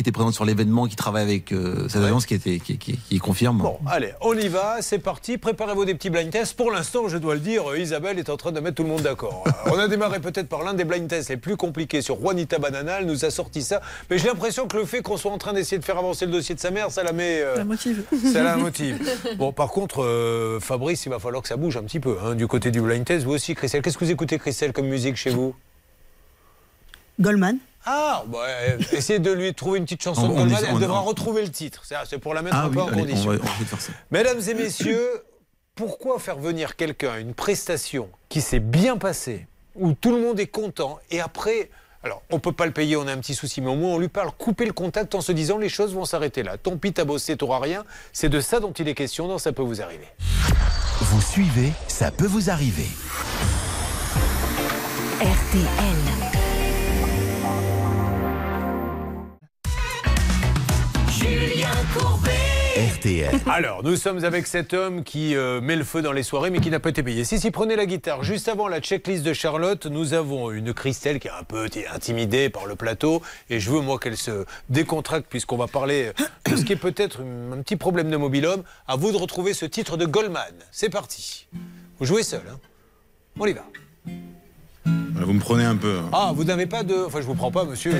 qui était présente sur l'événement, qui travaille avec cette agence qui confirme. Bon, allez, on y va, c'est parti. Préparez-vous des petits blind tests. Pour l'instant, je dois le dire, Isabelle est en train de mettre tout le monde d'accord. On a démarré peut-être par l'un des blind tests les plus compliqués sur Juanita Banana. Elle nous a sorti ça. Mais j'ai l'impression que le fait qu'on soit en train d'essayer de faire avancer le dossier de sa mère, ça la met... La motive. Ça la motive. Bon, par contre, Fabrice, il va falloir que ça bouge un petit peu. Hein, du côté du blind test, vous aussi, Christelle. Qu'est-ce que vous écoutez, Christelle, comme musique chez vous? Goldman. Ah, bah, essayez de lui trouver une petite chanson de Goldman. Elle devra retrouver le titre. C'est pour la mettre un peu en condition. On va faire ça. Mesdames et messieurs, pourquoi faire venir quelqu'un à une prestation qui s'est bien passée, où tout le monde est content, et après... Alors, on ne peut pas le payer, on a un petit souci, mais au moins on lui parle, couper le contact en se disant les choses vont s'arrêter là. Tant pis, t'as bossé, t'auras rien. C'est de ça dont il est question dans Ça peut vous arriver. Vous suivez, ça peut vous arriver. RTL. Julien Courbet. RTL. Alors, nous sommes avec cet homme qui met le feu dans les soirées, mais qui n'a pas été payé. Si, prenez la guitare. Juste avant la checklist de Charlotte, nous avons une Christelle qui est un peu intimidée par le plateau. Et je veux, moi, qu'elle se décontracte, puisqu'on va parler de ce qui est peut-être un petit problème de mobil-homme. À vous de retrouver ce titre de Goldman. C'est parti. Vous jouez seul, hein. On y va. Vous me prenez un peu. Ah, vous n'avez pas de... Enfin, je vous prends pas, monsieur.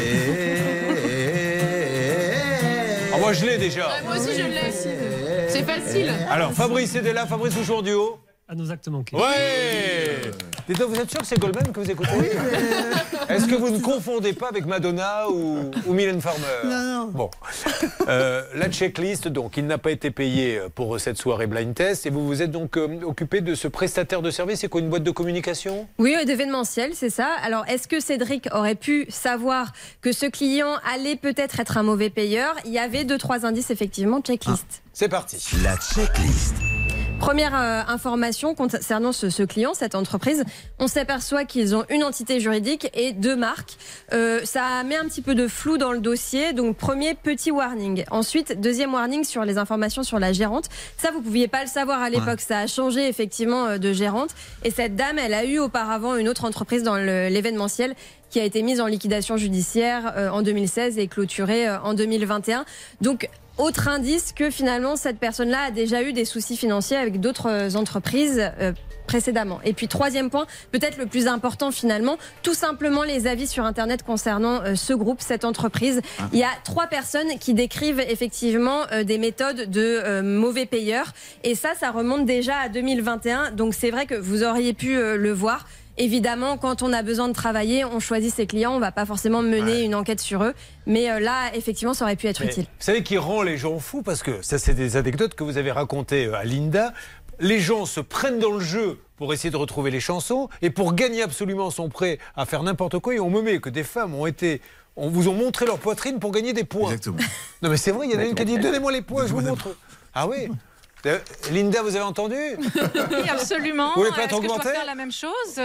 Ah, moi, je l'ai déjà. Ouais, moi aussi, je l'ai. C'est facile. Alors, Fabrice est là. Fabrice, vous jouez en duo. À nos actes manqués. Ouais. Dites-donc, vous êtes sûr que c'est Goldman que vous écoutez? Oui. Est-ce que vous ne confondez pas avec Madonna ou Mylène Farmer? Non. Bon. La checklist, donc, il n'a pas été payé pour cette soirée blind test. Et vous vous êtes donc occupé de ce prestataire de service. C'est quoi, une boîte de communication? Oui, d'événementiel, c'est ça. Alors, est-ce que Cédric aurait pu savoir que ce client allait peut-être être un mauvais payeur? Il y avait 2-3 indices, effectivement, checklist. C'est parti. La checklist. Première information concernant ce client, cette entreprise, on s'aperçoit qu'ils ont une entité juridique et 2 marques. Ça met un petit peu de flou dans le dossier. Donc, premier petit warning. Ensuite, deuxième warning sur les informations sur la gérante. Ça, vous ne pouviez pas le savoir à l'époque. Ça a changé effectivement de gérante. Et cette dame, elle a eu auparavant une autre entreprise dans l'événementiel qui a été mise en liquidation judiciaire en 2016 et clôturée en 2021. Donc, autre indice que finalement cette personne-là a déjà eu des soucis financiers avec d'autres entreprises précédemment. Et puis troisième point, peut-être le plus important finalement, tout simplement les avis sur Internet concernant ce groupe, cette entreprise. Il y a 3 personnes qui décrivent effectivement des méthodes de mauvais payeurs. Et ça remonte déjà à 2021. Donc c'est vrai que vous auriez pu le voir. Évidemment, quand on a besoin de travailler, on choisit ses clients, on ne va pas forcément mener une enquête sur eux. Mais là, effectivement, ça aurait pu être utile. Vous savez qui rend les gens fous? Parce que ça, c'est des anecdotes que vous avez racontées à Linda. Les gens se prennent dans le jeu pour essayer de retrouver les chansons et pour gagner absolument sont prêts à faire n'importe quoi. Et on me met que des femmes on vous ont montré leur poitrine pour gagner des points. Exactement. Non mais c'est vrai, il y en a une qui a dit donnez-moi les points, je vous montre. Ah oui. Linda, vous avez entendu? Oui, absolument. Vous voulez pas être Est-ce que je dois augmenté faire la même chose?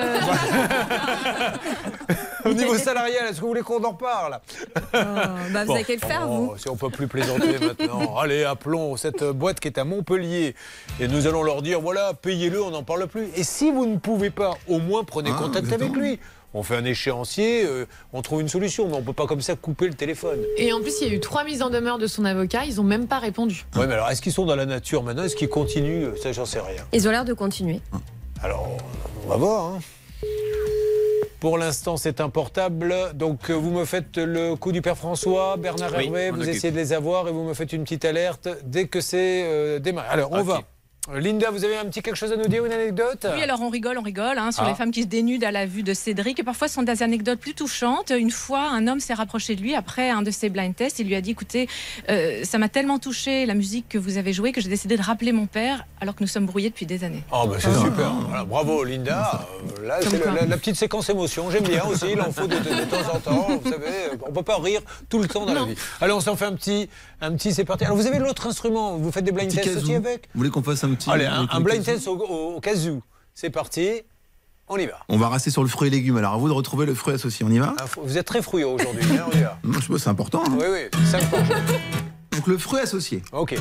Au niveau salarial, est-ce que vous voulez qu'on en reparle? Vous avez qu'à le faire, vous. Si on peut plus plaisanter maintenant. Allez, appelons cette boîte qui est à Montpellier. Et nous allons leur dire, voilà, payez-le, on n'en parle plus. Et si vous ne pouvez pas, au moins prenez contact avec lui. On fait un échéancier, on trouve une solution, mais on ne peut pas comme ça couper le téléphone. Et en plus, il y a eu 3 mises en demeure de son avocat, ils n'ont même pas répondu. Oui, mais alors, est-ce qu'ils sont dans la nature maintenant? Est-ce qu'ils continuent? Ça, j'en sais rien. Ils ont l'air de continuer. Alors, on va voir. Hein. Pour l'instant, c'est un portable. Donc, vous me faites le coup du Père François, Bernard Hervé, vous essayez de les avoir et vous me faites une petite alerte dès que c'est démarré. Alors, on va. Linda, vous avez un petit quelque chose à nous dire, une anecdote? Oui, alors on rigole sur les femmes qui se dénudent à la vue de Cédric. Et parfois, ce sont des anecdotes plus touchantes. Une fois, un homme s'est rapproché de lui après un de ses blind tests. Il lui a dit, écoutez, ça m'a tellement touché la musique que vous avez jouée que j'ai décidé de rappeler mon père alors que nous sommes brouillés depuis des années. Oh, bah c'est super. Voilà, bravo, Linda. Là, c'est la petite séquence émotion. J'aime bien aussi. Il en faut de temps en temps. Vous savez, on ne peut pas rire tout le temps dans la vie. Allez, on s'en fait un petit, c'est parti. Alors, vous avez l'autre instrument. Vous faites des blind tests aussi avec? Vous voulez qu'on fasse un petit... Allez, un blind test au kazoo. C'est parti. On y va. On va rester sur le fruit et légumes. Alors, à vous de retrouver le fruit associé. On y va? Vous êtes très fruit aujourd'hui. Hein, on y va. Non, je sais pas, c'est important. Hein. Oui, 5 par jour. Donc, le fruit associé. Ok.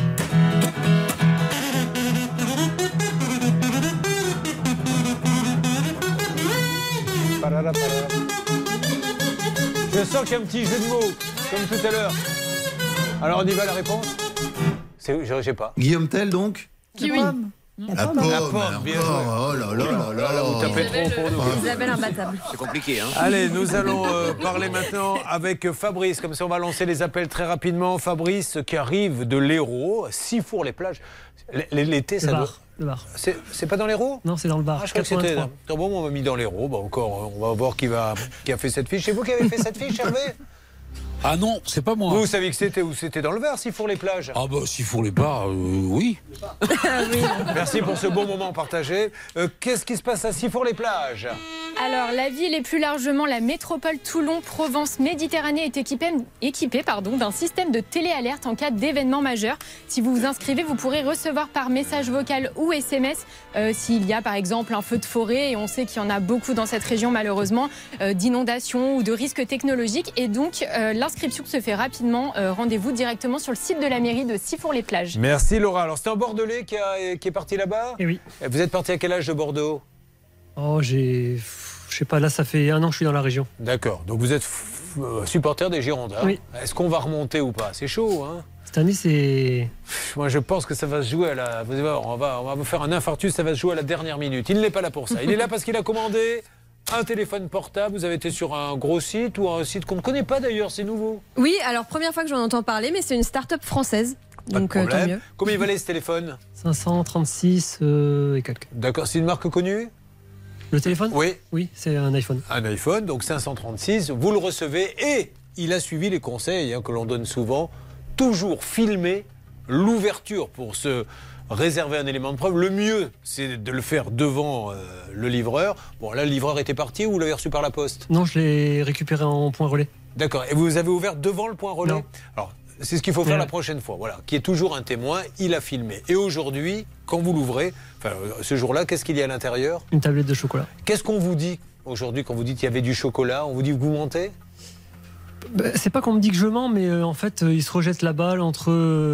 Je sens qu'il y a un petit jeu de mots. comme tout à l'heure. Alors on y va, la réponse? Je sais pas. Guillaume Tell, donc? Kiwi. La pomme, bien joué. Oh là là là là. Vous tapez trop pour nous. Isabelle imbattable. C'est compliqué, hein. Allez, nous allons parler maintenant avec Fabrice. Comme ça, on va lancer les appels très rapidement. Fabrice, qui arrive de l'Hérault, Sifour-les-Plages. L'été, ça doit... Le Var. C'est pas dans l'Hérault? Non, c'est dans le Var. Ah, je crois que c'était... Bon, on m'a mis dans l'Hérault. Bon, encore, on va voir qui a fait cette fiche. C'est vous qui avez fait cette fiche, Hervé? Ah non, c'est pas moi. Vous savez que c'était où? C'était dans le Var, Sifour-les-Plages. Ah bah Sifour-les-Plages, oui. Merci pour ce bon moment partagé. Qu'est-ce qui se passe à Sifour-les-Plages? Alors, la ville et plus largement la métropole Toulon-Provence-Méditerranée est équipée d'un système de téléalerte en cas d'événement majeur. Si vous vous inscrivez, vous pourrez recevoir par message vocal ou SMS s'il y a par exemple un feu de forêt, et on sait qu'il y en a beaucoup dans cette région malheureusement, d'inondations ou de risques technologiques. Et donc, l'inscription se fait rapidement. Rendez-vous directement sur le site de la mairie de Sifour-les-Plages. Merci Laura. Alors, c'est un Bordelais qui est parti là-bas? Eh oui. Vous êtes parti à quel âge de Bordeaux? Oh, je sais pas, là ça fait 1 an que je suis dans la région. D'accord, donc vous êtes supporter des Girondins. Oui. Est-ce qu'on va remonter ou pas? C'est chaud, hein? Cette année, c'est... Moi, je pense que ça va se jouer à la... Vous allez voir, on va vous faire un infarctus, ça va se jouer à la dernière minute. Il n'est pas là pour ça. Il est là parce qu'il a commandé un téléphone portable. Vous avez été sur un gros site ou un site qu'on ne connaît pas d'ailleurs, c'est nouveau? Oui, alors première fois que j'en entends parler, mais c'est une start-up française. Donc tant mieux. Combien il valait ce téléphone? 536 et quelques. D'accord, c'est une marque connue? Le téléphone? Oui. Oui, c'est un iPhone. Un iPhone, donc 536, vous le recevez et il a suivi les conseils que l'on donne souvent. Toujours filmer l'ouverture pour se réserver un élément de preuve. Le mieux, c'est de le faire devant le livreur. Bon, là, le livreur était parti ou vous l'avez reçu par la poste? Non, je l'ai récupéré en point relais. D'accord, et vous avez ouvert devant le point relais? Non. Alors, c'est ce qu'il faut faire la prochaine fois, voilà, qui est toujours un témoin, il a filmé. Et aujourd'hui, quand vous l'ouvrez, enfin, ce jour-là, qu'est-ce qu'il y a à l'intérieur? Une tablette de chocolat. Qu'est-ce qu'on vous dit aujourd'hui quand vous dites qu'il y avait du chocolat? On vous dit que vous mentez? C'est pas qu'on me dit que je mens, mais en fait, ils se rejettent la balle entre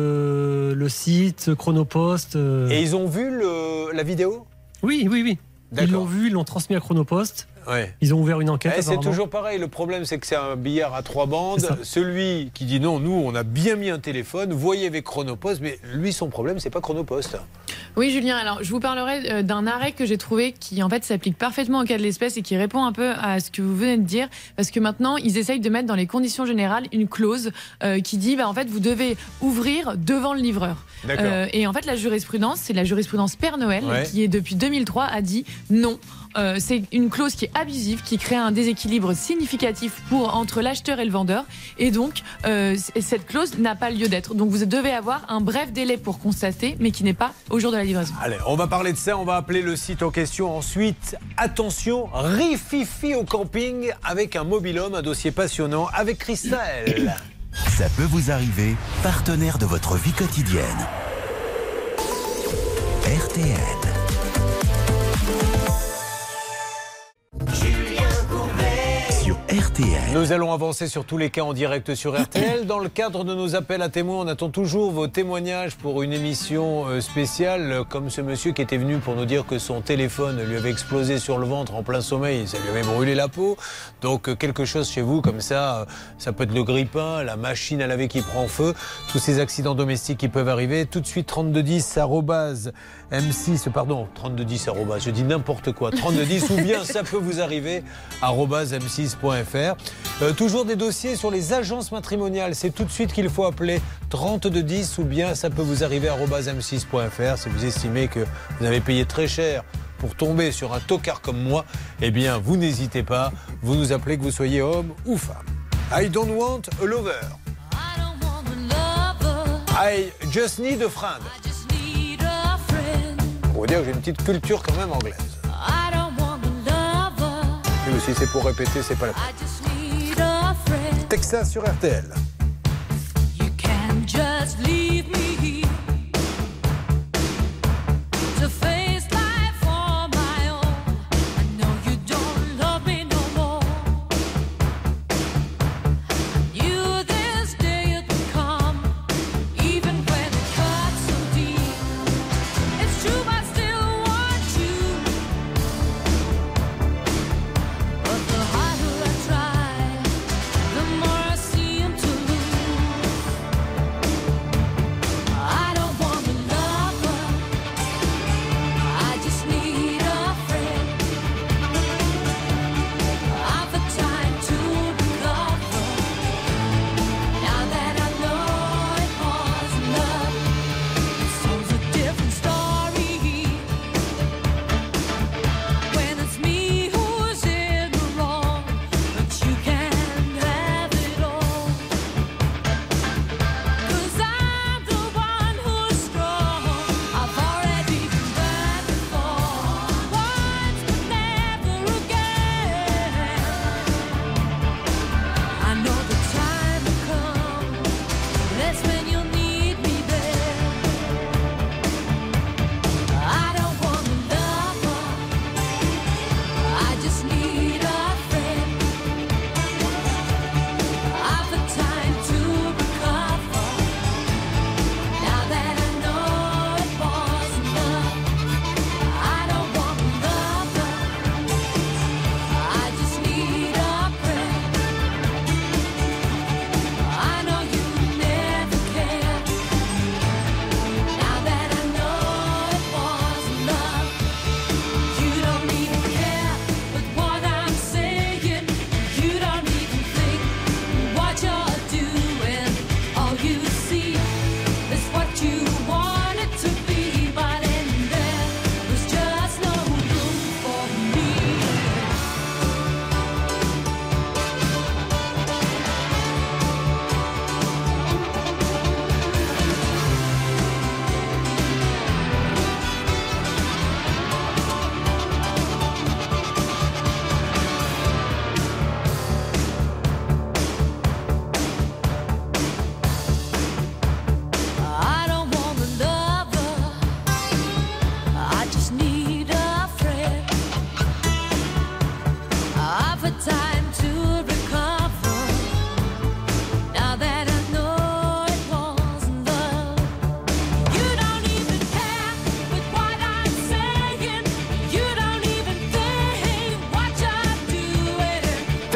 le site, Chronopost. Et ils ont vu la vidéo? Oui. Ils l'ont vu, ils l'ont transmis à Chronopost. Ouais. Ils ont ouvert une enquête. C'est toujours pareil. Le problème, c'est que c'est un billard à 3 bandes. Celui qui dit non, nous, on a bien mis un téléphone, voyez avec Chronopost, mais lui, son problème, c'est pas Chronopost. Oui, Julien. Alors, je vous parlerai d'un arrêt que j'ai trouvé qui, en fait, s'applique parfaitement au cas de l'espèce et qui répond un peu à ce que vous venez de dire. Parce que maintenant, ils essayent de mettre dans les conditions générales une clause qui dit, en fait, vous devez ouvrir devant le livreur. Et en fait, la jurisprudence, c'est la jurisprudence Père Noël, qui est depuis 2003 a dit non. C'est une clause qui est abusive, qui crée un déséquilibre significatif entre l'acheteur et le vendeur. Et donc, cette clause n'a pas lieu d'être. Donc, vous devez avoir un bref délai pour constater, mais qui n'est pas au jour de la livraison. Allez, on va parler de ça. On va appeler le site en question. Ensuite, attention, rififi au camping avec un mobil-homme, un dossier passionnant avec Christelle. Ça peut vous arriver, partenaire de votre vie quotidienne. RTL. RTL. Nous allons avancer sur tous les cas en direct sur RTL. Dans le cadre de nos appels à témoins, on attend toujours vos témoignages pour une émission spéciale, comme ce monsieur qui était venu pour nous dire que son téléphone lui avait explosé sur le ventre en plein sommeil, ça lui avait brûlé la peau. Donc quelque chose chez vous comme ça, ça peut être le grille-pain, la machine à laver qui prend feu, tous ces accidents domestiques qui peuvent arriver. Tout de suite 3210 M6, pardon, 3210 je dis n'importe quoi, 3210 ou bien ça peut vous arriver m6.fr. Toujours des dossiers sur les agences matrimoniales, c'est tout de suite qu'il faut appeler 3210 ou bien ça peut vous arriver m6.fr si vous estimez que vous avez payé très cher pour tomber sur un tocard comme moi, eh bien vous n'hésitez pas, vous nous appelez que vous soyez homme ou femme. I don't want a lover. I just need a friend. On va dire que j'ai une petite culture quand même anglaise. Mais si c'est pour répéter, c'est pas la peine. Texas sur RTL. You can just leave me here to face life on my own. I know you don't love me no more. I knew this day would come, even when it cuts so deep. It's true, I still want you. But the harder I try, the more I seem to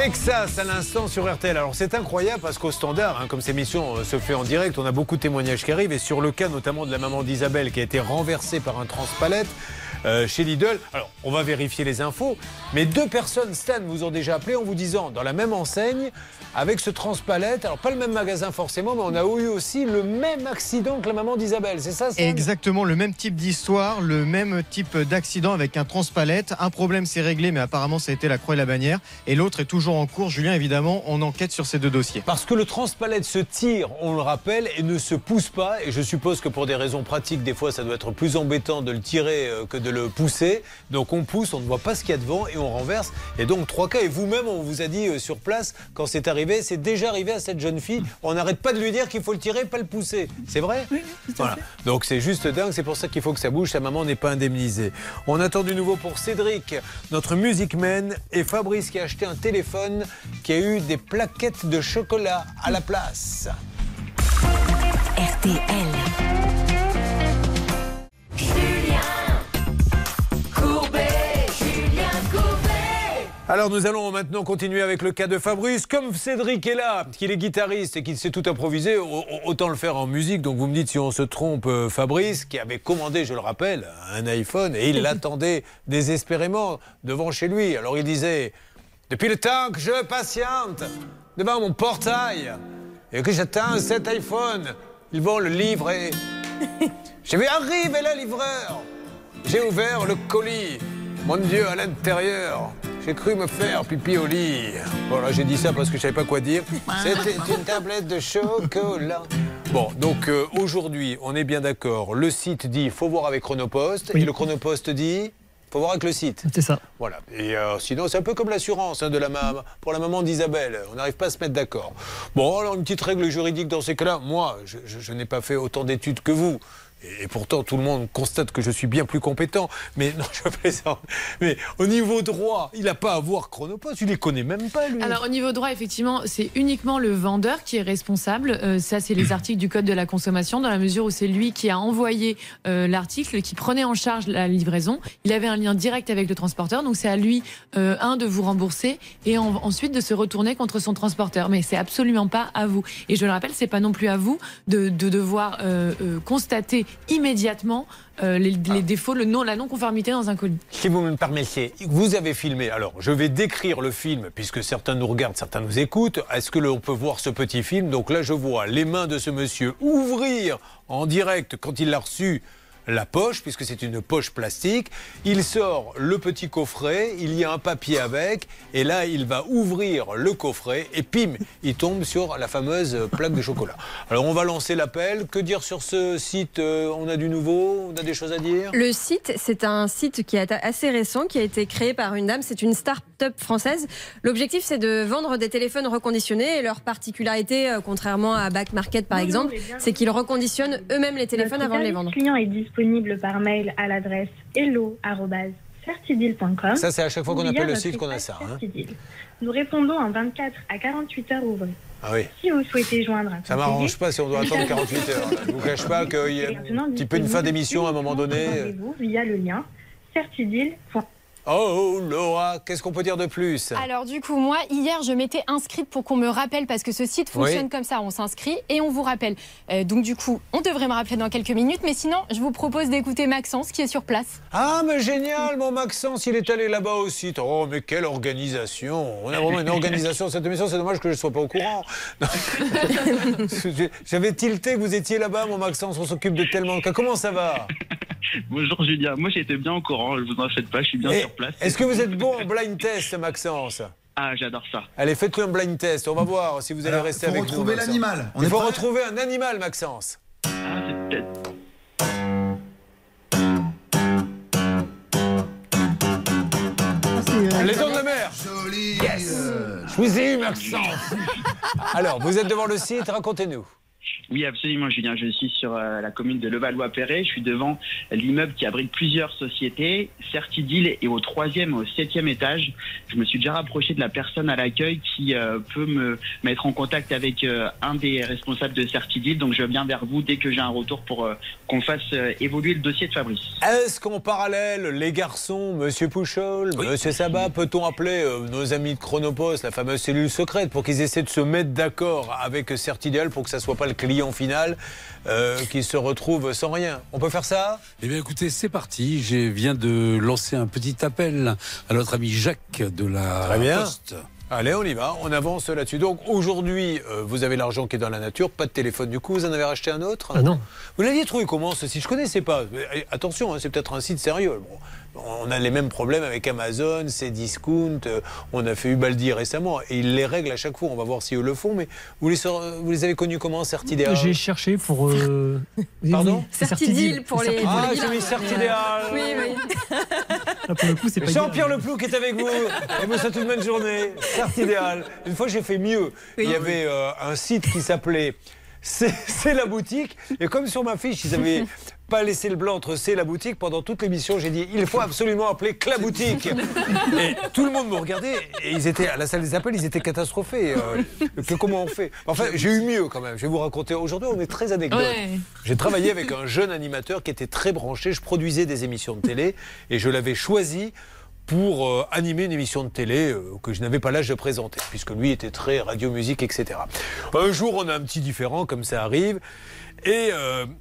Texas à l'instant sur RTL. Alors c'est incroyable parce qu'au standard, comme cette émission se fait en direct, on a beaucoup de témoignages qui arrivent et sur le cas notamment de la maman d'Isabelle qui a été renversée par un transpalette chez Lidl. Alors on va vérifier les infos, mais 2 personnes, Stan, vous ont déjà appelé en vous disant dans la même enseigne avec ce transpalette, alors pas le même magasin forcément, mais on a eu aussi le même accident que la maman d'Isabelle, c'est ça Stan? Exactement, le même type d'histoire, le même type d'accident avec un transpalette. Un problème s'est réglé, mais apparemment ça a été la croix et la bannière. Et l'autre est toujours en cours. Julien, évidemment, on enquête sur ces 2 dossiers. Parce que le transpalette se tire, on le rappelle, et ne se pousse pas. Et je suppose que pour des raisons pratiques, des fois ça doit être plus embêtant de le tirer que de le pousser. Donc on pousse, on ne voit pas ce qu'il y a devant et on renverse. Et donc 3 cas. Et vous-même, on vous a dit sur place, quand c'est arrivé, c'est déjà arrivé à cette jeune fille. On n'arrête pas de lui dire qu'il faut le tirer, pas le pousser. C'est vrai? Oui, tout à fait. Donc c'est juste dingue, c'est pour ça qu'il faut que ça bouge. Sa maman n'est pas indemnisée. On attend du nouveau pour Cédric, notre music man, et Fabrice qui a acheté un téléphone qui a eu des plaquettes de chocolat à la place. RTL. Alors nous allons maintenant continuer avec le cas de Fabrice. Comme Cédric est là, qu'il est guitariste et qu'il sait tout improviser, autant le faire en musique. Donc vous me dites si on se trompe, Fabrice, qui avait commandé, je le rappelle, un iPhone et il l'attendait désespérément devant chez lui. Alors il disait, depuis le temps que je patiente devant mon portail et que j'attends cet iPhone, ils vont le livrer. J'ai vu arriver le livreur. J'ai ouvert le colis. Mon Dieu, à l'intérieur, j'ai cru me faire pipi au lit. Voilà, j'ai dit ça parce que je savais pas quoi dire. C'était une tablette de chocolat. Bon, donc aujourd'hui, on est bien d'accord. Le site dit faut voir avec Chronopost. Oui. Et le Chronopost dit faut voir avec le site. C'est ça. Voilà. Et sinon, c'est un peu comme l'assurance pour la maman d'Isabelle. On n'arrive pas à se mettre d'accord. Bon, alors une petite règle juridique dans ces cas-là. Moi, je n'ai pas fait autant d'études que vous. Et pourtant, tout le monde constate que je suis bien plus compétent. Mais non, je plaisante. Mais au niveau droit, il n'a pas à voir Chronopost. Il ne les connaît même pas, lui. Alors, au niveau droit, effectivement, c'est uniquement le vendeur qui est responsable. Ça, c'est les articles du Code de la consommation, dans la mesure où c'est lui qui a envoyé l'article, qui prenait en charge la livraison. Il avait un lien direct avec le transporteur. Donc, c'est à lui, de vous rembourser et ensuite de se retourner contre son transporteur. Mais c'est absolument pas à vous. Et je le rappelle, c'est pas non plus à vous de devoir constater immédiatement les défauts, la non-conformité dans un colis. Si vous me permettez, vous avez filmé. Alors, je vais décrire le film, puisque certains nous regardent, certains nous écoutent. Est-ce que l'on peut voir ce petit film? Donc là, je vois les mains de ce monsieur ouvrir en direct quand il l'a reçu la poche, puisque c'est une poche plastique. Il sort le petit coffret, il y a un papier avec, et là, il va ouvrir le coffret, et pim, il tombe sur la fameuse plaque de chocolat. Alors, on va lancer l'appel. Que dire sur ce site? On a du nouveau? On a des choses à dire? Le site, c'est un site qui est assez récent, qui a été créé par une dame. C'est une start-up française. L'objectif, c'est de vendre des téléphones reconditionnés, et leur particularité, contrairement à Back Market, par exemple, c'est qu'ils reconditionnent eux-mêmes les téléphones avant de les vendre. Le client est disponible par mail à l'adresse hello@certidil.com. Ça, c'est à chaque fois qu'on appelle le site qu'on a ça. Nous répondons en 24 à 48 heures ouvrées. Ah oui. Si vous souhaitez joindre un ça m'arrange pas si on doit attendre 48 heures. Je ne vous cache pas qu'il y a un petit peu une fin d'émission à un moment donné. Rendez-vous via le lien certidil.com. Oh Laura, qu'est-ce qu'on peut dire de plus? Alors du coup, moi, hier, je m'étais inscrite pour qu'on me rappelle, parce que ce site fonctionne comme ça, on s'inscrit et on vous rappelle. Donc du coup, on devrait me rappeler dans quelques minutes, mais sinon, je vous propose d'écouter Maxence qui est sur place. Ah mais génial, mon Maxence, il est allé là-bas au site. Oh mais quelle organisation! On a vraiment une organisation de cette émission, c'est dommage que je ne sois pas au courant. J'avais tilté que vous étiez là-bas, mon Maxence, on s'occupe de tellement de cas. Comment ça va? Bonjour Julia, moi j'étais bien au courant, je vous en faites pas, je suis bien sur place. Est-ce que vous êtes bon en blind test, Maxence? Ah, j'adore ça. Allez, faites-le un blind test, on va voir si vous allez rester avec nous. Il faut retrouver l'animal. Il faut retrouver un animal, Maxence. Ah, c'est peut-être... Les dents de mer. Joli. Yes. Je vous ai eu, Maxence. Alors, vous êtes devant le site, racontez-nous. Oui, absolument, Julien. Je suis sur la commune de Levallois-Perret. Je suis devant l'immeuble qui abrite plusieurs sociétés, Certidil, et au 3e, au 7e étage. Je me suis déjà rapproché de la personne à l'accueil qui peut me mettre en contact avec un des responsables de Certidil. Donc, je viens vers vous dès que j'ai un retour pour qu'on fasse évoluer le dossier de Fabrice. Est-ce qu'en parallèle, les garçons, Monsieur Pouchol, Monsieur Sabat, peut-on appeler nos amis de Chronopost, la fameuse cellule secrète, pour qu'ils essaient de se mettre d'accord avec Certidil pour que ça soit pas le client final qui se retrouve sans rien? On peut faire ça? Eh bien écoutez, c'est parti. Je viens de lancer un petit appel à notre ami Jacques de la Très bien. Poste. Allez, on y va, on avance là-dessus. Donc aujourd'hui, vous avez l'argent qui est dans la nature, pas de téléphone du coup, vous en avez racheté un autre? Ah non. Vous l'aviez trouvé comment ceci? Je ne connaissais pas. Mais, attention, c'est peut-être un site sérieux. Bon, on a les mêmes problèmes avec Amazon, Cdiscount, on a fait Ubaldi récemment et ils les règlent à chaque fois. On va voir si eux le font, mais vous les avez connus comment, Certidil? J'ai cherché pour... Pardon? Certidil pour les... Ah, j'ai mis Certidil. Oui, oui. Là, pour le coup, c'est pas Jean-Pierre Leplou qui est avec vous. Et me souhaite une bonne journée. Certidil. Une fois, j'ai fait mieux. Oui. Il y avait un site qui s'appelait C'est la boutique. Et comme sur ma fiche, ils avaient pas laissé le blanc entre C'est la boutique, pendant toute l'émission, j'ai dit il faut absolument appeler que la boutique. Et tout le monde me regardait. Et ils étaient à la salle des appels, ils étaient catastrophés. Comment on fait? Enfin, j'ai eu mieux quand même. Je vais vous raconter. Aujourd'hui, on est très anecdote. Ouais. J'ai travaillé avec un jeune animateur qui était très branché. Je produisais des émissions de télé et je l'avais choisi pour animer une émission de télé que je n'avais pas l'âge de présenter, puisque lui était très radio-musique, etc. Un jour, on a un petit différend, comme ça arrive, et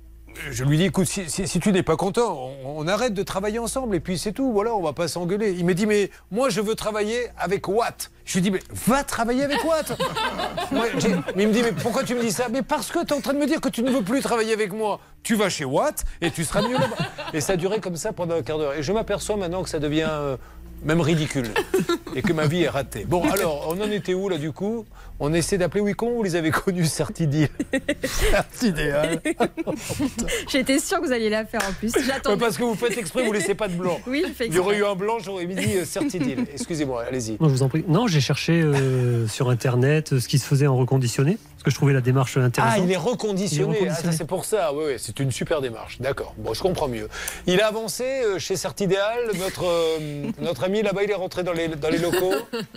je lui dis, écoute, si tu n'es pas content, on arrête de travailler ensemble, et puis c'est tout, voilà, on va pas s'engueuler. Il me dit, mais moi, je veux travailler avec Watt. Je lui dis, mais va travailler avec Watt. Mais il me dit, mais pourquoi tu me dis ça? Mais parce que tu es en train de me dire que tu ne veux plus travailler avec moi. Tu vas chez Watt, et tu seras mieux là-bas. Et ça a duré comme ça pendant un quart d'heure. Et je m'aperçois maintenant que ça devient... même ridicule, et que ma vie est ratée. Bon, alors, on en était où, là, du coup? On essaie d'appeler, oui, comment vous les avez connus, Certidil? Certidil. J'étais sûre que vous alliez la faire en plus. J'attendais. Parce que vous faites exprès, vous ne laissez pas de blanc. Oui, je fais exprès. Il y aurait eu un blanc, j'aurais dit Certidil. Excusez-moi, allez-y. Non, je vous en prie. Non, j'ai cherché sur Internet ce qui se faisait en reconditionné, parce que je trouvais la démarche intéressante. Ah, il est reconditionné. Il est reconditionné. Ah, c'est pour ça. Oui, c'est une super démarche. D'accord. Bon, je comprends mieux. Il a avancé chez Certidil. Notre ami là-bas, il est rentré dans les locaux.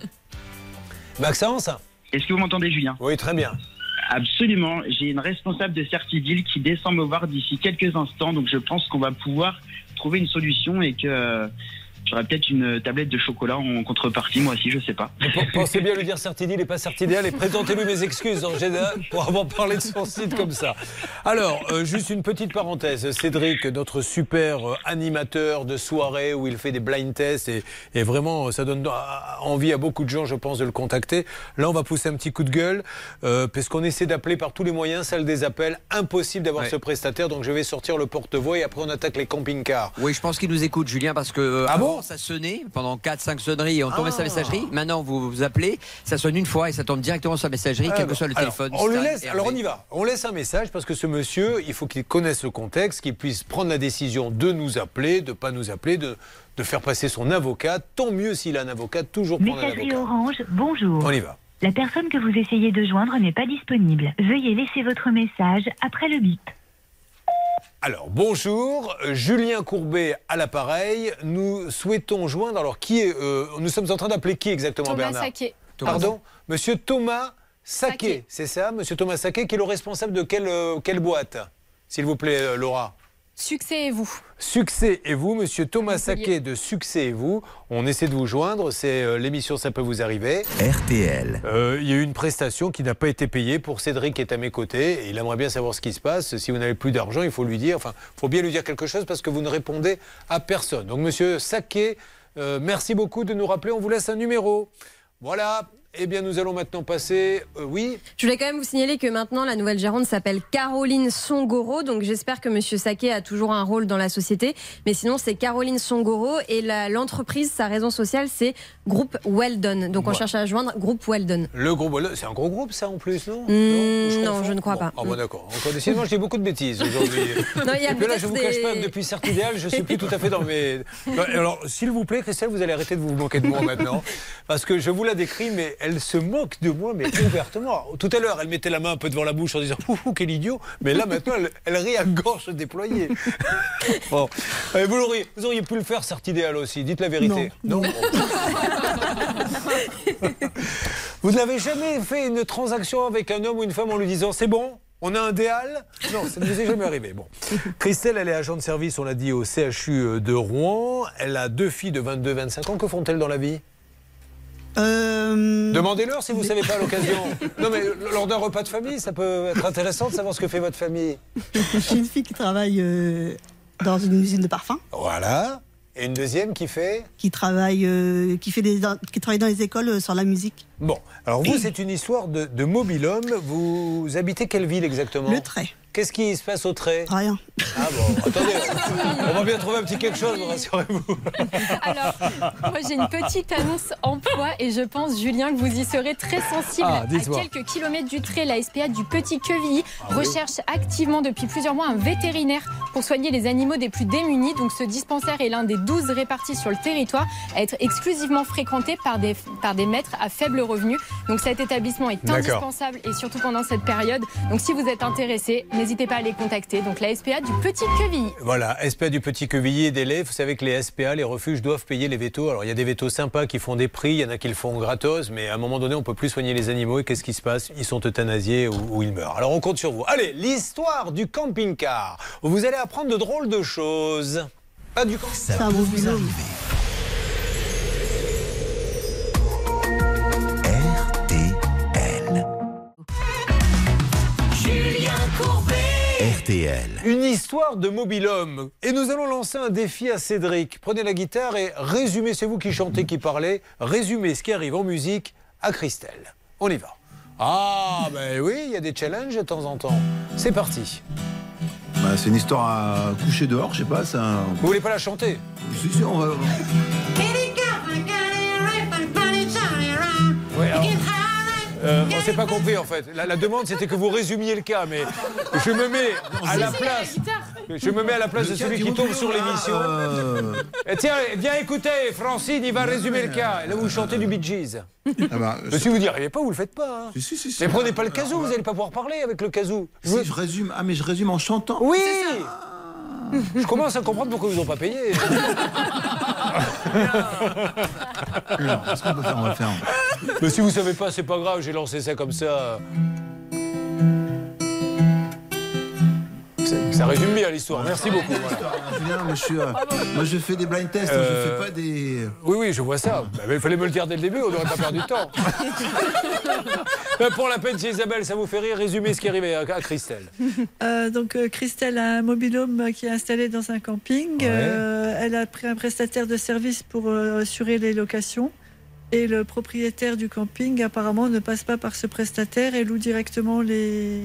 Maxence? Est-ce que vous m'entendez, Julien? Oui, très bien. Absolument. J'ai une responsable de Certidil qui descend me voir d'ici quelques instants. Donc, je pense qu'on va pouvoir trouver une solution et que j'aurai peut-être une tablette de chocolat en contrepartie, moi aussi, je sais pas. Pensez bien lui dire Certidil et pas Certidil, et présentez-lui mes excuses en général pour avoir parlé de son site comme ça. Alors, juste une petite parenthèse. Cédric, notre super animateur de soirée où il fait des blind tests et vraiment, ça donne envie à beaucoup de gens, je pense, de le contacter. Là, on va pousser un petit coup de gueule parce qu'on essaie d'appeler par tous les moyens, salle des appels, impossible d'avoir ce prestataire, donc je vais sortir le porte-voix et après on attaque les camping-cars. Oui, je pense qu'il nous écoute, Julien, parce que ah bon, ça sonnait pendant 4-5 sonneries et on tombait sa messagerie. Maintenant, vous appelez, ça sonne une fois et ça tombe directement sur la messagerie, quel que soit le téléphone. On lui laisse, alors on y va. On laisse un message parce que ce monsieur, il faut qu'il connaisse le contexte, qu'il puisse prendre la décision de nous appeler, de ne pas nous appeler, de faire passer son avocat. Tant mieux s'il a un avocat, toujours prendre un Messagerie avocat. Orange, bonjour. On y va. La personne que vous essayez de joindre n'est pas disponible. Veuillez laisser votre message après le bip. Alors, bonjour, Julien Courbet à l'appareil. Nous souhaitons joindre, alors qui est, nous sommes en train d'appeler qui exactement, Thomas Bernard? Saquet. Pardon? Monsieur Thomas Saquet, c'est ça? Monsieur Thomas Saquet, qui est le responsable de quelle boîte? S'il vous plaît, Laura. Succès et vous. Succès et vous, monsieur Thomas Saquet de Succès et vous. On essaie de vous joindre, c'est l'émission Ça peut vous arriver. RTL. Il y a eu une prestation qui n'a pas été payée pour Cédric qui est à mes côtés et il aimerait bien savoir ce qui se passe. Si vous n'avez plus d'argent, il faut lui dire, enfin, il faut bien lui dire quelque chose parce que vous ne répondez à personne. Donc monsieur Saquet, merci beaucoup de nous rappeler, on vous laisse un numéro. Voilà. Eh bien, nous allons maintenant passer... oui. Je voulais quand même vous signaler que maintenant, la nouvelle gérante s'appelle Caroline Songoro. Donc, j'espère que Monsieur Saquet a toujours un rôle dans la société. Mais sinon, c'est Caroline Songoro. Et l'entreprise, sa raison sociale, c'est Groupe Weldon. Donc, on cherche à joindre Groupe Weldon. Le groupe Weldon, c'est un gros groupe, ça, en plus, non? Non, je ne crois pas. Ah bon, d'accord. Encore décidément, je dis beaucoup de bêtises aujourd'hui. Et puis là, je vous cache pas que depuis Certidil, je suis plus tout à fait dans mes... Alors, s'il vous plaît, Christelle, vous allez arrêter de vous moquer de moi maintenant. Parce que je vous la décris, mais elle se moque de moi, mais ouvertement. Tout à l'heure, elle mettait la main un peu devant la bouche en disant ouh, quel idiot. Mais là, maintenant, elle rit à gorge déployée. Bon. Vous auriez pu le faire, cet idéal aussi. Dites la vérité. Non. Vous n'avez jamais fait une transaction avec un homme ou une femme en lui disant c'est bon, on a un déal? Non, ça ne vous est jamais arrivé. Bon. Christelle, elle est agent de service, on l'a dit, au CHU de Rouen. Elle a 2 filles de 22-25 ans. Que font-elles dans la vie? Demandez-leur si vous ne savez pas à l'occasion. Non, mais lors d'un repas de famille, ça peut être intéressant de savoir ce que fait votre famille. J'ai une fille qui travaille dans une usine de parfum. Voilà. Et une deuxième qui fait? Qui travaille dans les écoles sur la musique. Bon, alors vous, c'est une histoire de mobil-homme. Vous habitez quelle ville exactement? Le Trait. Qu'est-ce qui se passe au Trait? Rien. Ah bon, attendez, on va bien trouver un petit quelque chose, rassurez-vous. Alors, moi j'ai une petite annonce emploi et je pense, Julien, que vous y serez très sensible. À quelques kilomètres du Trait, la SPA du Petit Quevilly recherche activement depuis plusieurs mois un vétérinaire pour soigner les animaux des plus démunis. Donc ce dispensaire est l'un des 12 répartis sur le territoire à être exclusivement fréquenté par des maîtres à faible revenu. Donc cet établissement est indispensable et surtout pendant cette période. Donc si vous êtes intéressé, n'hésitez pas à les contacter. Donc la SPA du Petit Quevilly. Voilà, SPA du Petit Quevilly et délai. Vous savez que les SPA, les refuges, doivent payer les vétos. Alors il y a des vétos sympas qui font des prix, il y en a qui le font gratos, mais à un moment donné, on ne peut plus soigner les animaux. Et qu'est-ce qui se passe? Ils sont euthanasiés ou ils meurent. Alors on compte sur vous. Allez, l'histoire du camping-car. Vous allez apprendre de drôles de choses. Pas du camping-car. Ça vous arriver. Julien Courbet. RTL. Une histoire de mobil-homme. Et nous allons lancer un défi à Cédric. Prenez la guitare et résumez, c'est vous qui chantez, qui parlez, résumez ce qui arrive en musique à Christelle. On y va. Ah, ben oui, il y a des challenges de temps en temps. C'est parti. Bah, c'est une histoire à coucher dehors, je sais pas. Ça... Vous voulez pas la chanter? Si, on va... Ouais, alors... on s'est pas compris en fait. La demande c'était que vous résumiez le cas, mais je me mets à la place. Je me mets à la place de celui qui tombe sur l'émission. Tiens, viens écouter, Francine, il va résumer le cas. Et là vous chantez du Bee Gees. Mais si vous n'y arrivez pas, vous le faites pas. Hein. Si, mais prenez pas le kazoo, vous n'allez pas pouvoir parler avec le kazoo. Si je résume, mais je résume en chantant. Oui. Je commence à comprendre pourquoi ils vous ont pas payé. Alors, qu'est-ce qu'on peut faire? On va le faire. Mais si vous savez pas, c'est pas grave, j'ai lancé ça comme ça. Ça résume bien l'histoire. Merci beaucoup. Voilà. Julien, moi je fais des blind tests, je fais pas des... Oui, je vois ça. Mais il fallait me le dire dès le début, on n'aurait pas perdu de temps. Pour la peine, si Isabelle, ça vous fait rire, résumez ce qui est arrivé à Christelle. Christelle a un mobil-home qui est installé dans un camping. Elle a pris un prestataire de service pour assurer les locations. Et le propriétaire du camping, apparemment, ne passe pas par ce prestataire et loue directement les...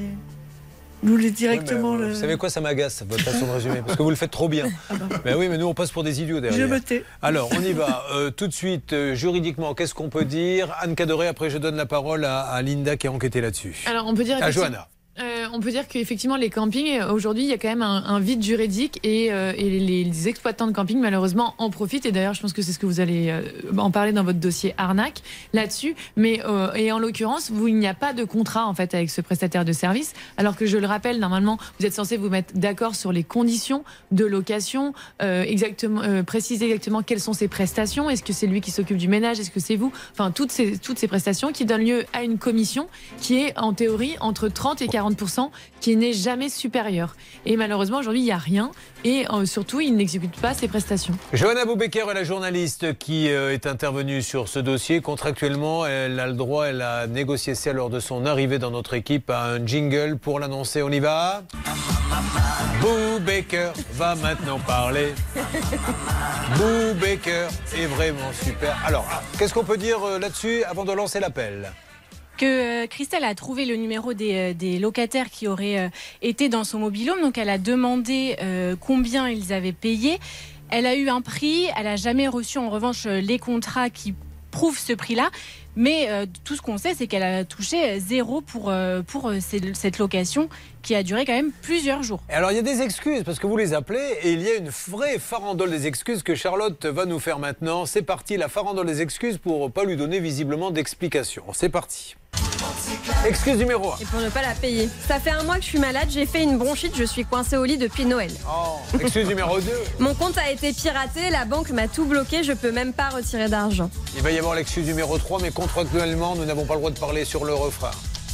Vous savez quoi, ça m'agace, votre façon de résumer, parce que vous le faites trop bien. Mais oui, mais nous on passe pour des idiots derrière. Je me tais. Alors, on y va. Tout de suite, juridiquement, qu'est-ce qu'on peut dire? Anne Cadoré, après je donne la parole à Linda qui a enquêté là-dessus. Alors, on peut dire... À Johanna. On peut dire qu'effectivement, les campings, aujourd'hui, il y a quand même un vide juridique et les exploitants de camping, malheureusement, en profitent. Et d'ailleurs, je pense que c'est ce que vous allez en parler dans votre dossier arnaque là-dessus. Mais et en l'occurrence, il n'y a pas de contrat en fait avec ce prestataire de service. Alors que je le rappelle, normalement, vous êtes censé vous mettre d'accord sur les conditions de location, préciser exactement quelles sont ses prestations. Est-ce que c'est lui qui s'occupe du ménage? Est-ce que c'est vous? Enfin, toutes ces prestations qui donnent lieu à une commission qui est en théorie entre 30 et 40%, qui n'est jamais supérieur. Et malheureusement, aujourd'hui, il n'y a rien. Et surtout, il n'exécute pas ses prestations. Johanna Boubecker est la journaliste qui est intervenue sur ce dossier. Contractuellement, elle a le droit, elle a négocié ça lors de son arrivée dans notre équipe, à un jingle pour l'annoncer. On y va. Boubecker va maintenant parler. Boubecker est vraiment super. Alors, qu'est-ce qu'on peut dire là-dessus avant de lancer l'appel? Que Christelle a trouvé le numéro des locataires qui auraient été dans son mobil-home. Donc elle a demandé combien ils avaient payé. Elle a eu un prix. Elle n'a jamais reçu en revanche les contrats qui prouve ce prix-là. Mais tout ce qu'on sait, c'est qu'elle a touché 0 pour cette location qui a duré quand même plusieurs jours. Et alors il y a des excuses parce que vous les appelez et il y a une vraie farandole des excuses que Charlotte va nous faire maintenant. C'est parti, la farandole des excuses pour pas lui donner visiblement d'explication. C'est parti. Excuse numéro 1. Et pour ne pas la payer. Ça fait un mois que je suis malade, j'ai fait une bronchite, je suis coincée au lit depuis Noël. Oh, excuse numéro 2. Mon compte a été piraté, la banque m'a tout bloqué, je peux même pas retirer d'argent. Il va y avoir l'excuse numéro 3, mais contractuellement, nous n'avons pas le droit de parler sur le refrain.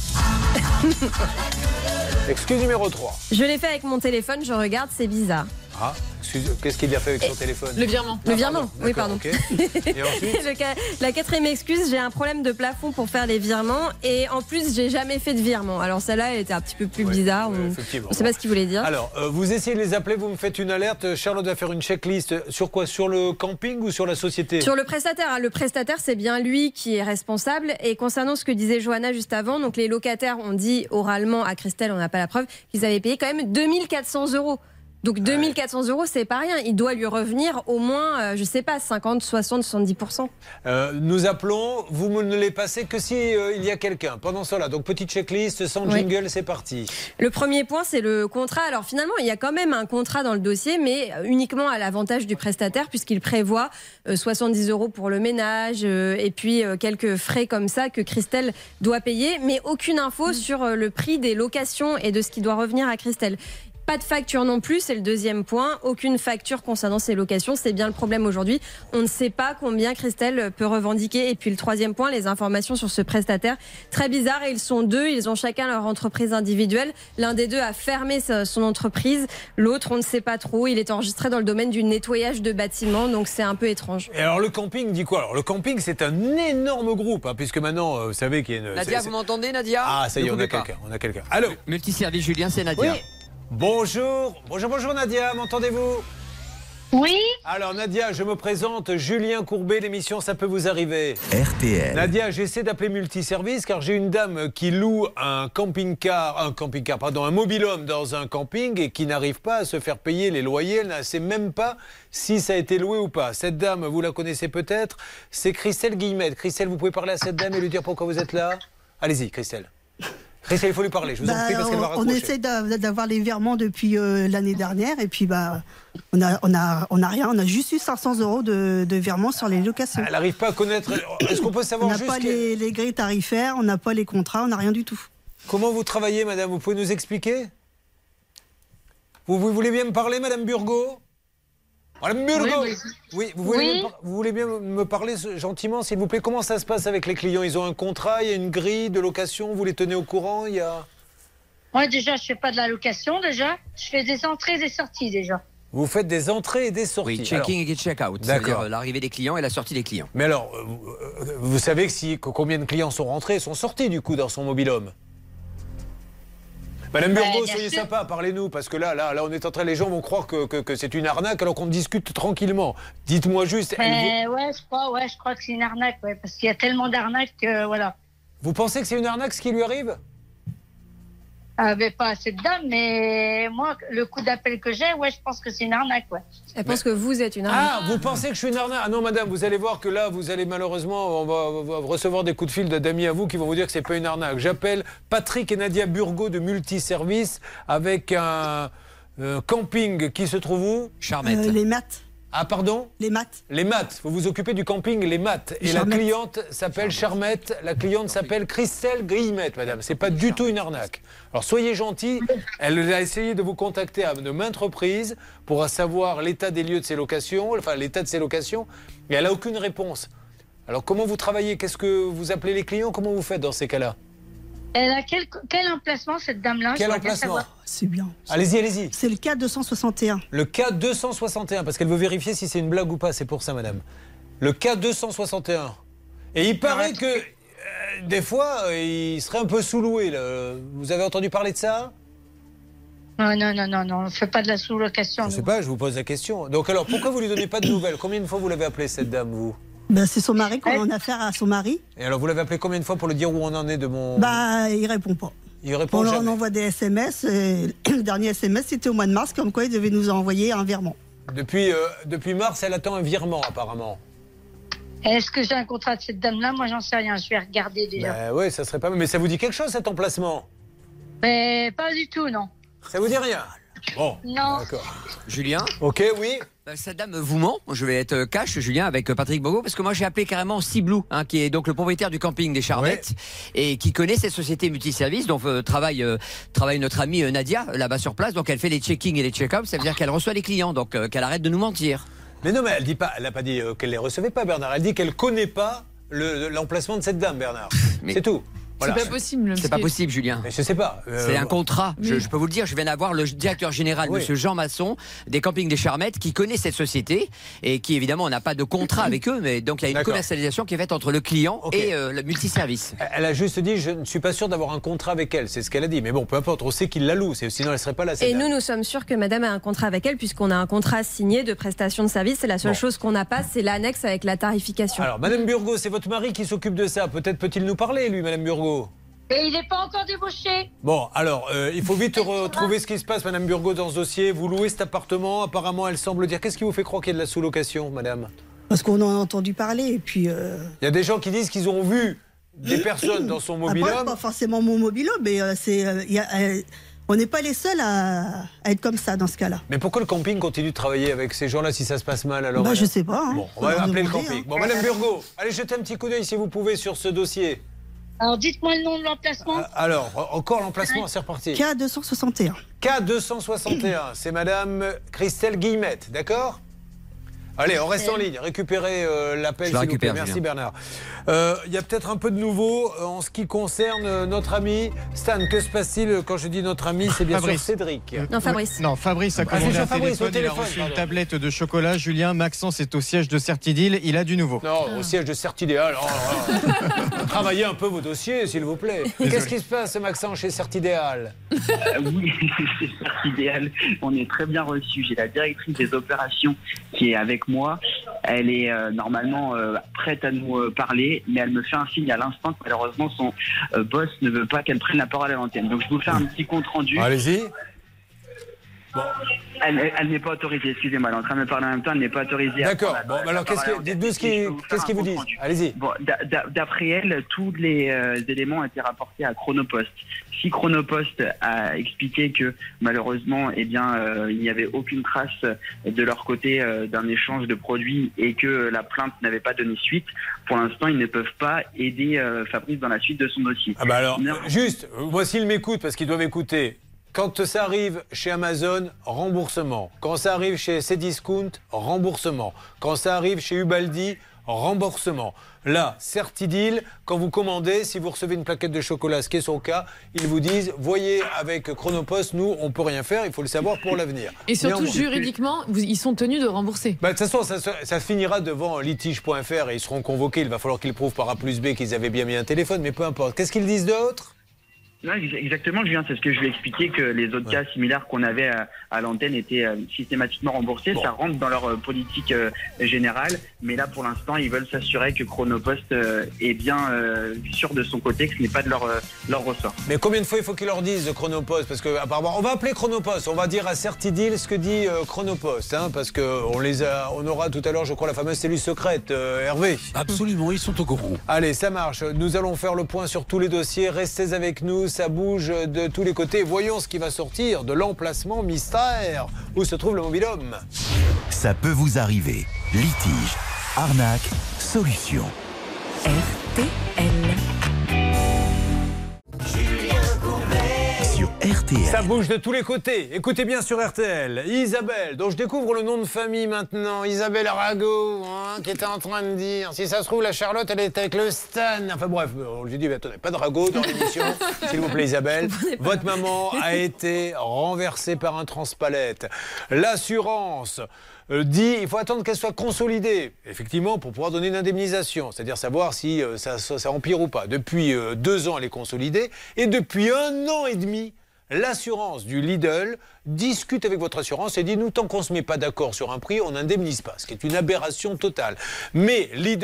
Excuse numéro 3. Je l'ai fait avec mon téléphone, je regarde, c'est bizarre. Ah, qu'est-ce qu'il a fait avec son téléphone? Le virement. Le virement, oui, pardon. Okay. Et ensuite la 4e excuse, j'ai un problème de plafond pour faire les virements et en plus, j'ai jamais fait de virement. Alors celle-là, elle était un petit peu plus bizarre. On ne sait pas ce qu'il voulait dire. Alors, vous essayez de les appeler, vous me faites une alerte. Charlotte va faire une checklist. Sur quoi? Sur le camping ou sur la société? Sur le prestataire. Le prestataire, c'est bien lui qui est responsable. Et concernant ce que disait Johanna juste avant, donc les locataires ont dit oralement à Christelle, on n'a pas la preuve, qu'ils avaient payé quand même 2400 €. Donc 2400 €, c'est pas rien. Il doit lui revenir au moins, je sais pas, 50, 60, 70%. Nous appelons, vous ne les passez que si il y a quelqu'un. Pendant cela, donc petite checklist, sans jingle, c'est parti. Le premier point, c'est le contrat. Alors finalement, il y a quand même un contrat dans le dossier, mais uniquement à l'avantage du prestataire, puisqu'il prévoit 70 € pour le ménage, et puis quelques frais comme ça que Christelle doit payer, mais aucune info sur le prix des locations et de ce qui doit revenir à Christelle. Pas de facture non plus, c'est le deuxième point. Aucune facture concernant ces locations, c'est bien le problème aujourd'hui. On ne sait pas combien Christelle peut revendiquer. Et puis le troisième point, les informations sur ce prestataire. Très bizarre, ils sont deux, ils ont chacun leur entreprise individuelle. L'un des deux a fermé son entreprise, l'autre on ne sait pas trop. Il est enregistré dans le domaine du nettoyage de bâtiments, donc c'est un peu étrange. Et alors le camping dit quoi? Alors le camping c'est un énorme groupe, hein, puisque maintenant vous savez qu'il y a une... Nadia, vous m'entendez Nadia? Ah ça y est, on a quelqu'un. Allô? Multiservice Julien, c'est Nadia. Oui. Bonjour Nadia, m'entendez-vous? Oui. Alors Nadia, je me présente, Julien Courbet, l'émission Ça peut vous arriver. RTL. Nadia, j'essaie d'appeler multiservice car j'ai une dame qui loue un mobil-home dans un camping et qui n'arrive pas à se faire payer les loyers. Elle ne sait même pas si ça a été loué ou pas. Cette dame, vous la connaissez peut-être, c'est Christelle Guillemette. Christelle, vous pouvez parler à cette dame et lui dire pourquoi vous êtes là? Allez-y, Christelle. Christelle, il faut lui parler, je vous en prie, parce qu'elle va raccrocher. On essaie d'avoir les virements depuis l'année dernière et puis on a rien, on a juste eu 500 € de virements sur les locations. Elle n'arrive pas à connaître. Est-ce qu'on peut savoir juste... On n'a pas les grilles tarifaires, on n'a pas les contrats, on n'a rien du tout. Comment vous travaillez, madame? Vous pouvez nous expliquer? Vous voulez bien me parler, madame Burgot? Madame Burgot, oui, vous voulez bien me parler gentiment, s'il vous plaît? Comment ça se passe avec les clients? Ils ont un contrat, il y a une grille de location, vous les tenez au courant? Moi, déjà, je ne fais pas de la location, déjà. Je fais des entrées et des sorties, déjà. Vous faites des entrées et des sorties? Oui, checking et check-out. C'est-à-dire l'arrivée des clients et la sortie des clients. Mais alors, vous savez combien de clients sont rentrés et sont sortis, du coup, dans son mobil-home? Madame Burgot, soyez sympa, parlez-nous, parce que là, on est en train, les gens vont croire que c'est une arnaque alors qu'on discute tranquillement. Dites-moi juste. Ouais, je crois que c'est une arnaque, parce qu'il y a tellement d'arnaques que voilà. Vous pensez que c'est une arnaque ce qui lui arrive? Mais pas à cette dame, mais moi, le coup d'appel que j'ai, je pense que c'est une arnaque, Elle pense que vous êtes une arnaque. Ah, vous pensez que je suis une arnaque? Ah non, madame, vous allez voir que là, vous allez malheureusement, on va recevoir des coups de fil d'amis à vous qui vont vous dire que c'est pas une arnaque. J'appelle Patrick et Nadia Burgot de Multiservice avec un camping qui se trouve où? Charmette. Les maths. Ah, pardon? Les maths. Les maths. Vous vous occupez du camping Les Maths. Et Charmette. La cliente s'appelle Charmette. La cliente s'appelle Christelle Guillemette, madame. C'est pas du tout une arnaque. Alors soyez gentils. Elle a essayé de vous contacter à de maintes reprises pour savoir l'état des lieux de ses locations, enfin l'état de ses locations, et elle n'a aucune réponse. Alors comment vous travaillez? Qu'est-ce que vous appelez les clients? Comment vous faites dans ces cas-là? Elle a quel emplacement, cette dame-là? Quel emplacement? C'est bien. Allez-y. C'est le cas 261. Le cas 261, parce qu'elle veut vérifier si c'est une blague ou pas, c'est pour ça, madame. Le cas 261. Et il paraît que, des fois, il serait un peu sous-loué. Vous avez entendu parler de ça? Non, on ne fait pas de la sous-location. Je ne sais pas, je vous pose la question. Donc alors, pourquoi vous ne lui donnez pas de nouvelles? Combien de fois vous l'avez appelée, cette dame, vous? C'est son mari, qu'on en a affaire à son mari. Et alors, vous l'avez appelé combien de fois pour lui dire où on en est de mon... Il répond pas. Il répond jamais. On envoie des SMS. Et le dernier SMS, c'était au mois de mars, comme quoi il devait nous envoyer un virement. Depuis mars, elle attend un virement, apparemment. Est-ce que j'ai un contrat de cette dame-là? Moi, j'en sais rien. Je vais regarder déjà. Oui, ça serait pas mal. Mais ça vous dit quelque chose, cet emplacement? Mais pas du tout, non. Ça vous dit rien? Bon, non. D'accord. Julien? Ok, oui. Cette dame vous ment. Je vais être cash, Julien, avec Patrick Bogo, parce que moi j'ai appelé carrément Ciblou, qui est donc le propriétaire du camping des Charmettes, et qui connaît cette société multiservice dont travaille notre amie Nadia là-bas sur place. Donc elle fait les check-ins et les check-ups. Ça veut dire qu'elle reçoit les clients, donc qu'elle arrête de nous mentir. Mais non, mais elle n'a pas dit qu'elle les recevait pas, Bernard. Elle dit qu'elle connaît pas l'emplacement de cette dame, Bernard. C'est tout. Voilà. C'est pas possible. C'est pas possible, Julien. Mais je sais pas. C'est un contrat. Je peux vous le dire. Je viens d'avoir le directeur général, Monsieur Jean Masson, des campings des Charmettes, qui connaît cette société et qui évidemment n'a pas de contrat avec eux, mais donc il y a une commercialisation qui est faite entre le client et le multiservice. Elle a juste dit, je ne suis pas sûr d'avoir un contrat avec elle. C'est ce qu'elle a dit. Mais bon, peu importe. On sait qu'il la loue. Sinon, elle serait pas là. Et nous sommes sûrs que Madame a un contrat avec elle, puisqu'on a un contrat signé de prestation de service. C'est la seule chose qu'on n'a pas, c'est l'annexe avec la tarification. Alors, Madame Burgot, c'est votre mari qui s'occupe de ça. Peut-être peut-il nous parler, lui, Madame Burgot? Et il n'est pas encore débauché. Bon, alors, il faut vite retrouver ce qui se passe, Madame Burgot, dans ce dossier. Vous louez cet appartement. Apparemment, elle semble dire. Qu'est-ce qui vous fait croire qu'il y a de la sous-location, Madame? Parce qu'on en a entendu parler. Et puis. Il y a des gens qui disent qu'ils ont vu des personnes dans son mobil-home. Après, pas forcément mon mobil-home, mais on n'est pas les seuls à être comme ça dans ce cas-là. Mais pourquoi le camping continue de travailler avec ces gens-là si ça se passe mal alors? Je sais pas. Bon, on va appeler le camping. Bon, Madame Burgot, allez jeter un petit coup d'œil si vous pouvez sur ce dossier. Alors, dites-moi le nom de l'emplacement. Alors, encore l'emplacement, c'est reparti. K261. K261, c'est Madame Christelle Guillemette, d'accord? Allez, on reste en ligne. Récupérez l'appel, s'il vous plaît. Merci, Bernard. Il y a peut-être un peu de nouveau en ce qui concerne notre ami Stan. Que se passe-t-il quand je dis notre ami? C'est bien sûr Cédric. Non, Fabrice. Non, Fabrice a commandé un téléphone, il a reçu une tablette de chocolat. Julien, Maxence est au siège de Certidil. Il a du nouveau. Non, au siège de Certidéal. Travaillez un peu vos dossiers, s'il vous plaît. Qu'est-ce qui se passe, Maxence, chez Certidéal? Oui, chez Certidéal, on est très bien reçu. J'ai la directrice des opérations qui est avec moi. Elle est normalement prête à nous parler, mais elle me fait un signe à l'instant que malheureusement son boss ne veut pas qu'elle prenne la parole à l'antenne. Donc je vous fais un petit compte rendu. Allez-y. Bon. Elle n'est pas autorisée, excusez-moi, elle est en train de me parler en même temps, elle n'est pas autorisée. D'accord, bon, alors dites-nous ce qu'ils vous disent. Allez-y. Bon, d'après elle, tous les éléments ont été rapportés à Chronopost. Si Chronopost a expliqué que malheureusement, il n'y avait aucune trace de leur côté d'un échange de produits et que la plainte n'avait pas donné suite, pour l'instant, ils ne peuvent pas aider Fabrice dans la suite de son dossier. Ah bah alors, juste, moi s'ils m'écoutent, parce qu'ils doivent écouter. Quand ça arrive chez Amazon, remboursement. Quand ça arrive chez Cdiscount, remboursement. Quand ça arrive chez Ubaldi, remboursement. Là, Certidil, quand vous commandez, si vous recevez une plaquette de chocolat, ce qui est son cas, ils vous disent, voyez, avec Chronopost, nous, on peut rien faire, il faut le savoir pour l'avenir. Et surtout, juridiquement, ils sont tenus de rembourser. De toute façon, ça finira devant litige.fr et ils seront convoqués. Il va falloir qu'ils prouvent par A plus B qu'ils avaient bien mis un téléphone, mais peu importe. Qu'est-ce qu'ils disent d'autre? Non, exactement, Julien, c'est ce que je lui ai expliqué, que les autres cas similaires qu'on avait à l'antenne étaient systématiquement remboursés. Ça rentre dans leur politique générale, mais là, pour l'instant, ils veulent s'assurer que Chronopost est bien sûr de son côté, que ce n'est pas de leur ressort. Mais combien de fois il faut qu'ils leur disent Chronopost? Parce que apparemment, on va appeler Chronopost, on va dire à Certidil ce que dit Chronopost, parce que on aura tout à l'heure, je crois, la fameuse cellule secrète, Hervé. Absolument, ils sont au courant. Allez, ça marche. Nous allons faire le point sur tous les dossiers. Restez avec nous. Ça bouge de tous les côtés. Voyons ce qui va sortir de l'emplacement mystère où se trouve le mobil-home. Ça peut vous arriver. Litige, arnaque, solution. RTL. Sur RTL. Ça bouge de tous les côtés. Écoutez bien sur RTL. Isabelle, dont je découvre le nom de famille maintenant. Isabelle Arago, qui était en train de dire, si ça se trouve, la Charlotte, elle est avec le Stan. Enfin bref, on lui dit, mais attendez, pas de Rago dans l'émission. S'il vous plaît, Isabelle. Votre maman a été renversée par un transpalette. L'assurance dit il faut attendre qu'elle soit consolidée, effectivement, pour pouvoir donner une indemnisation, c'est-à-dire savoir si ça empire ou pas. Depuis 2 ans, elle est consolidée, et depuis 1 an et demi, l'assurance du Lidl discute avec votre assurance et dit nous, tant qu'on ne se met pas d'accord sur un prix, on n'indemnise pas, ce qui est une aberration totale. Mais Lidl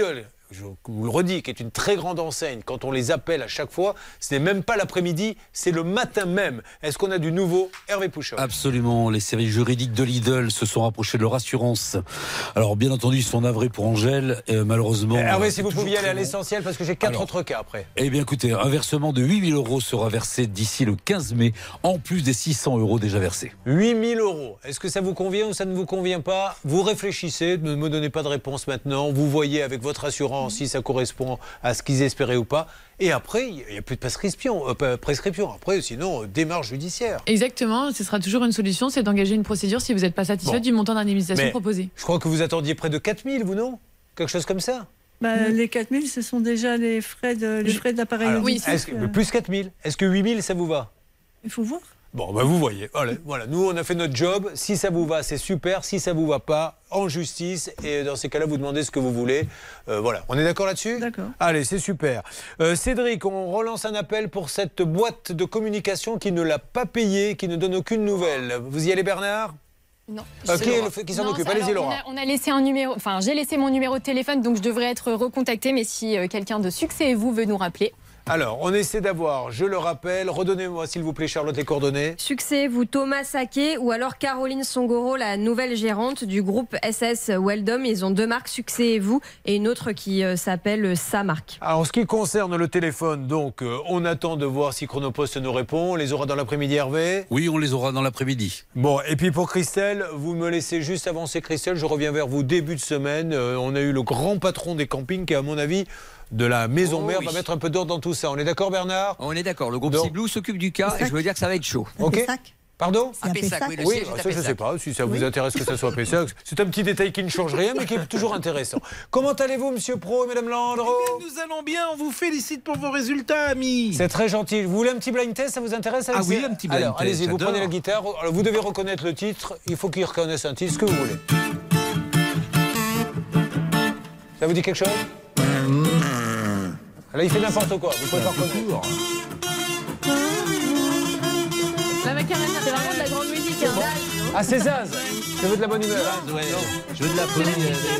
je vous le redis, qui est une très grande enseigne, quand on les appelle à chaque fois, ce n'est même pas l'après-midi, c'est le matin même. Est-ce qu'on a du nouveau, Hervé Pouchol? Absolument, les services juridiques de Lidl se sont rapprochés de leur assurance. Alors bien entendu, ils sont navrés pour Angèle, malheureusement... Hervé, si vous pouviez aller à l'essentiel, parce que j'ai 4 autres cas après. Eh bien écoutez, un versement de 8 000 € sera versé d'ici le 15 mai, en plus des 600 € déjà versés. 8 000 €. Est-ce que ça vous convient ou ça ne vous convient pas? Vous réfléchissez, ne me donnez pas de réponse maintenant. Vous voyez avec votre assurance si ça correspond à ce qu'ils espéraient ou pas. Et après, il n'y a plus de prescription. Après, sinon, démarche judiciaire. Exactement, ce sera toujours une solution, c'est d'engager une procédure si vous n'êtes pas satisfait du montant d'indemnisation proposé. Je crois que vous attendiez près de 4 000, vous, non? Quelque chose comme ça? Les 4 000, ce sont déjà les frais de l'appareil auditif. Plus 4 000. Est-ce que 8 000, ça vous va? Il faut voir. Bon, vous voyez, voilà, nous on a fait notre job, si ça vous va c'est super, si ça vous va pas, en justice, et dans ces cas-là vous demandez ce que vous voulez, voilà, on est d'accord là-dessus? D'accord. Allez, c'est super. Cédric, on relance un appel pour cette boîte de communication qui ne l'a pas payé, qui ne donne aucune nouvelle. Vous y allez Bernard? Non. Qui s'en occupe? Allez-y Laura. On a laissé un numéro, j'ai laissé mon numéro de téléphone, donc je devrais être recontacté, mais si quelqu'un de Succès et vous veut nous rappeler. Alors, on essaie d'avoir, je le rappelle, redonnez-moi s'il vous plaît Charlotte les coordonnées. Succès, vous Thomas Saquet ou alors Caroline Songoro, la nouvelle gérante du groupe SS Weldom. Ils ont 2 marques, Succès et vous, et une autre qui s'appelle Sa Marque. Alors, en ce qui concerne le téléphone, donc, on attend de voir si Chronopost nous répond. On les aura dans l'après-midi, Hervé? Oui, on les aura dans l'après-midi. Bon, et puis pour Christelle, vous me laissez juste avancer Christelle, je reviens vers vous début de semaine. On a eu le grand patron des campings qui, à mon avis, de la maison mère va mettre un peu d'ordre dans tout ça. On est d'accord Bernard? On est d'accord, le groupe Ciblou s'occupe du cas et je veux dire que ça va être chaud. Ok. Pardon? À Pessac, oui, le oui, siège est à ça je ne sais Pessac. pas si ça vous intéresse que ça soit à Pessac. C'est un petit détail qui ne change rien mais qui est toujours intéressant. Comment allez-vous Monsieur Pro et Madame Landreau? Nous allons bien, on vous félicite pour vos résultats amis. C'est très gentil. Vous voulez un petit blind test, ça vous intéresse? Ah oui, un petit blind Alors, test. allez-y, vous j'adore. prenez la guitare. Alors, vous devez reconnaître le titre. Il faut qu'il reconnaisse un titre, ce que vous voulez. Ça vous dit quelque chose? Là, il fait n'importe quoi. Vous pouvez pas reconnaître. La Macarena, c'est vraiment de la grande musique. Ah, c'est Zaz. Je veux de la bonne humeur. Je veux de la folie.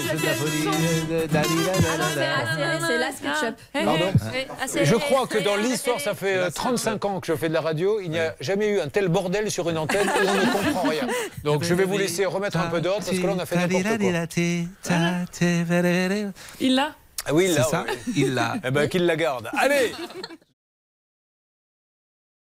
C'est la SketchUp. Pardon? Je crois que dans l'histoire, ça fait 35 ans que je fais de la radio, il n'y a jamais eu un tel bordel sur une antenne où on ne comprend rien. Donc je vais vous laisser remettre un peu d'ordre parce que là on a fait n'importe quoi. Il l'a? Ah oui, il l'a. C'est ça, il l'a. Eh ben qu'il la garde. Allez!